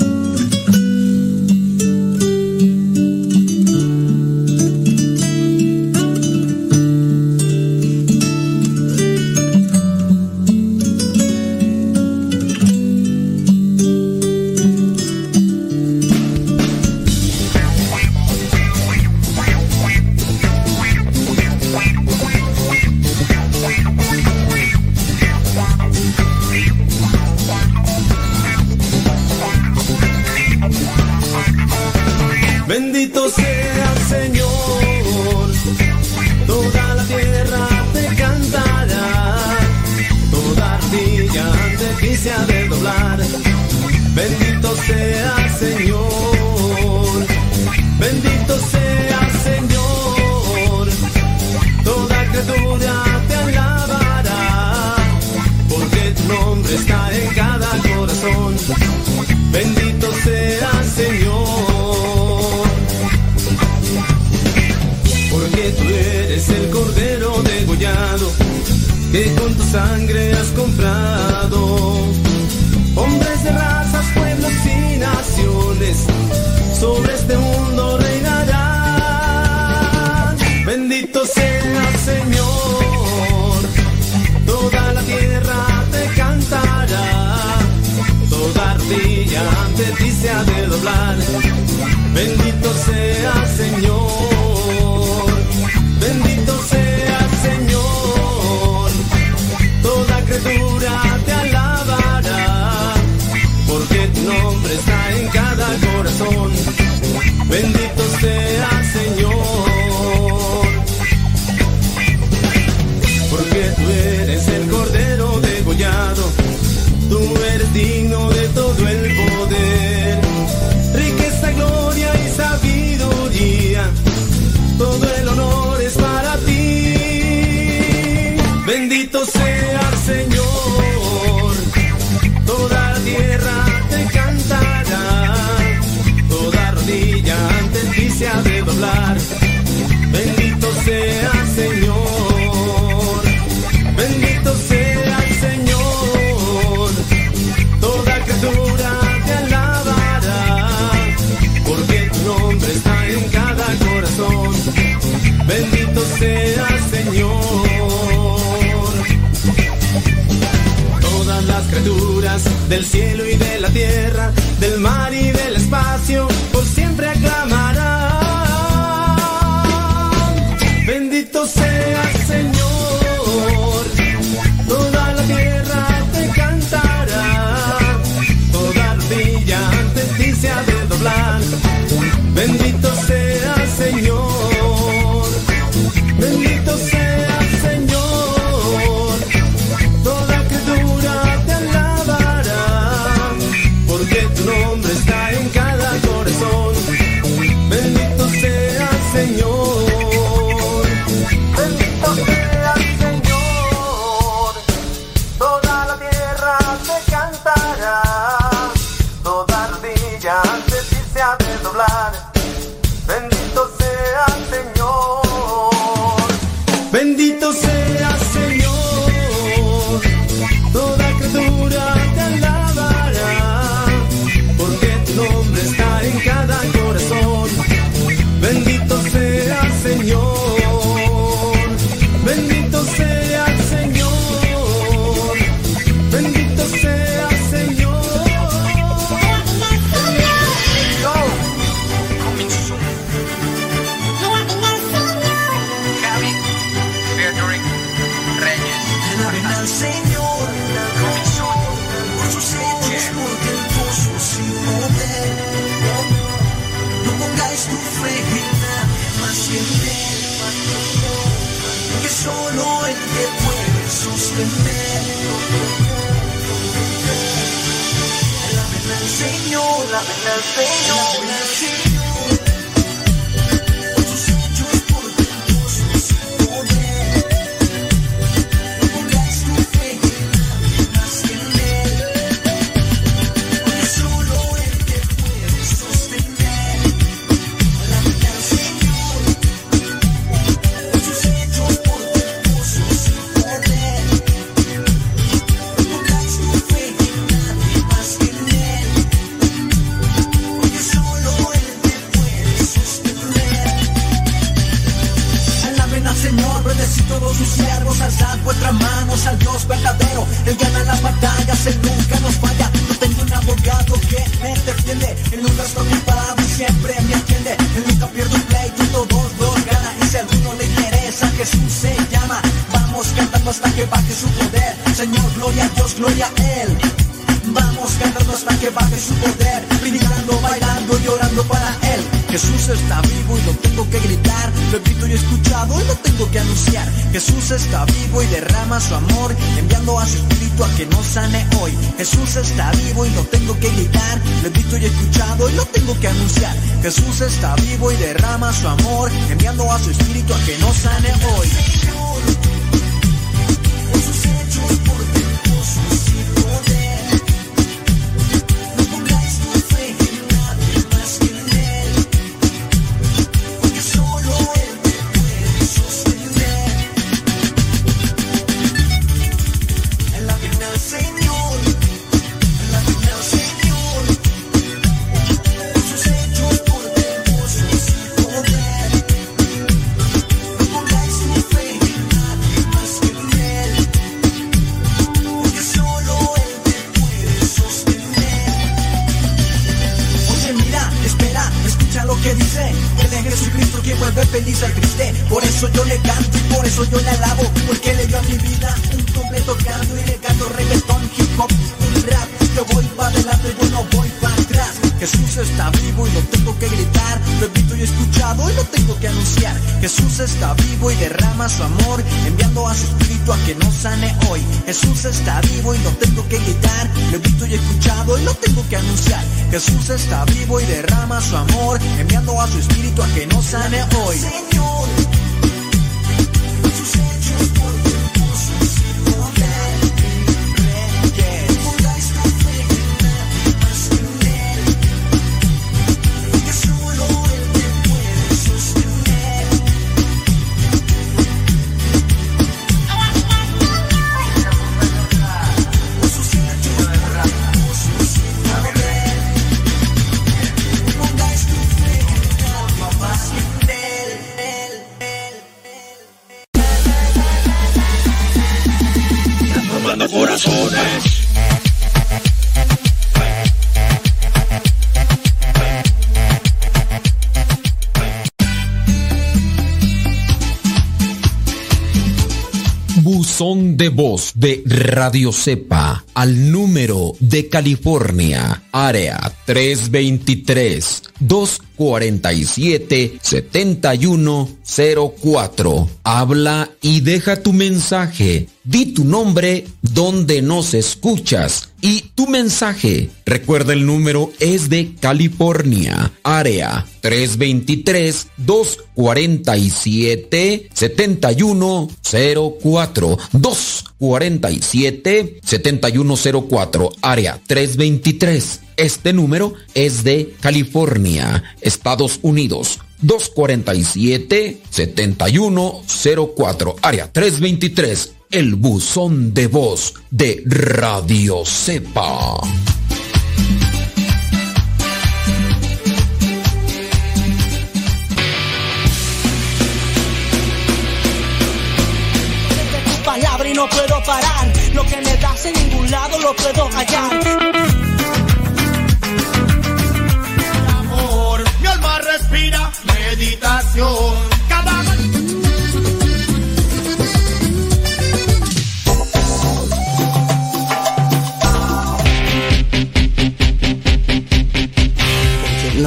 Bendito sea el Señor, toda la tierra te cantará, toda ardilla ante ti se ha de doblar. Bendito sea el Señor, bendito sea el Señor, toda criatura te alabará, porque tu nombre está en cada corazón. Bendito sea el Señor, porque tú eres el Cordero degollado, que con tu sangre has comprado hombres de razas, pueblos y naciones, sobre este mundo reinarán. Bendito sea el Señor, toda la tierra te cantará, toda ardilla ante ti se ha de doblar. Bendito sea el Señor, bendito sea el Señor, toda criatura te alabará, porque tu nombre está en cada corazón. Bendito sea el Señor, porque tú eres el Cordero degollado, tú eres digno de todo el poder, riqueza, gloria y sabiduría, todo el honor es para ti. Bendito sea el Señor, toda la tierra te cantará, toda rodilla ante ti se ha de doblar. Bendito sea el Señor, bendito sea el Señor, toda criatura te alabará, porque tu nombre está en cada corazón. Bendito sea el Señor, todas las criaturas del cielo y de la tierra, del mar y del espacio, por siempre aclamarán. Bendito sea el Señor, toda la tierra te cantará, toda ardilla ante ti se ha de doblar. Bendito sea el Señor, bendito sea el Señor, toda criatura te alaba. solo Él te puede sostener. Alaben al Señor, alaben al Señor, alaben al Señor. Por sus hechos portentosos y poder. No pongas tu fe en nadie más que en Él, porque solo Él te puede sostener. Alaben al Señor. Por sus hechos portentosos y poder. No pongas tu fe en nadie más que en Él, porque solo Él te puede sostener. Alaben al Señor, bendecid todos sus siervos, alzad vuestras manos al Dios verdadero. Él gana las batallas, Él nunca nos falla. Yo tengo un abogado que me defiende, Él nunca está ocupado y siempre me atiende. Él nunca pierde un pleito, todos los gana. Y si a alguno le interesa, Jesús se llama. Vamos cantando hasta que baje su poder. Señor, gloria a Dios, gloria a Él. Vamos cantando hasta que baje su poder, brincando, bailando y orando para Él. Jesús está vivo y lo tengo que gritar, lo he visto y escuchado y lo tengo que anunciar. Jesús está vivo y derrama su amor, enviando a su espíritu a que nos sane hoy. Jesús está vivo y lo tengo que gritar, lo he visto y escuchado y lo tengo que anunciar. Jesús está vivo y derrama su amor, enviando a su espíritu a que nos sane hoy. Señor, por sus hechos portentosos y poder. No pongáis tu fe en nadie más que en Él, porque solo Él te puede sostener. Alaben al Señor, alaben al Señor. Por sus hechos portentosos y poder. No pongáis tu fe en nadie más que en Él, porque solo Él te puede sostener. Oye, mira, espera, escucha lo que dice. Él es Jesucristo quien vuelve feliz al triste. Por eso yo le canto y por eso yo le alabo, porque le dio a mi vida un completo cambio. Y le canto reggaetón, hip hop, un rap. Yo voy para adelante, yo no voy para atrás. Jesús está vivo y lo tengo que gritar, lo he visto y escuchado y lo tengo que anunciar. Jesús está vivo y derrama su amor, enviando a su espíritu a que nos sane hoy. Jesús está vivo y lo tengo que gritar, lo he visto y escuchado y lo tengo que anunciar. Jesús está vivo y derrama su amor, enviando a su espíritu a que nos sane hoy. Señor, sus hechos portentosos y poder. No pongáis tu fe en nadie más que en Él, porque solo Él te puede sostener. Por sus hechos portentosos y poder. No pongáis tu fe en nadie más que en Él. Transformando corazones. Buzón de voz de Radio Cepa al número de California, área tres veintitrés, dos cuarenta y siete, setenta y uno cero cuatro. Habla y deja tu mensaje. Di tu nombre, donde nos escuchas y tu mensaje. Recuerda, el número es de California, área tres veintitrés, dos cuarenta y siete, setenta y uno cero cuatro. dos cuarenta y siete, setenta y uno cero cuatro, área tres veintitrés. Este número es de California, Estados Unidos. dos cuarenta y siete, setenta y uno cero cuatro, área tres veintitrés. El buzón de voz de Radio Cepa. Tu palabra y no puedo parar, lo que me das en ningún lado lo puedo hallar. Amor, mi alma respira meditación. Cada en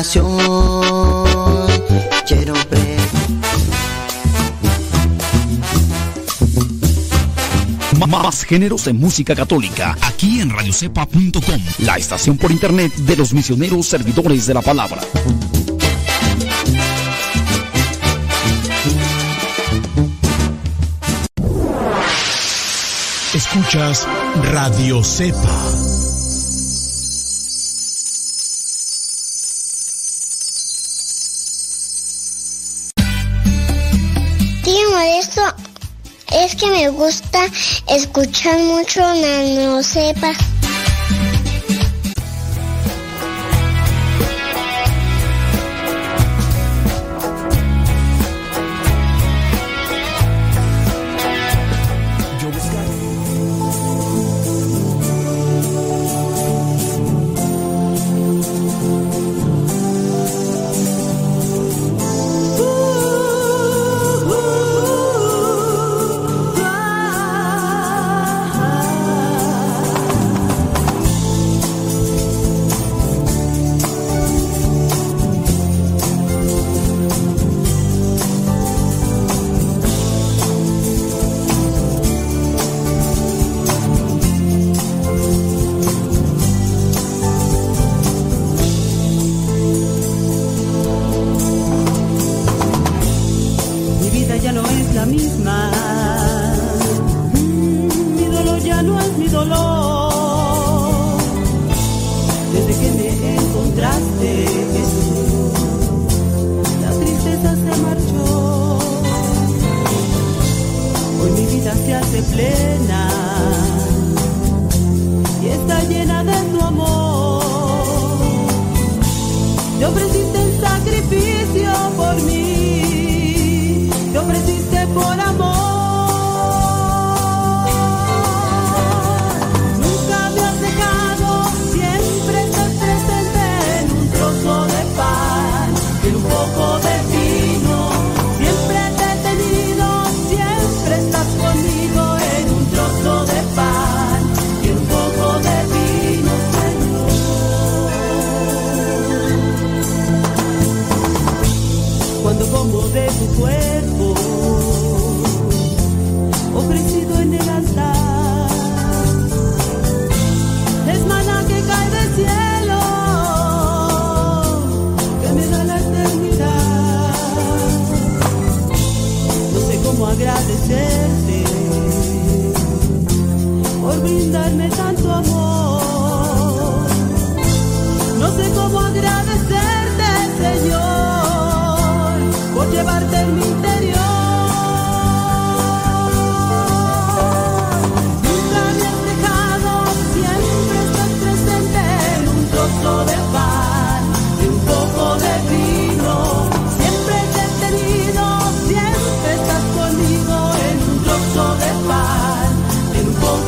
oración quiero ver Más géneros de música católica, aquí en radio cepa punto com, la estación por internet de los misioneros servidores de la palabra. Escuchas Radio Cepa. Tío Modesto, es que me gusta escuchar mucho Nano Cepa.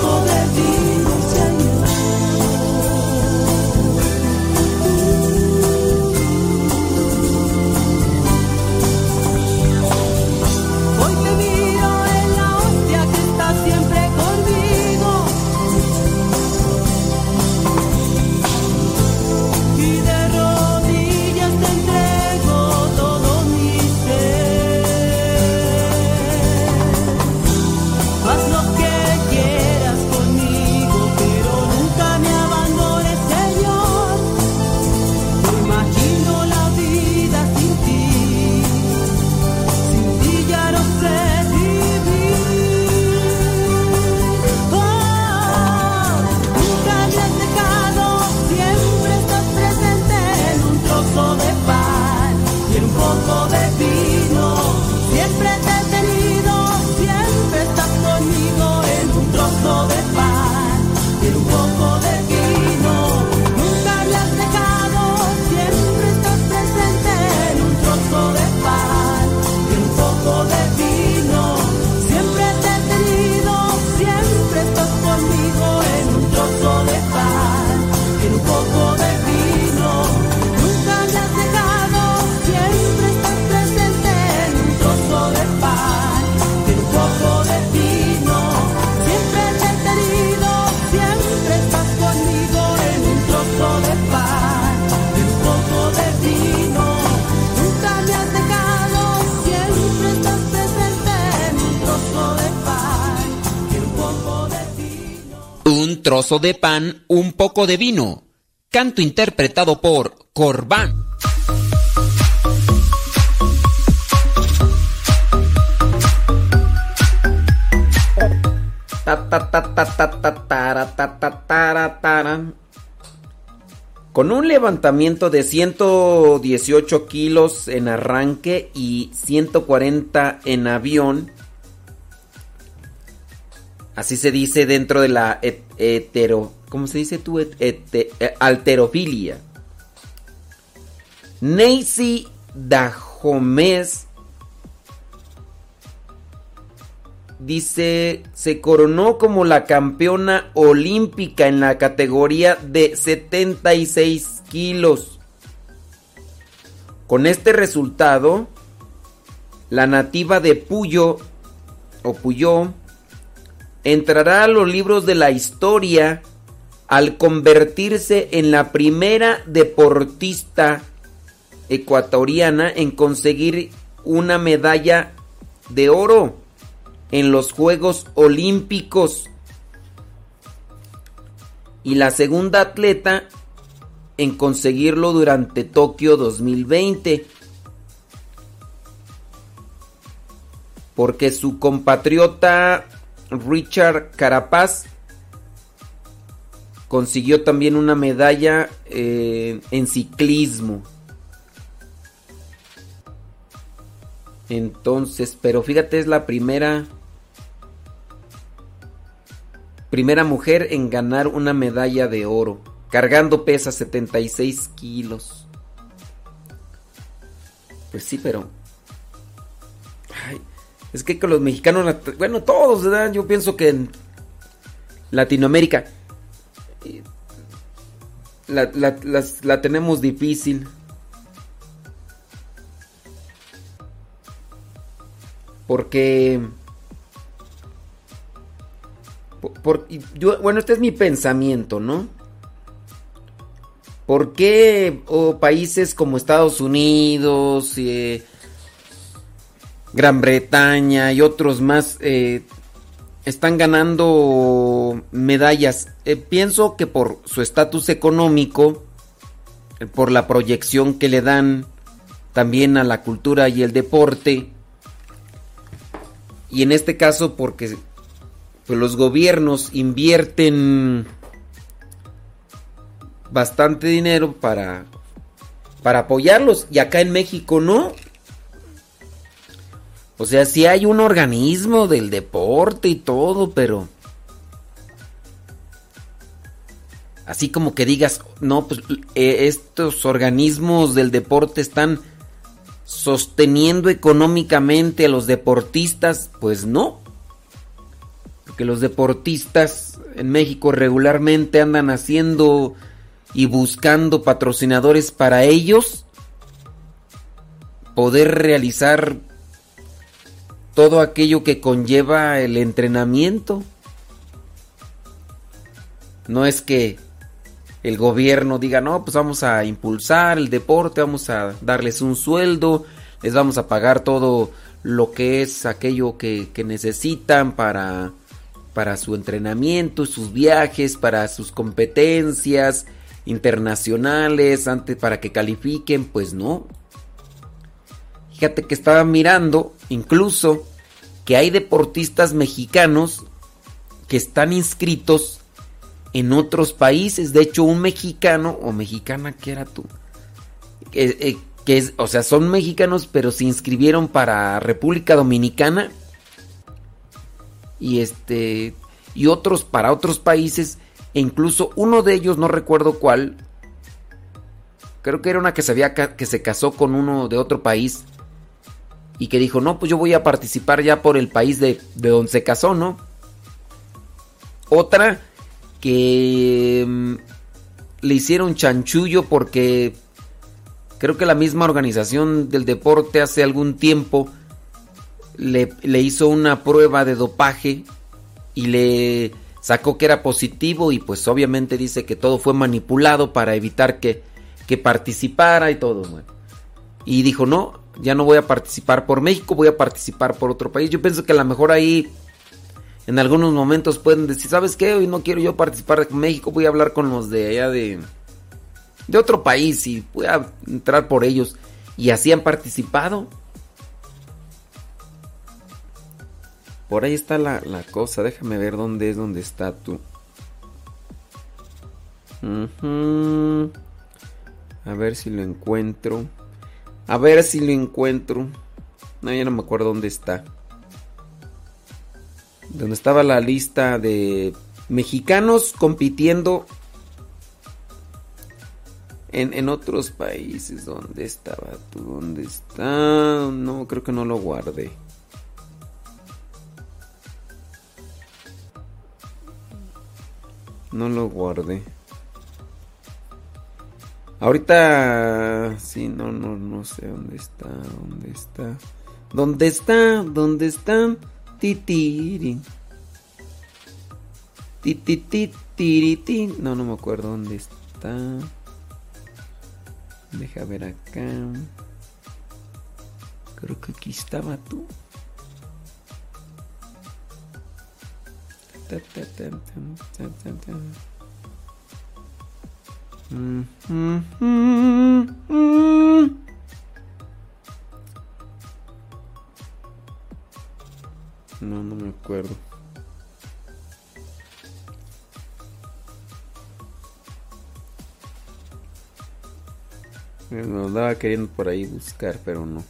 Señor. un trozo de pan, un poco de vino. Canto interpretado por Corbán. Ta, ta, ta, ta, ta, ta, tara, ta, ta, tara, tara. Con un levantamiento de ciento dieciocho kilos en arranque y ciento cuarenta en avión, así se dice dentro de la et- hetero, ¿cómo se dice tú? Et- et- et- halterofilia. Neisy Dajomez dice, se coronó como la campeona olímpica en la categoría de setenta y seis kilos. Con este resultado, la nativa de Puyo o Puyó entrará a los libros de la historia al convertirse en la primera deportista ecuatoriana en conseguir una medalla de oro en los Juegos Olímpicos y la segunda atleta en conseguirlo durante Tokio dos mil veinte, porque su compatriota Richard Carapaz consiguió también una medalla eh, en ciclismo. Entonces, pero fíjate, es la primera primera mujer en ganar una medalla de oro, cargando pesa setenta y seis kilos. Pues sí, pero ay, es que con los mexicanos, bueno, todos, ¿verdad? Yo pienso que en Latinoamérica la, la, la, la tenemos difícil. Porque por, por, yo, bueno, este es mi pensamiento, ¿no? ¿Por qué oh, países como Estados Unidos, eh, Gran Bretaña y otros más eh, están ganando medallas? Eh, pienso que por su estatus económico, eh, por la proyección que le dan también a la cultura y el deporte, y en este caso porque pues, los gobiernos invierten bastante dinero para, para apoyarlos, y acá en México no. O sea, sí hay un organismo del deporte y todo, pero así como que digas, no, pues eh, estos organismos del deporte están sosteniendo económicamente a los deportistas, pues no. Porque los deportistas en México regularmente andan haciendo y buscando patrocinadores para ellos poder realizar todo aquello que conlleva el entrenamiento. No es que el gobierno diga, no, pues vamos a impulsar el deporte, vamos a darles un sueldo, les vamos a pagar todo lo que es aquello que, que necesitan para, para su entrenamiento, sus viajes, para sus competencias internacionales, antes para que califiquen. Pues no. Fíjate que estaba mirando incluso que hay deportistas mexicanos que están inscritos en otros países. De hecho, un mexicano o mexicana, ¿qué era tú? Que, eh, que es, o sea, son mexicanos, pero se inscribieron para República Dominicana y este y otros para otros países, e incluso uno de ellos, no recuerdo cuál, creo que era una que se había que se casó con uno de otro país y que dijo, no, pues yo voy a participar ya por el país de, de donde se casó, ¿no? Otra que um, le hicieron chanchullo porque creo que la misma organización del deporte hace algún tiempo le, le hizo una prueba de dopaje y le sacó que era positivo, y pues obviamente dice que todo fue manipulado para evitar que, que participara y todo, bueno. Y dijo, no, ya no voy a participar por México, voy a participar por otro país. Yo pienso que a lo mejor ahí en algunos momentos pueden decir, ¿sabes qué? Hoy no quiero yo participar en México, voy a hablar con los de allá de, de otro país y voy a entrar por ellos. Y así han participado. Por ahí está la, la cosa, déjame ver dónde es, dónde está tú. Uh-huh. A ver si lo encuentro. A ver si lo encuentro. No, ya no me acuerdo dónde está. Donde estaba la lista de mexicanos compitiendo en, en otros países. ¿Dónde estaba tú? ¿Dónde está? No, creo que no lo guardé. No lo guardé. Ahorita sí, no, no, no sé dónde está, dónde está. ¿Dónde está? ¿Dónde están? Titiri. Tititi. No, no me acuerdo dónde está. Deja ver acá. Creo que aquí estaba tú. Ta, ta, ta, ta, ta, ta. Mm, mm, mm, mm. No, no me acuerdo. Me lo andaba queriendo por ahí buscar, pero no.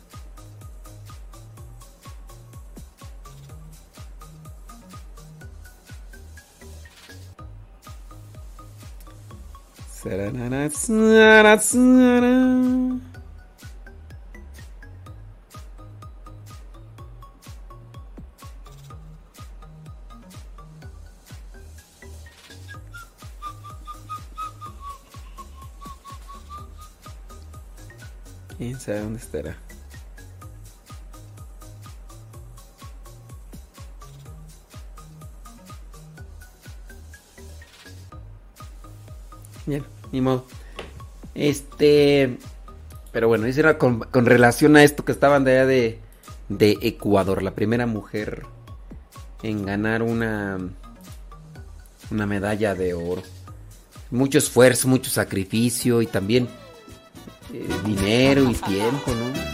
¿Quién sabe dónde estará? Bien, ni modo. Este, pero bueno, eso era con, con relación a esto que estaban de allá de, de Ecuador, la primera mujer en ganar una una medalla de oro. Mucho esfuerzo, mucho sacrificio y también eh, dinero y tiempo, ¿no?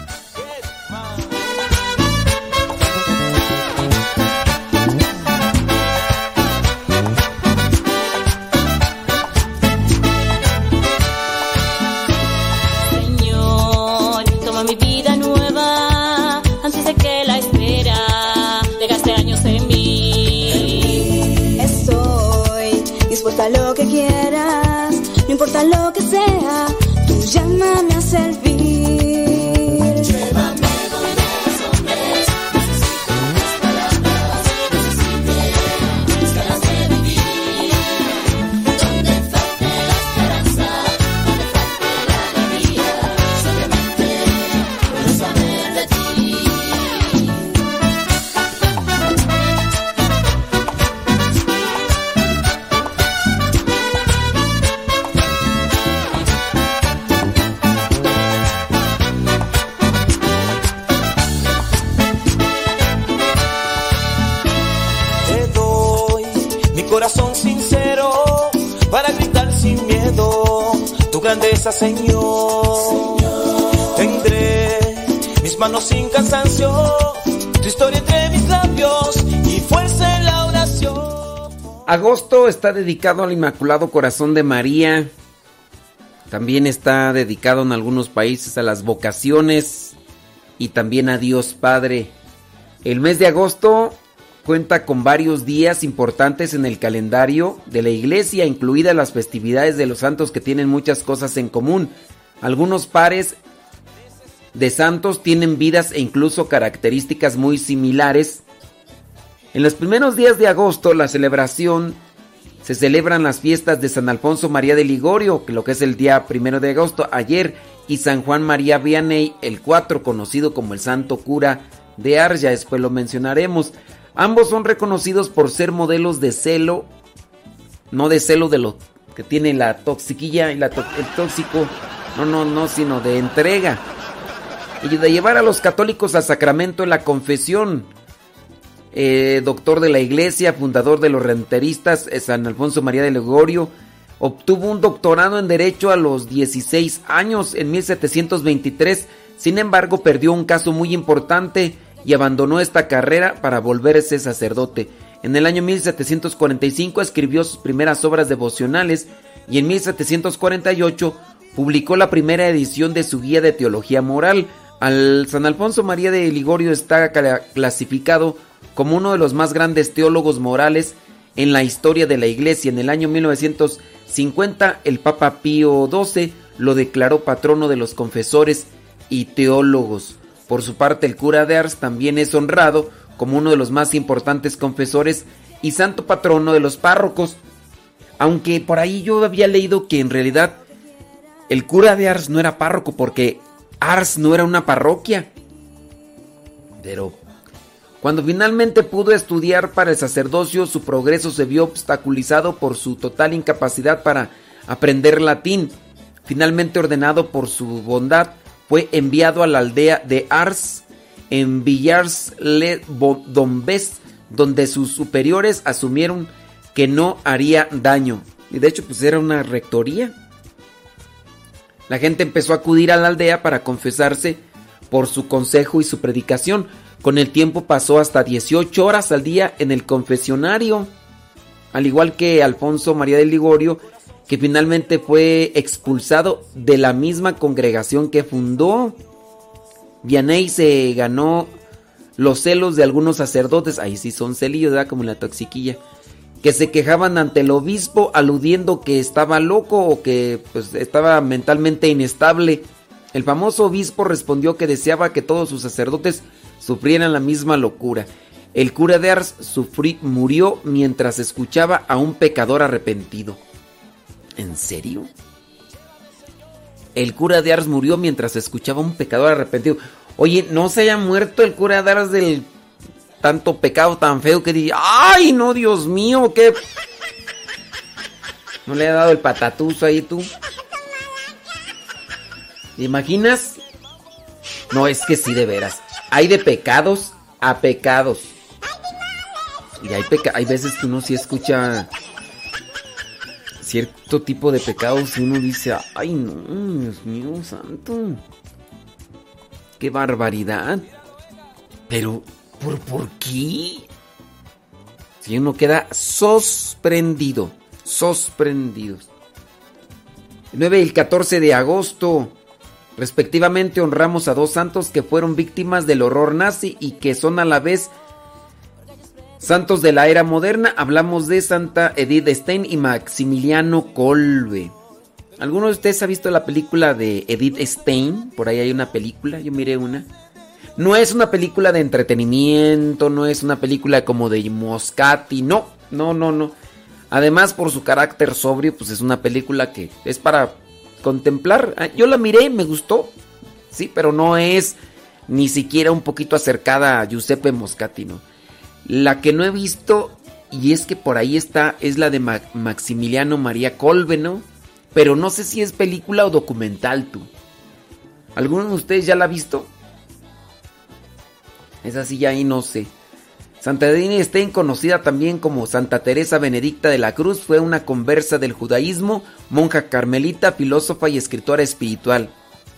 Lo que quieras, no importa lo que sea, tú llámame a servir. Llévame donde los hombres necesiten las palabras, necesiten las ganas de vivir. Donde falte la esperanza, donde falte la alegría, simplemente quiero saber de ti. Corazón sincero para gritar sin miedo tu grandeza, Señor. Señor. Tendré mis manos sin cansancio, tu historia entre mis labios y fuerza en la oración. Agosto está dedicado al Inmaculado Corazón de María. También está dedicado en algunos países a las vocaciones y también a Dios Padre. El mes de agosto cuenta con varios días importantes en el calendario de la iglesia, incluidas las festividades de los santos que tienen muchas cosas en común. Algunos pares de santos tienen vidas e incluso características muy similares. En los primeros días de agosto, la celebración se celebran las fiestas de San Alfonso María de Ligorio, que lo que es el día primero de agosto, ayer, y San Juan María Vianney, el cuatro, conocido como el Santo Cura de Arja, después lo mencionaremos. Ambos son reconocidos por ser modelos de celo, no de celo de lo que tiene la toxiquilla y la to- el tóxico, no, no, no, sino de entrega y de llevar a los católicos al sacramento en la confesión. eh, doctor de la Iglesia, fundador de los renteristas, eh, San Alfonso María de Ligorio. Obtuvo un doctorado en Derecho a los dieciséis años, en mil setecientos veintitrés. Sin embargo, perdió un caso muy importante y abandonó esta carrera para volverse sacerdote. En el año mil setecientos cuarenta y cinco escribió sus primeras obras devocionales y en mil setecientos cuarenta y ocho publicó la primera edición de su Guía de Teología Moral. Al San Alfonso María de Ligorio está clasificado como uno de los más grandes teólogos morales en la historia de la Iglesia. En el año mil novecientos cincuenta, el Papa Pío doce lo declaró patrono de los confesores y teólogos. Por su parte, el cura de Ars también es honrado como uno de los más importantes confesores y santo patrono de los párrocos. Aunque por ahí yo había leído que en realidad el cura de Ars no era párroco porque Ars no era una parroquia. Pero cuando finalmente pudo estudiar para el sacerdocio, su progreso se vio obstaculizado por su total incapacidad para aprender latín. Finalmente, ordenado por su bondad, fue enviado a la aldea de Ars, en Villars-le-Dombes, donde sus superiores asumieron que no haría daño. Y de hecho, pues era una rectoría. La gente empezó a acudir a la aldea para confesarse por su consejo y su predicación. Con el tiempo pasó hasta dieciocho horas al día en el confesionario, al igual que Alfonso María de Ligorio, que finalmente fue expulsado de la misma congregación que fundó. Vianney se ganó los celos de algunos sacerdotes, ahí sí son celillos, ¿verdad? Como la toxiquilla, que se quejaban ante el obispo aludiendo que estaba loco o que pues, estaba mentalmente inestable. El famoso obispo respondió que deseaba que todos sus sacerdotes sufrieran la misma locura. El cura de Ars sufrí, murió mientras escuchaba a un pecador arrepentido. ¿En serio? El cura de Ars murió mientras escuchaba a un pecador arrepentido. Oye, ¿no se haya muerto el cura de Ars del tanto pecado tan feo que dice, ¡ay, no, Dios mío! ¿Qué? ¿No le ha dado el patatuzo ahí tú? ¿Te imaginas? No, es que sí, de veras. Hay de pecados a pecados. Y hay, peca- hay veces que uno sí escucha cierto tipo de pecados y uno dice, ¡ay, no, Dios mío santo! ¡Qué barbaridad! Pero, ¿por, por qué? Si uno queda sorprendido, sorprendidos. El nueve y el catorce de agosto, respectivamente, honramos a dos santos que fueron víctimas del horror nazi y que son a la vez santos de la era moderna. Hablamos de Santa Edith Stein y Maximiliano Kolbe. ¿Alguno de ustedes ha visto la película de Edith Stein? Por ahí hay una película, yo miré una. No es una película de entretenimiento, no es una película como de Moscati, no, no, no, no. Además, por su carácter sobrio, pues es una película que es para contemplar. Yo la miré, me gustó, sí, pero no es ni siquiera un poquito acercada a Giuseppe Moscati, ¿no? La que no he visto, y es que por ahí está, es la de Ma- Maximiliano María Kolbe, ¿no? Pero no sé si es película o documental, tú. ¿Alguno de ustedes ya la ha visto? Esa sí ya ahí no sé. Santa Edith Stein, conocida también como Santa Teresa Benedicta de la Cruz, fue una conversa del judaísmo, monja carmelita, filósofa y escritora espiritual,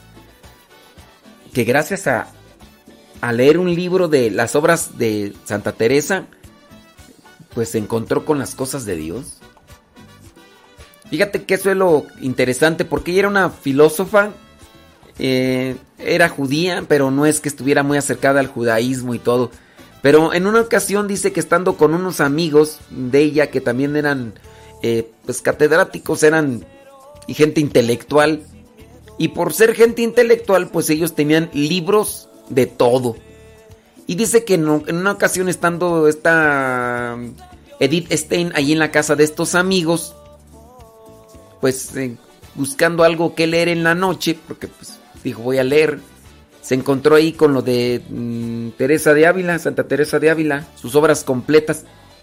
que gracias a, a leer un libro de las obras de Santa Teresa, pues se encontró con las cosas de Dios. Fíjate que eso es lo interesante, porque ella era una filósofa, eh, era judía, pero no es que estuviera muy acercada al judaísmo y todo. Pero en una ocasión dice que estando con unos amigos de ella que también eran eh, pues catedráticos, eran y gente intelectual, y por ser gente intelectual pues ellos tenían libros de todo. Y dice que en, en una ocasión estando esta Edith Stein ahí en la casa de estos amigos, pues eh, buscando algo que leer en la noche, porque pues dijo voy a leer. Se encontró ahí con lo de mmm, Teresa de Ávila, Santa Teresa de Ávila, sus obras completas.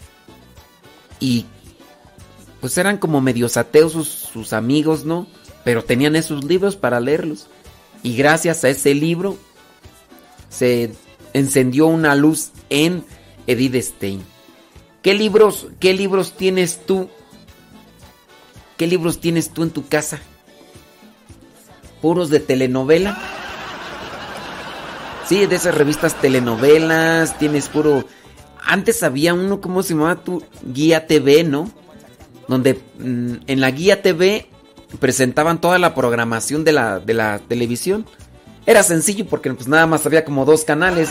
Y pues eran como medios ateos sus, sus amigos, ¿no? Pero tenían esos libros para leerlos. Y gracias a ese libro se encendió una luz en Edith Stein. ¿Qué libros, qué libros tienes tú? ¿Qué libros tienes tú en tu casa? ¿Puros de telenovela? Sí, de esas revistas telenovelas, tienes puro... Antes había uno, ¿cómo se llamaba tu? Guía T V, ¿no? Donde mmm, en la Guía T V presentaban toda la programación de la, de la televisión. Era sencillo porque pues nada más había como dos canales.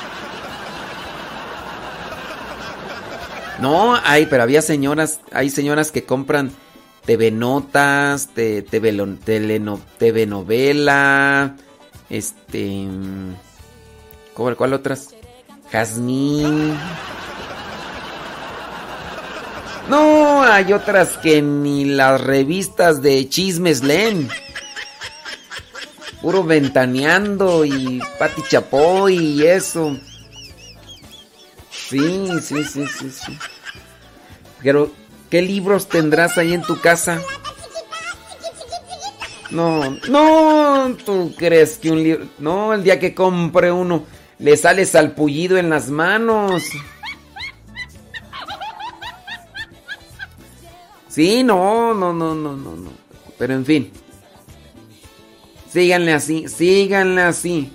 No, hay, pero había señoras, hay señoras que compran T V Notas, te, TV, teleno, T V Novela, este... ¿Cuál, cuál otras? Jazmín. No, hay otras que ni las revistas de chismes leen. Puro Ventaneando y Pati Chapoy y eso. Sí, sí, sí, sí, sí. Pero, ¿qué libros tendrás ahí en tu casa? No, no, ¿tú crees que un libro? No, el día que compre uno, le sale salpullido en las manos. Sí, no, no, no, no, no, no. Pero en fin. Síganle así, síganle así.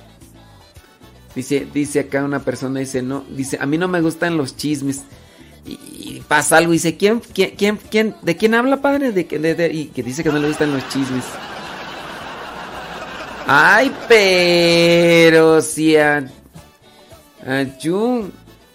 Dice, dice acá una persona, dice, no, dice, a mí no me gustan los chismes. Y, y pasa algo, dice, ¿quién, quién, quién, quién, de quién habla, padre? De, de, de, y que dice que no le gustan los chismes. Ay, pero si a, achú.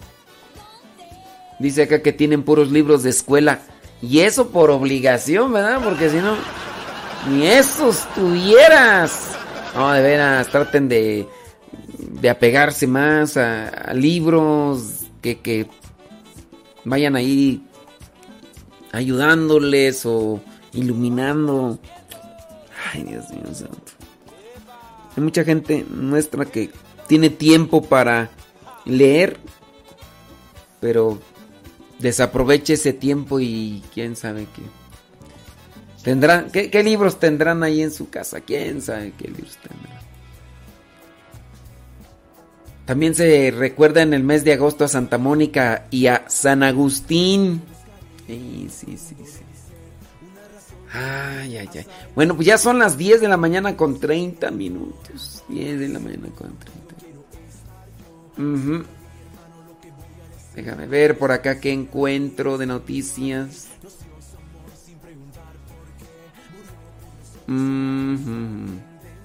Dice acá que tienen puros libros de escuela. Y eso por obligación, ¿verdad? Porque si no, ni esos tuvieras. No, de veras, traten de, de apegarse más a, a libros que, que vayan ahí ayudándoles o iluminando. Ay, Dios mío santo. Hay mucha gente nuestra que tiene tiempo para leer, pero desaprovecha ese tiempo y quién sabe qué. Tendrán, ¿qué, qué libros tendrán ahí en su casa? ¿Quién sabe qué libros tendrán? También se recuerda en el mes de agosto a Santa Mónica y a San Agustín. Sí, sí, sí, sí. Ay, ay, ay. Bueno, pues ya son las diez de la mañana con treinta minutos. diez de la mañana con treinta. Uh-huh. Déjame ver por acá qué encuentro de noticias. Uh-huh.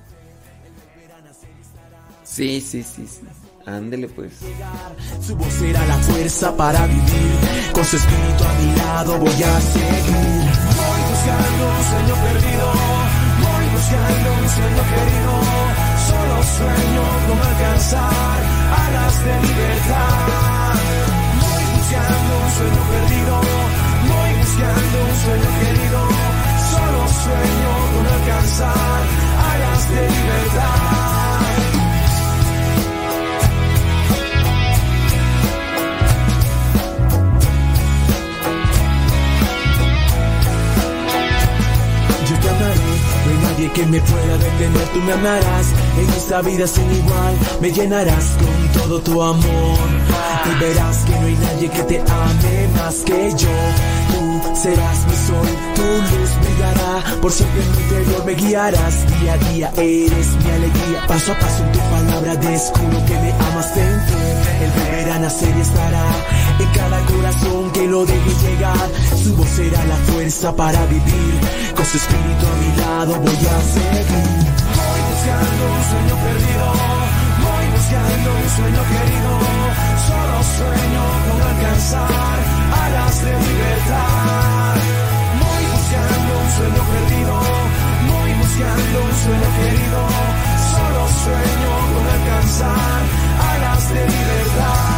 Sí, sí, sí, sí. Ándele pues. Su voz será la fuerza para vivir. Con su espíritu a mi lado voy a seguir. Voy buscando un sueño perdido. Voy buscando un sueño querido. Solo sueño con alcanzar alas de libertad. Voy buscando un sueño perdido. Voy buscando un sueño querido. Solo sueño con alcanzar alas de libertad. Que me pueda detener, tú me amarás. En esta vida sin igual me llenarás con todo tu amor. Y verás que no hay nadie que te ame más que yo. Tú serás mi sol, tu luz brillará. Por siempre en mi interior me guiarás. Día a día eres mi alegría. Paso a paso en tu palabra descubro que me amas dentro. El volver a nacer estará en cada corazón que lo deje llegar. Su voz será la fuerza para vivir. Con su espíritu a mi lado voy a seguir. Voy buscando un sueño perdido. Voy buscando un sueño querido. Solo sueño con alcanzar alas de libertad. Voy buscando un sueño perdido. Voy buscando un sueño querido. Solo sueño con alcanzar alas de libertad.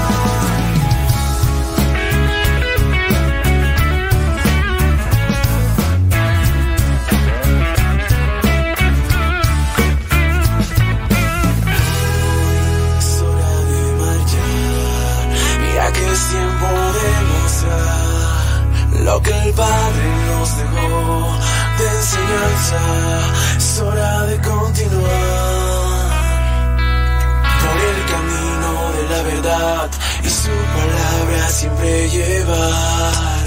Es tiempo de mostrar lo que el Padre nos dejó de enseñanza. Es hora de continuar por el camino de la verdad y su palabra siempre llevar.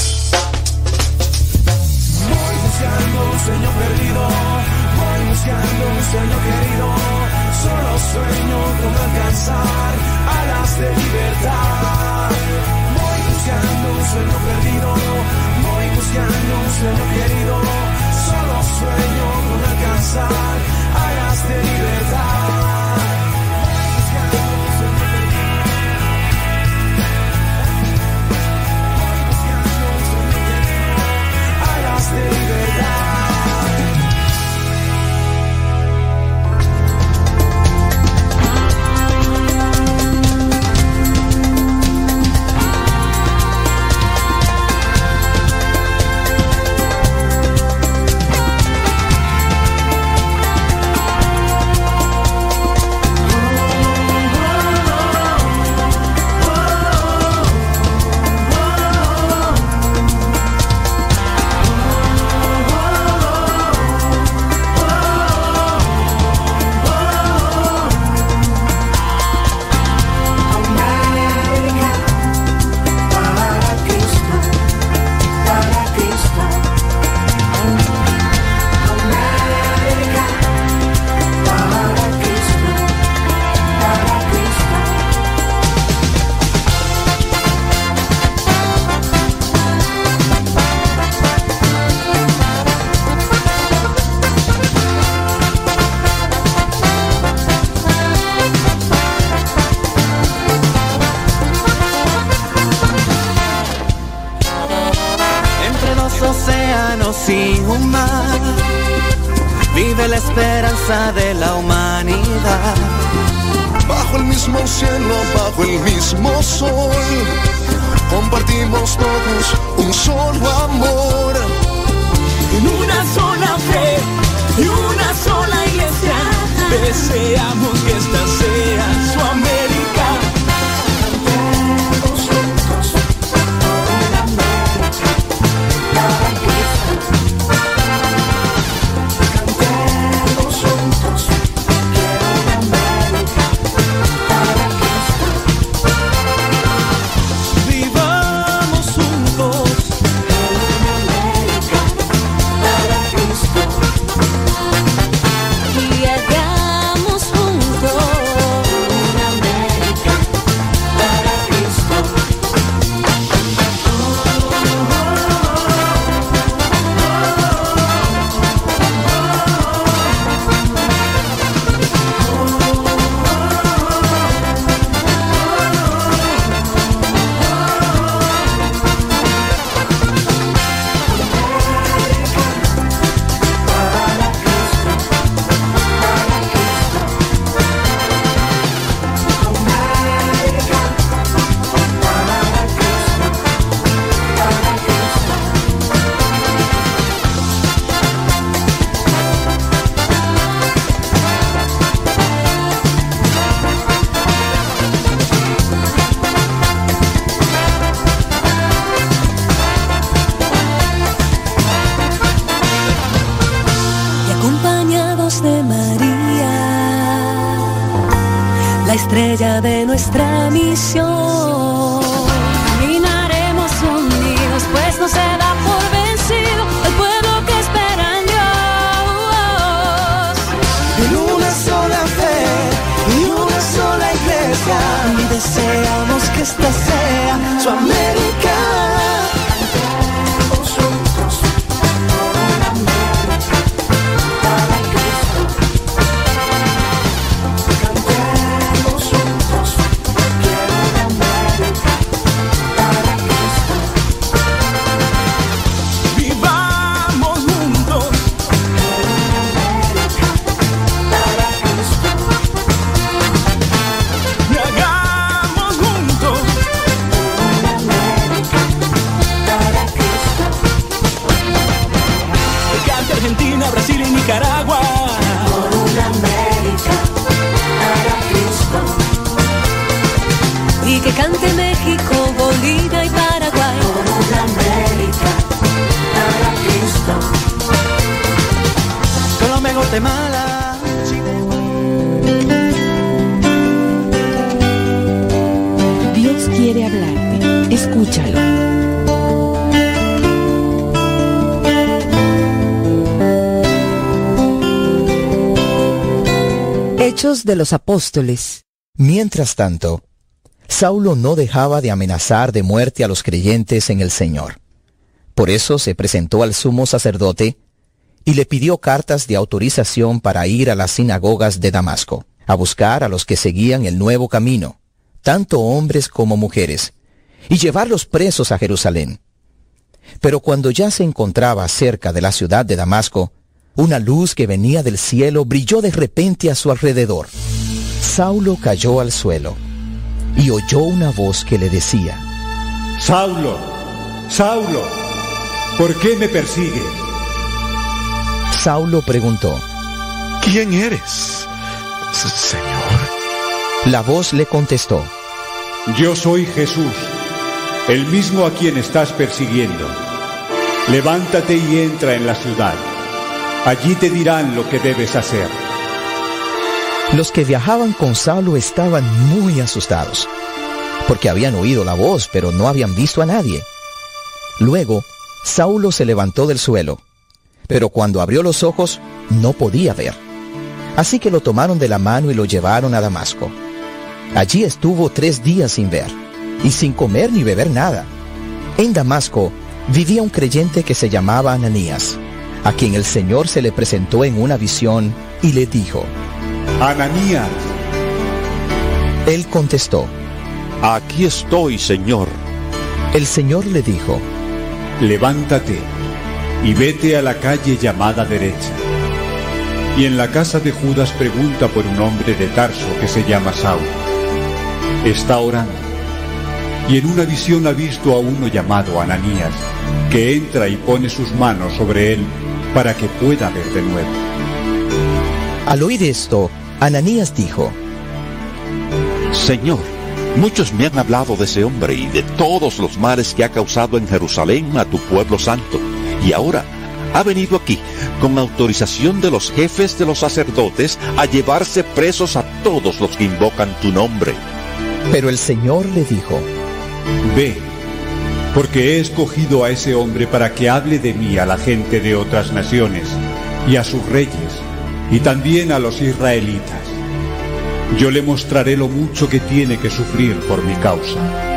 Voy buscando un sueño perdido, voy buscando un sueño querido, solo sueño con alcanzar alas de libertad. Voy buscando un sueño perdido, voy buscando un sueño querido, solo sueño con alcanzar alas de libertad. Voy buscando un sueño perdido, voy buscando un sueño querido, alas de libertad. Y un mar vive la esperanza de la humanidad. Bajo el mismo cielo, bajo el mismo sol, compartimos todos un solo amor. En una sola fe y una sola iglesia, deseamos que esta sea su América. Estrella de nuestra misión. Caminaremos unidos, pues no se da por vencido el pueblo que espera en Dios. En una sola fe y una sola iglesia, deseamos que esta sea su América. Nicaragua. Por una América para Cristo. Y que cante México, Bolivia y Paraguay. Por una América para Cristo. Colombia, Guatemala, Dios quiere Escúchalo. Hechos de los Apóstoles. Mientras tanto, Saulo no dejaba de amenazar de muerte a los creyentes en el Señor. Por eso se presentó al sumo sacerdote y le pidió cartas de autorización para ir a las sinagogas de Damasco, a buscar a los que seguían el nuevo camino, tanto hombres como mujeres, y llevarlos presos a Jerusalén. Pero cuando ya se encontraba cerca de la ciudad de Damasco, una luz que venía del cielo brilló de repente a su alrededor. Saulo cayó al suelo y oyó una voz que le decía: Saulo, Saulo, ¿por qué me persigues? Saulo preguntó: ¿Quién eres, Señor? La voz le contestó: Yo soy Jesús, el mismo a quien estás persiguiendo. Levántate y entra en la ciudad. Allí te dirán lo que debes hacer. Los que viajaban con Saulo estaban muy asustados, porque habían oído la voz, pero no habían visto a nadie. Luego, Saulo se levantó del suelo, pero cuando abrió los ojos, no podía ver. Así que lo tomaron de la mano y lo llevaron a Damasco. Allí estuvo tres días sin ver, y sin comer ni beber nada. En Damasco vivía un creyente que se llamaba Ananías, a quien el Señor se le presentó en una visión y le dijo: Ananías. Él contestó: Aquí estoy, Señor. El Señor le dijo: Levántate y vete a la calle llamada Derecha. Y en la casa de Judas pregunta por un hombre de Tarso que se llama Saulo. Está orando. Y en una visión ha visto a uno llamado Ananías, que entra y pone sus manos sobre él para que pueda ver de nuevo. Al oír esto, Ananías dijo: Señor, muchos me han hablado de ese hombre y de todos los males que ha causado en Jerusalén a tu pueblo santo. Y ahora ha venido aquí, con autorización de los jefes de los sacerdotes, a llevarse presos a todos los que invocan tu nombre. Pero el Señor le dijo: Ve, porque he escogido a ese hombre para que hable de mí a la gente de otras naciones, y a sus reyes, y también a los israelitas. Yo le mostraré lo mucho que tiene que sufrir por mi causa.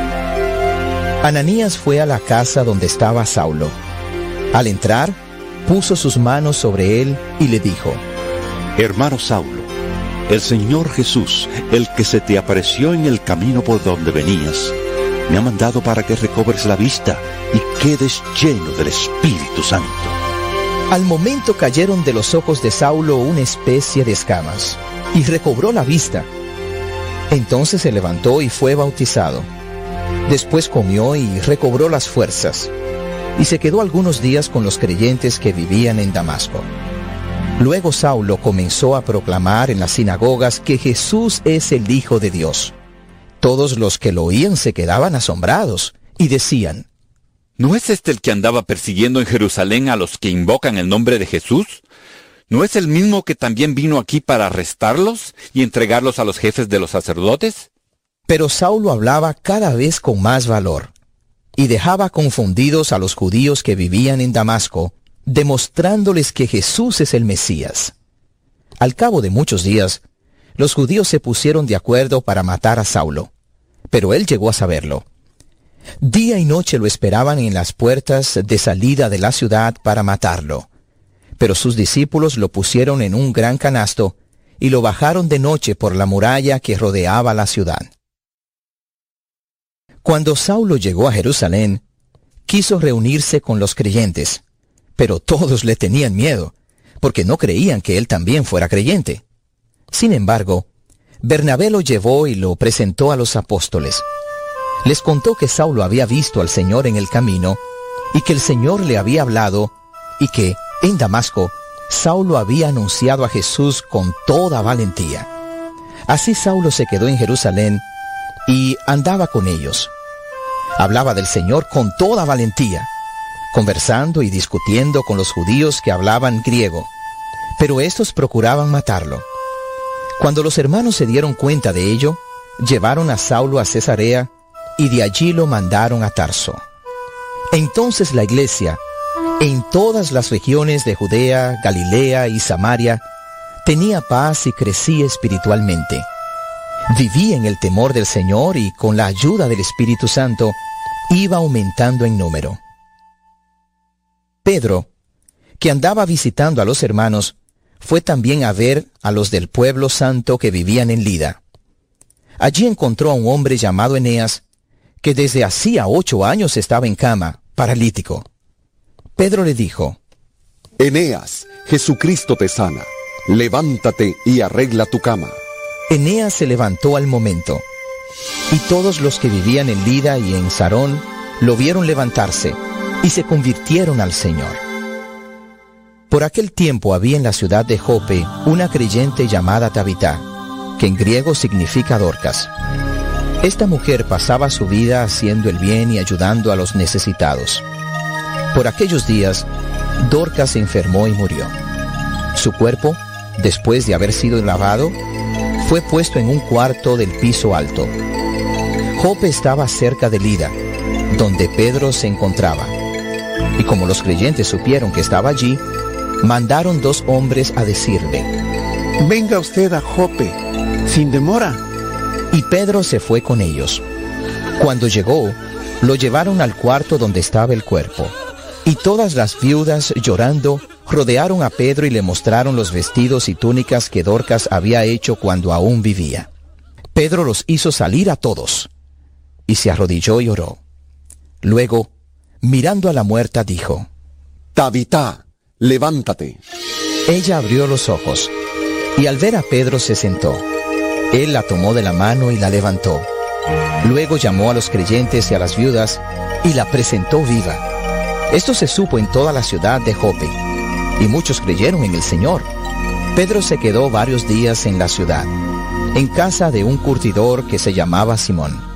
Ananías fue a la casa donde estaba Saulo. Al entrar, puso sus manos sobre él y le dijo: Hermano Saulo, el Señor Jesús, el que se te apareció en el camino por donde venías, me ha mandado para que recobres la vista y quedes lleno del Espíritu Santo. Al momento cayeron de los ojos de Saulo una especie de escamas, y recobró la vista. Entonces se levantó y fue bautizado. Después comió y recobró las fuerzas, y se quedó algunos días con los creyentes que vivían en Damasco. Luego Saulo comenzó a proclamar en las sinagogas que Jesús es el Hijo de Dios. Todos los que lo oían se quedaban asombrados y decían: ¿No es este el que andaba persiguiendo en Jerusalén a los que invocan el nombre de Jesús? ¿No es el mismo que también vino aquí para arrestarlos y entregarlos a los jefes de los sacerdotes? Pero Saulo hablaba cada vez con más valor, y dejaba confundidos a los judíos que vivían en Damasco, demostrándoles que Jesús es el Mesías. Al cabo de muchos días, los judíos se pusieron de acuerdo para matar a Saulo, pero él llegó a saberlo. Día y noche lo esperaban en las puertas de salida de la ciudad para matarlo, pero sus discípulos lo pusieron en un gran canasto y lo bajaron de noche por la muralla que rodeaba la ciudad. Cuando Saulo llegó a Jerusalén, quiso reunirse con los creyentes, pero todos le tenían miedo, porque no creían que él también fuera creyente. Sin embargo, Bernabé lo llevó y lo presentó a los apóstoles. Les contó que Saulo había visto al Señor en el camino, y que el Señor le había hablado, y que, en Damasco, Saulo había anunciado a Jesús con toda valentía. Así Saulo se quedó en Jerusalén, y andaba con ellos. Hablaba del Señor con toda valentía, conversando y discutiendo con los judíos que hablaban griego, pero estos procuraban matarlo. Cuando los hermanos se dieron cuenta de ello, llevaron a Saulo a Cesarea, y de allí lo mandaron a Tarso. Entonces la iglesia, en todas las regiones de Judea, Galilea y Samaria, tenía paz y crecía espiritualmente. Vivía en el temor del Señor y con la ayuda del Espíritu Santo iba aumentando en número. Pedro, que andaba visitando a los hermanos, fue también a ver a los del pueblo santo que vivían en Lida. Allí encontró a un hombre llamado Eneas, que desde hacía ocho años estaba en cama, paralítico. Pedro le dijo: Eneas, Jesucristo te sana. Levántate y arregla tu cama. Eneas se levantó al momento, y todos los que vivían en Lida y en Sarón lo vieron levantarse, y se convirtieron al Señor. Por aquel tiempo había en la ciudad de Jope una creyente llamada Tabita, que en griego significa Dorcas. Esta mujer pasaba su vida haciendo el bien y ayudando a los necesitados. Por aquellos días, Dorcas se enfermó y murió. Su cuerpo, después de haber sido lavado, fue puesto en un cuarto del piso alto. Jope estaba cerca de Lida, donde Pedro se encontraba. Y como los creyentes supieron que estaba allí, mandaron dos hombres a decirle: venga usted a Jope, sin demora. Y Pedro se fue con ellos. Cuando llegó, lo llevaron al cuarto donde estaba el cuerpo. Y todas las viudas, llorando, rodearon a Pedro y le mostraron los vestidos y túnicas que Dorcas había hecho cuando aún vivía. Pedro los hizo salir a todos, y se arrodilló y oró. Luego, mirando a la muerta, dijo: Tabita, levántate. Ella abrió los ojos, y al ver a Pedro se sentó. Él la tomó de la mano y la levantó. Luego llamó a los creyentes y a las viudas, y la presentó viva. Esto se supo en toda la ciudad de Jope, y muchos creyeron en el Señor. Pedro se quedó varios días en la ciudad, en casa de un curtidor que se llamaba Simón.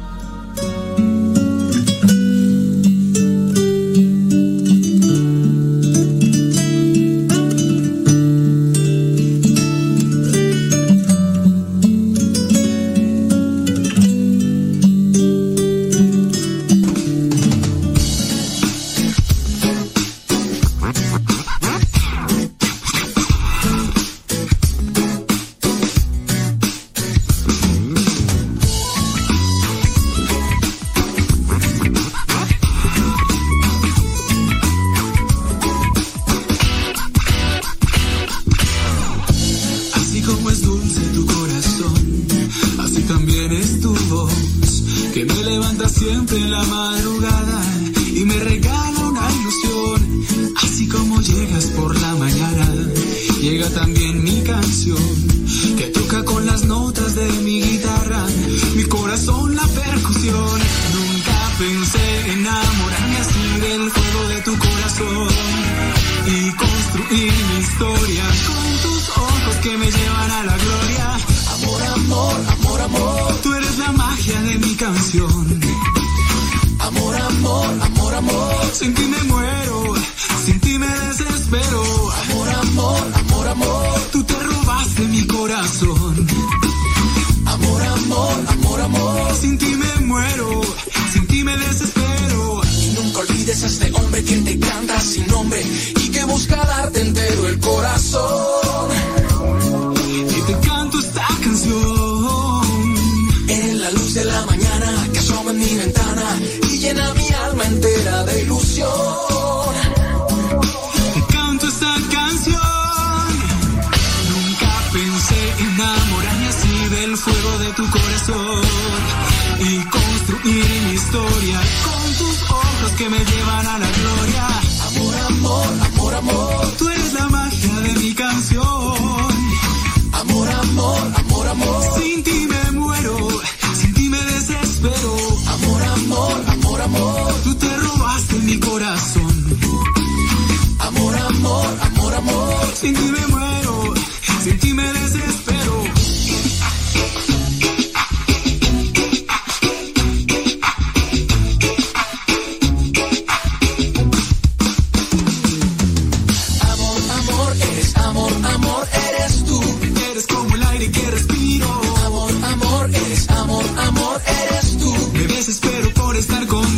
Amor, eres amor, amor, eres tú. Eres como el aire que respiro.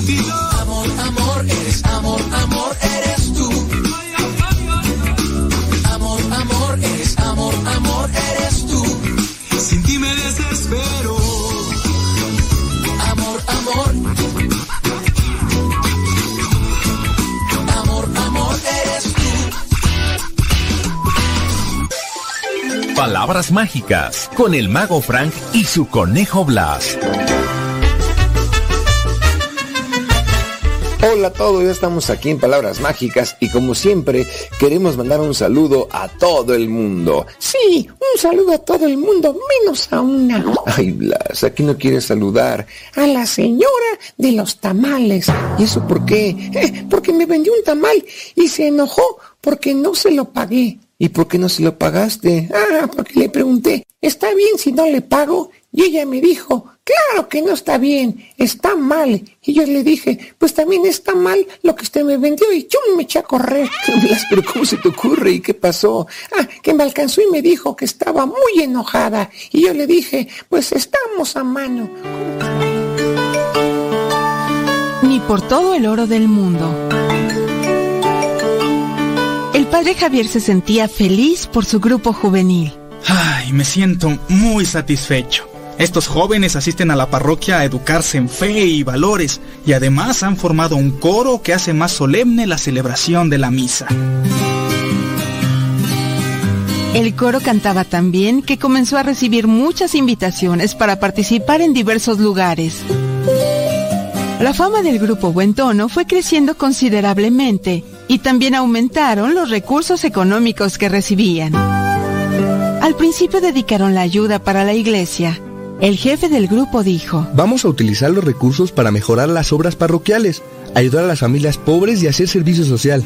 chiquitito. Amor, amor, eres amor, amor, eres tú. Amor, amor, eres amor, amor, eres tú. Sin ti me desespero. Amor, amor. Amor, amor, eres tú. Palabras mágicas con el mago Frank y su conejo Blas. Hola a todos, ya estamos aquí en Palabras Mágicas y como siempre queremos mandar un saludo a todo el mundo. Sí, un saludo a todo el mundo, menos a una. Ay, Blas, ¿a quién no quieres saludar? A la señora de los tamales. ¿Y eso por qué? Eh, porque me vendió un tamal y se enojó porque no se lo pagué. ¿Y por qué no se lo pagaste? Ah, porque le pregunté, ¿está bien si no le pago? Y ella me dijo, claro que no está bien, está mal. Y yo le dije, pues también está mal lo que usted me vendió y yo me eché a correr. Blas, pero ¿cómo se te ocurre? ¿Y qué pasó? Ah, que me alcanzó y me dijo que estaba muy enojada. Y yo le dije, pues estamos a mano. Ni por todo el oro del mundo. El padre Javier se sentía feliz por su grupo juvenil. Ay, me siento muy satisfecho. Estos jóvenes asisten a la parroquia a educarse en fe y valores y además han formado un coro que hace más solemne la celebración de la misa. El coro cantaba tan bien que comenzó a recibir muchas invitaciones para participar en diversos lugares. La fama del grupo Buen Tono fue creciendo considerablemente y también aumentaron los recursos económicos que recibían. Al principio dedicaron la ayuda para la iglesia. El jefe del grupo dijo: vamos a utilizar los recursos para mejorar las obras parroquiales, ayudar a las familias pobres y hacer servicio social.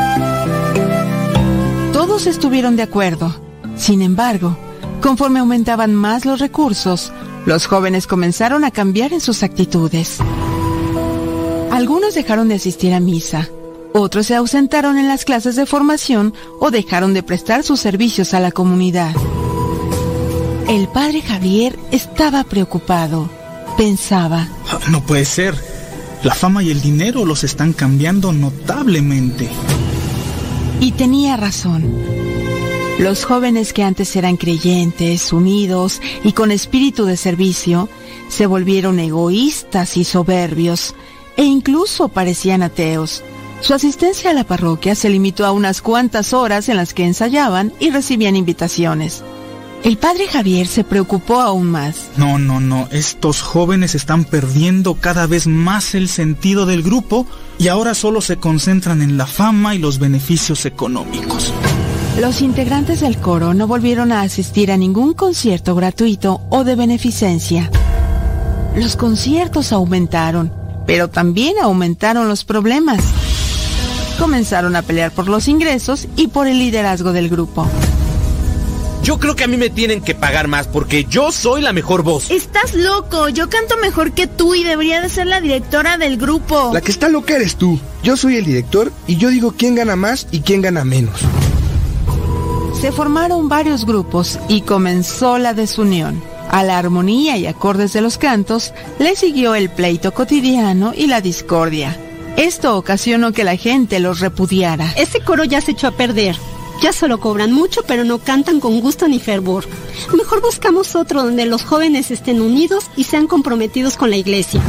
Todos estuvieron de acuerdo. Sin embargo, conforme aumentaban más los recursos, los jóvenes comenzaron a cambiar en sus actitudes. Algunos dejaron de asistir a misa, otros se ausentaron en las clases de formación o dejaron de prestar sus servicios a la comunidad. El padre Javier estaba preocupado. Pensaba: no puede ser. La fama y el dinero los están cambiando notablemente. Y tenía razón. Los jóvenes que antes eran creyentes, unidos y con espíritu de servicio, se volvieron egoístas y soberbios, e incluso parecían ateos. Su asistencia a la parroquia se limitó a unas cuantas horas en las que ensayaban y recibían invitaciones. El padre Javier se preocupó aún más. No, no, no, estos jóvenes están perdiendo cada vez más el sentido del grupo y ahora solo se concentran en la fama y los beneficios económicos. Los integrantes del coro no volvieron a asistir a ningún concierto gratuito o de beneficencia. Los conciertos aumentaron, pero también aumentaron los problemas. Comenzaron a pelear por los ingresos y por el liderazgo del grupo. Yo creo que a mí me tienen que pagar más porque yo soy la mejor voz. Estás loco, yo canto mejor que tú y debería de ser la directora del grupo. La que está loca eres tú. Yo soy el director y yo digo quién gana más y quién gana menos. Se formaron varios grupos y comenzó la desunión. A la armonía y acordes de los cantos le siguió el pleito cotidiano y la discordia. Esto ocasionó que la gente los repudiara. Ese coro ya se echó a perder. Ya solo cobran mucho, pero no cantan con gusto ni fervor. Mejor buscamos otro donde los jóvenes estén unidos y sean comprometidos con la iglesia.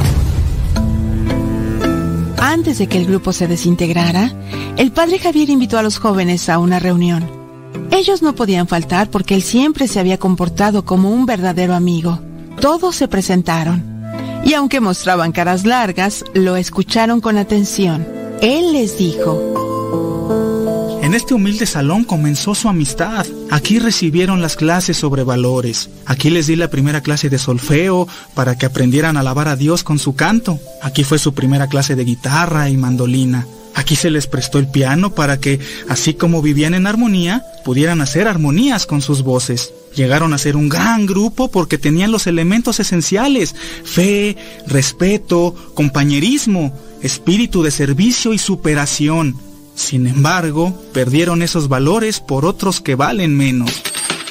Antes de que el grupo se desintegrara, el padre Javier invitó a los jóvenes a una reunión. Ellos no podían faltar porque él siempre se había comportado como un verdadero amigo. Todos se presentaron, y aunque mostraban caras largas, lo escucharon con atención. Él les dijo: en este humilde salón comenzó su amistad. Aquí recibieron las clases sobre valores. Aquí les di la primera clase de solfeo para que aprendieran a alabar a Dios con su canto. Aquí fue su primera clase de guitarra y mandolina. Aquí se les prestó el piano para que, así como vivían en armonía, pudieran hacer armonías con sus voces. Llegaron a ser un gran grupo porque tenían los elementos esenciales: fe, respeto, compañerismo, espíritu de servicio y superación. Sin embargo, perdieron esos valores por otros que valen menos.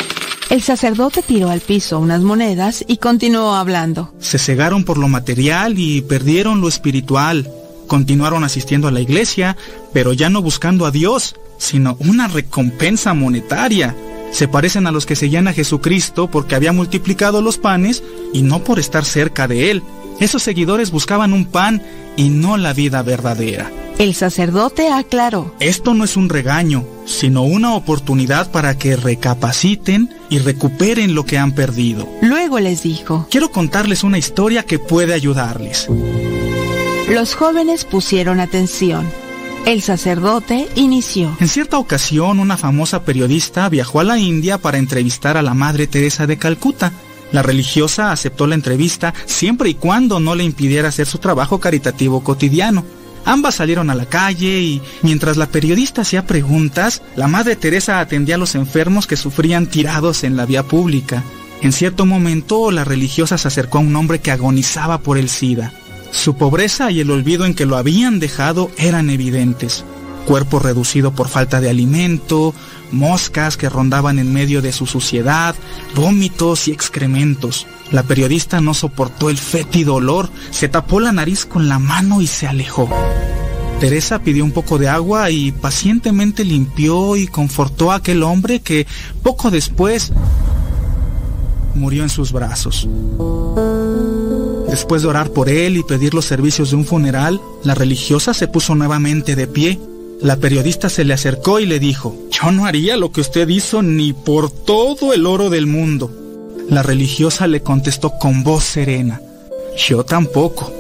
El sacerdote tiró al piso unas monedas y continuó hablando. Se cegaron por lo material y perdieron lo espiritual. Continuaron asistiendo a la iglesia, pero ya no buscando a Dios, sino una recompensa monetaria. Se parecen a los que seguían a Jesucristo porque había multiplicado los panes y no por estar cerca de él. Esos seguidores buscaban un pan y no la vida verdadera. El sacerdote aclaró: esto no es un regaño, sino una oportunidad para que recapaciten y recuperen lo que han perdido. Luego les dijo: quiero contarles una historia que puede ayudarles. Los jóvenes pusieron atención. El sacerdote inició. En cierta ocasión, una famosa periodista viajó a la India para entrevistar a la Madre Teresa de Calcuta. La religiosa aceptó la entrevista siempre y cuando no le impidiera hacer su trabajo caritativo cotidiano. Ambas salieron a la calle y, mientras la periodista hacía preguntas, la Madre Teresa atendía a los enfermos que sufrían tirados en la vía pública. En cierto momento, la religiosa se acercó a un hombre que agonizaba por el SIDA. Su pobreza y el olvido en que lo habían dejado eran evidentes. Cuerpo reducido por falta de alimento, moscas que rondaban en medio de su suciedad, vómitos y excrementos. La periodista no soportó el fétido olor, se tapó la nariz con la mano y se alejó. Teresa pidió un poco de agua y pacientemente limpió y confortó a aquel hombre que, poco después, murió en sus brazos. Después de orar por él y pedir los servicios de un funeral, la religiosa se puso nuevamente de pie. La periodista se le acercó y le dijo: yo no haría lo que usted hizo ni por todo el oro del mundo. La religiosa le contestó con voz serena: yo tampoco.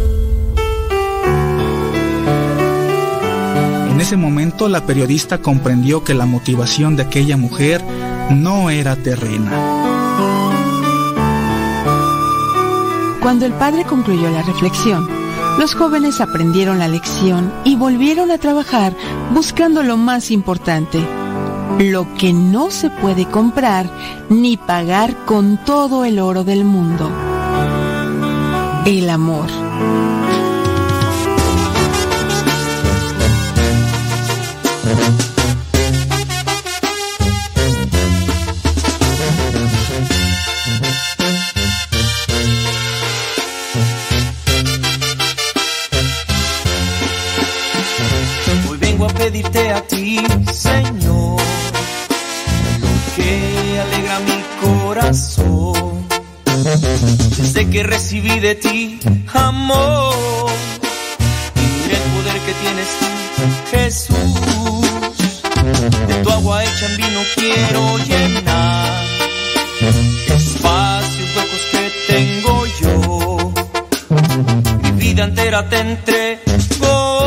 En ese momento la periodista comprendió que la motivación de aquella mujer no era terrena. Cuando el padre concluyó la reflexión, los jóvenes aprendieron la lección y volvieron a trabajar buscando lo más importante, lo que no se puede comprar ni pagar con todo el oro del mundo: el amor. Pedirte a ti, Señor, lo que alegra mi corazón, desde que recibí de ti amor y el poder que tienes tú, Jesús. De tu agua hecha en vino quiero llenar espacios huecos que tengo yo, mi vida entera te entrego.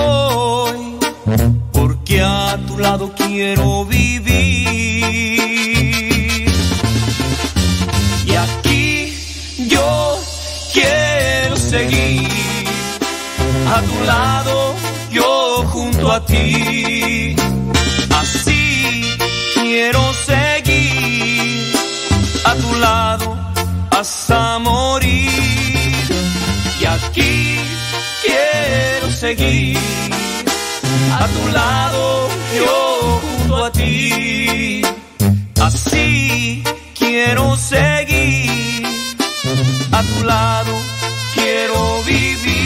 Que a tu lado quiero vivir. Y aquí yo quiero seguir, a tu lado, yo junto a ti. Así quiero seguir, a tu lado hasta morir. Y aquí quiero seguir, a tu lado, yo junto a ti. Así quiero seguir, a tu lado quiero vivir.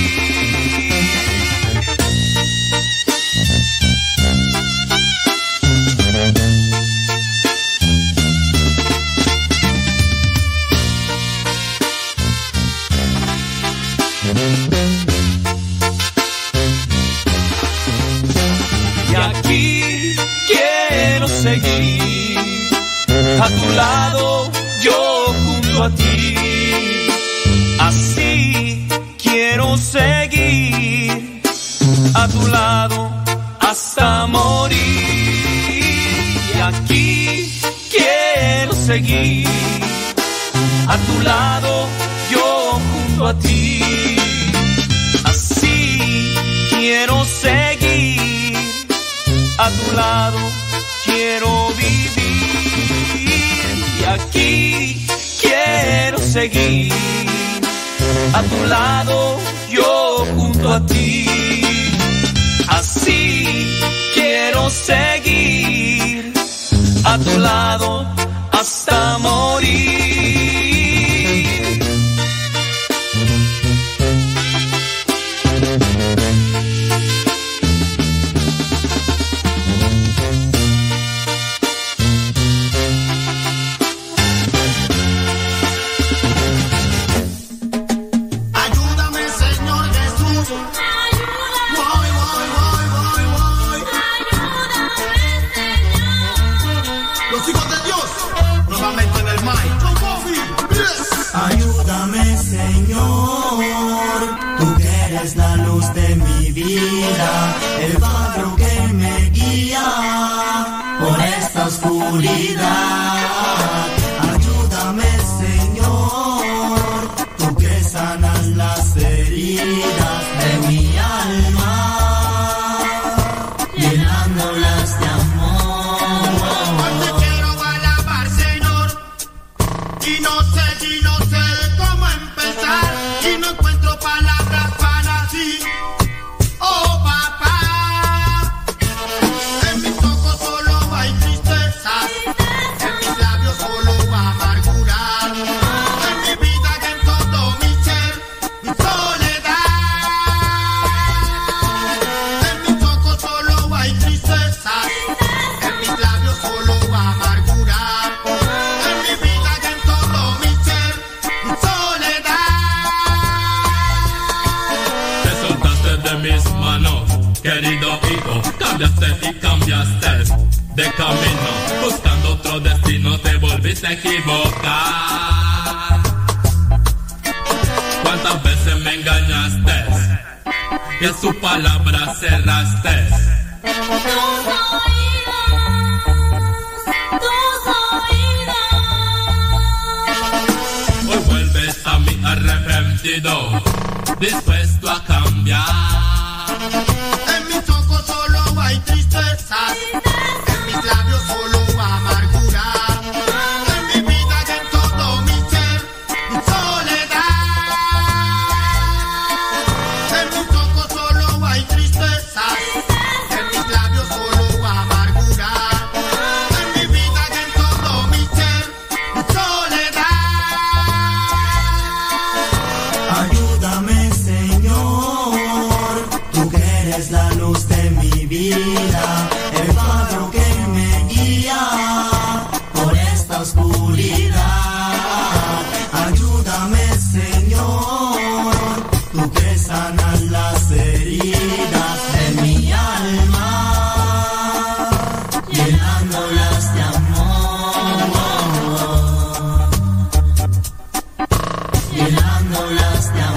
Y aquí quiero seguir, a tu lado, yo junto a ti. Así quiero seguir, a tu lado hasta morir. Y aquí quiero seguir, a tu lado, yo junto a ti. Así quiero seguir, a tu lado quiero vivir. Y aquí quiero seguir, a tu lado, yo junto a ti. Así quiero seguir, a tu lado hasta hasta morir. Ayúdame, Señor, tú que eres la luz de mi vida, el faro que me guía por esta oscuridad. Ayúdame, Señor, tú que sanas las heridas de mi alma, llenándolas de amor. Hoy te quiero alabar, Señor, y no sé, y no sé cómo empezar, y no encuentro palabras para ti. Oh, papá, en mis ojos solo hay tristezas, en mis labios solo amargura, en mi vida y en todo mi ser, mi soledad. En mis ojos solo hay tristezas, en mis labios solo amargura, en mi vida y en todo mi ser, mi soledad. Te soltaste de mis manos, querido hijo, cambiaste y cambiaste de camino, buscando otro destino te volviste a equivocar. ¿Cuántas veces me engañaste y en su palabra cerraste? Tus oídos, Hoy vuelves a mí arrepentido, dispuesto a cambiar. En mis ojos solo hay tristezas, en mis labios solo amargura, en mi vida y en todo mi ser, mi soledad. En mis ojos solo hay tristezas, en mis labios solo amargura, en mi vida y en todo mi ser, mi soledad. ayúdame, Señor, tú que eres la luz de mi vida, el faro que me guía por esta oscuridad. Ayúdame, Señor, tú que sanas las heridas de mi alma, llenándolas de amor, llenándolas de amor.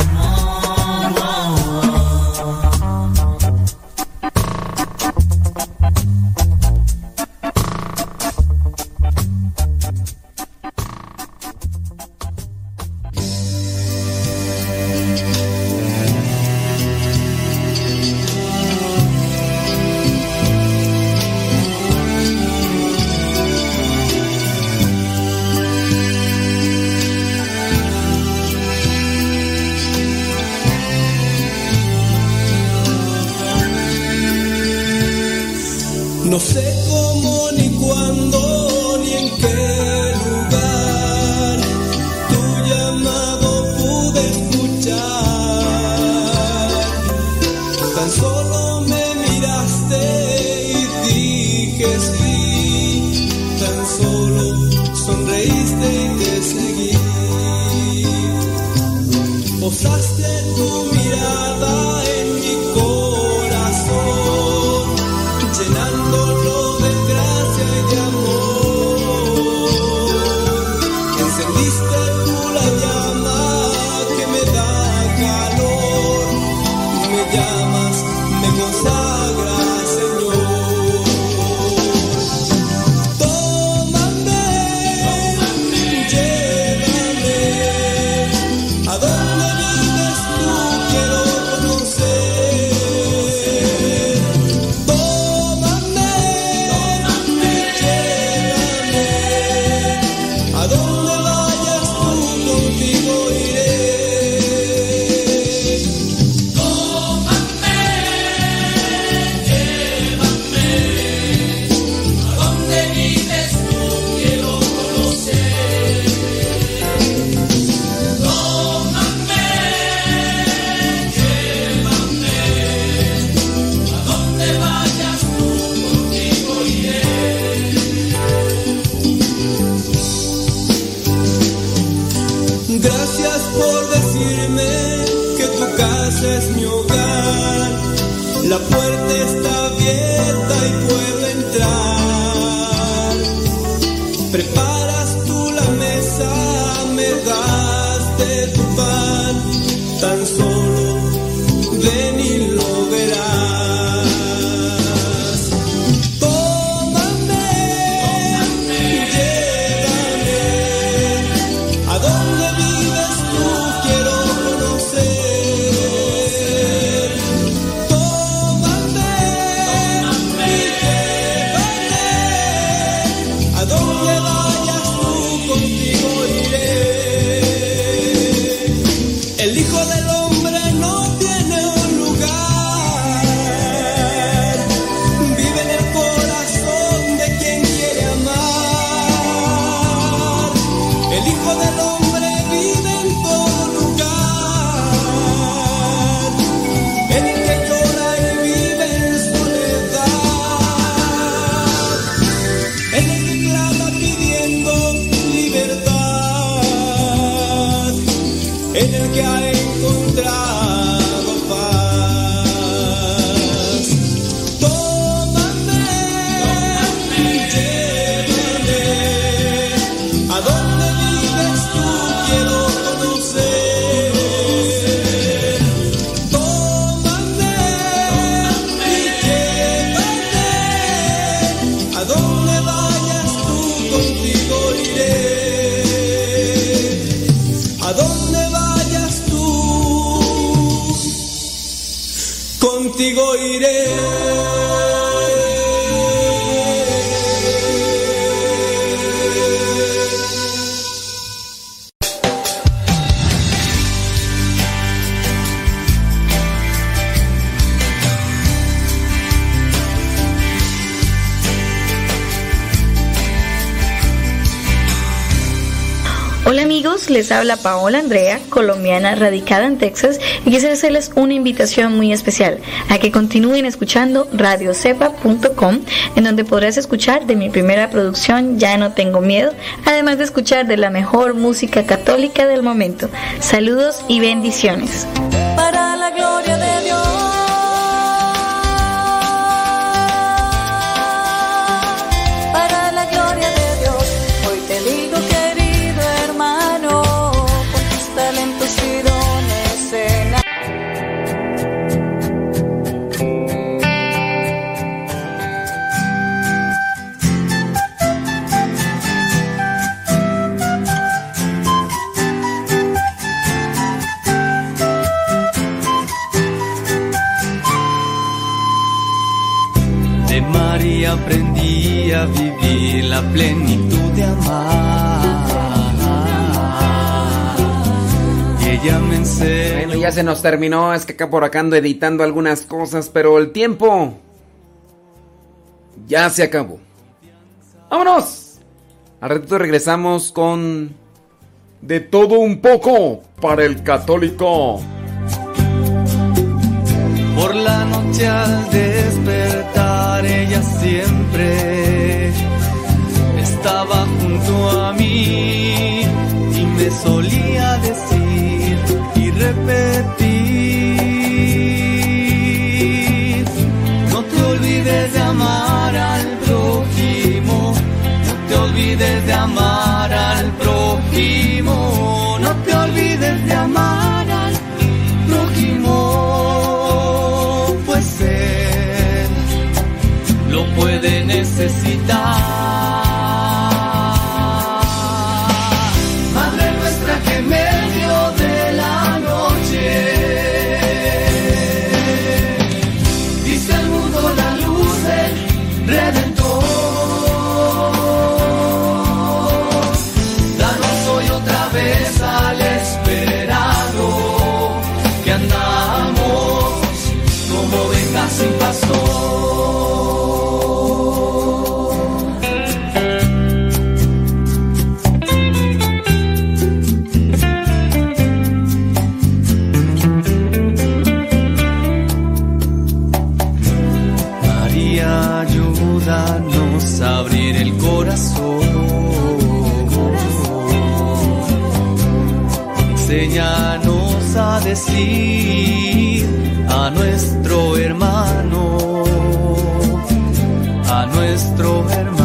No sé cómo, ni cuándo, ni en qué lugar tu llamado pude escuchar. Tan solo me miraste y dije sí, tan solo sonreíste y te seguí. Posaste tu mirada en mi corazón, llenándolo de gracia y de amor. Encendiste tú la llama que me da calor, me llamas, me La puerta está abierta y puedo entrar. Preparas tú la mesa, me das de tu pan. Tan solo ven y lo verás. Tómame, llévame. A donde vives tú quiero conocer. Tómame, llévame. A donde vayas tú contigo iré. El Hijo del Hombre no tiene un lugar, vive en el corazón de quien quiere amar. El Hijo del Hombre vive en todo lugar, en el que llora y vive en soledad, en el que clama pidiendo libertad, en el que ha encontrado paz. Tómame, llévame. A donde vives tú quiero conocer. Tómame, llévame. A donde vayas tú contigo iré. A donde vayas tú contigo iré. Hola amigos, les habla Paola Andrea, colombiana radicada en Texas, y quisiera hacerles una invitación muy especial a que continúen escuchando radio cepa punto com, en donde podrás escuchar de mi primera producción Ya no tengo miedo, además de escuchar de la mejor música católica del momento. Saludos y bendiciones. Para la gloria de Dios. Para la gloria de Dios. Hoy te digo, querido hermano, con tus talentos y dones en la... De María aprendí a vivir la plenitud de amar. Y ella me enseñó. Bueno, ya se nos terminó. Es que acá por acá ando editando algunas cosas, pero el tiempo ya se acabó. ¡Vámonos! Al ratito regresamos con De todo un poco para el católico. Por la noche al despertar ella siempre estaba junto a mí y me solía decir y repetir: no te olvides de amar al prójimo, no te olvides de amar al prójimo, no te olvides de amar al prójimo. Lo puede necesitar. Madre nuestra que en medio de la noche diste al mundo la luz del Redentor. Danos hoy otra vez al esperado que andamos como ovejas sin pastor. Ayúdanos a abrir el corazón. Enséñanos vamos a decir a nuestro hermano, a nuestro hermano?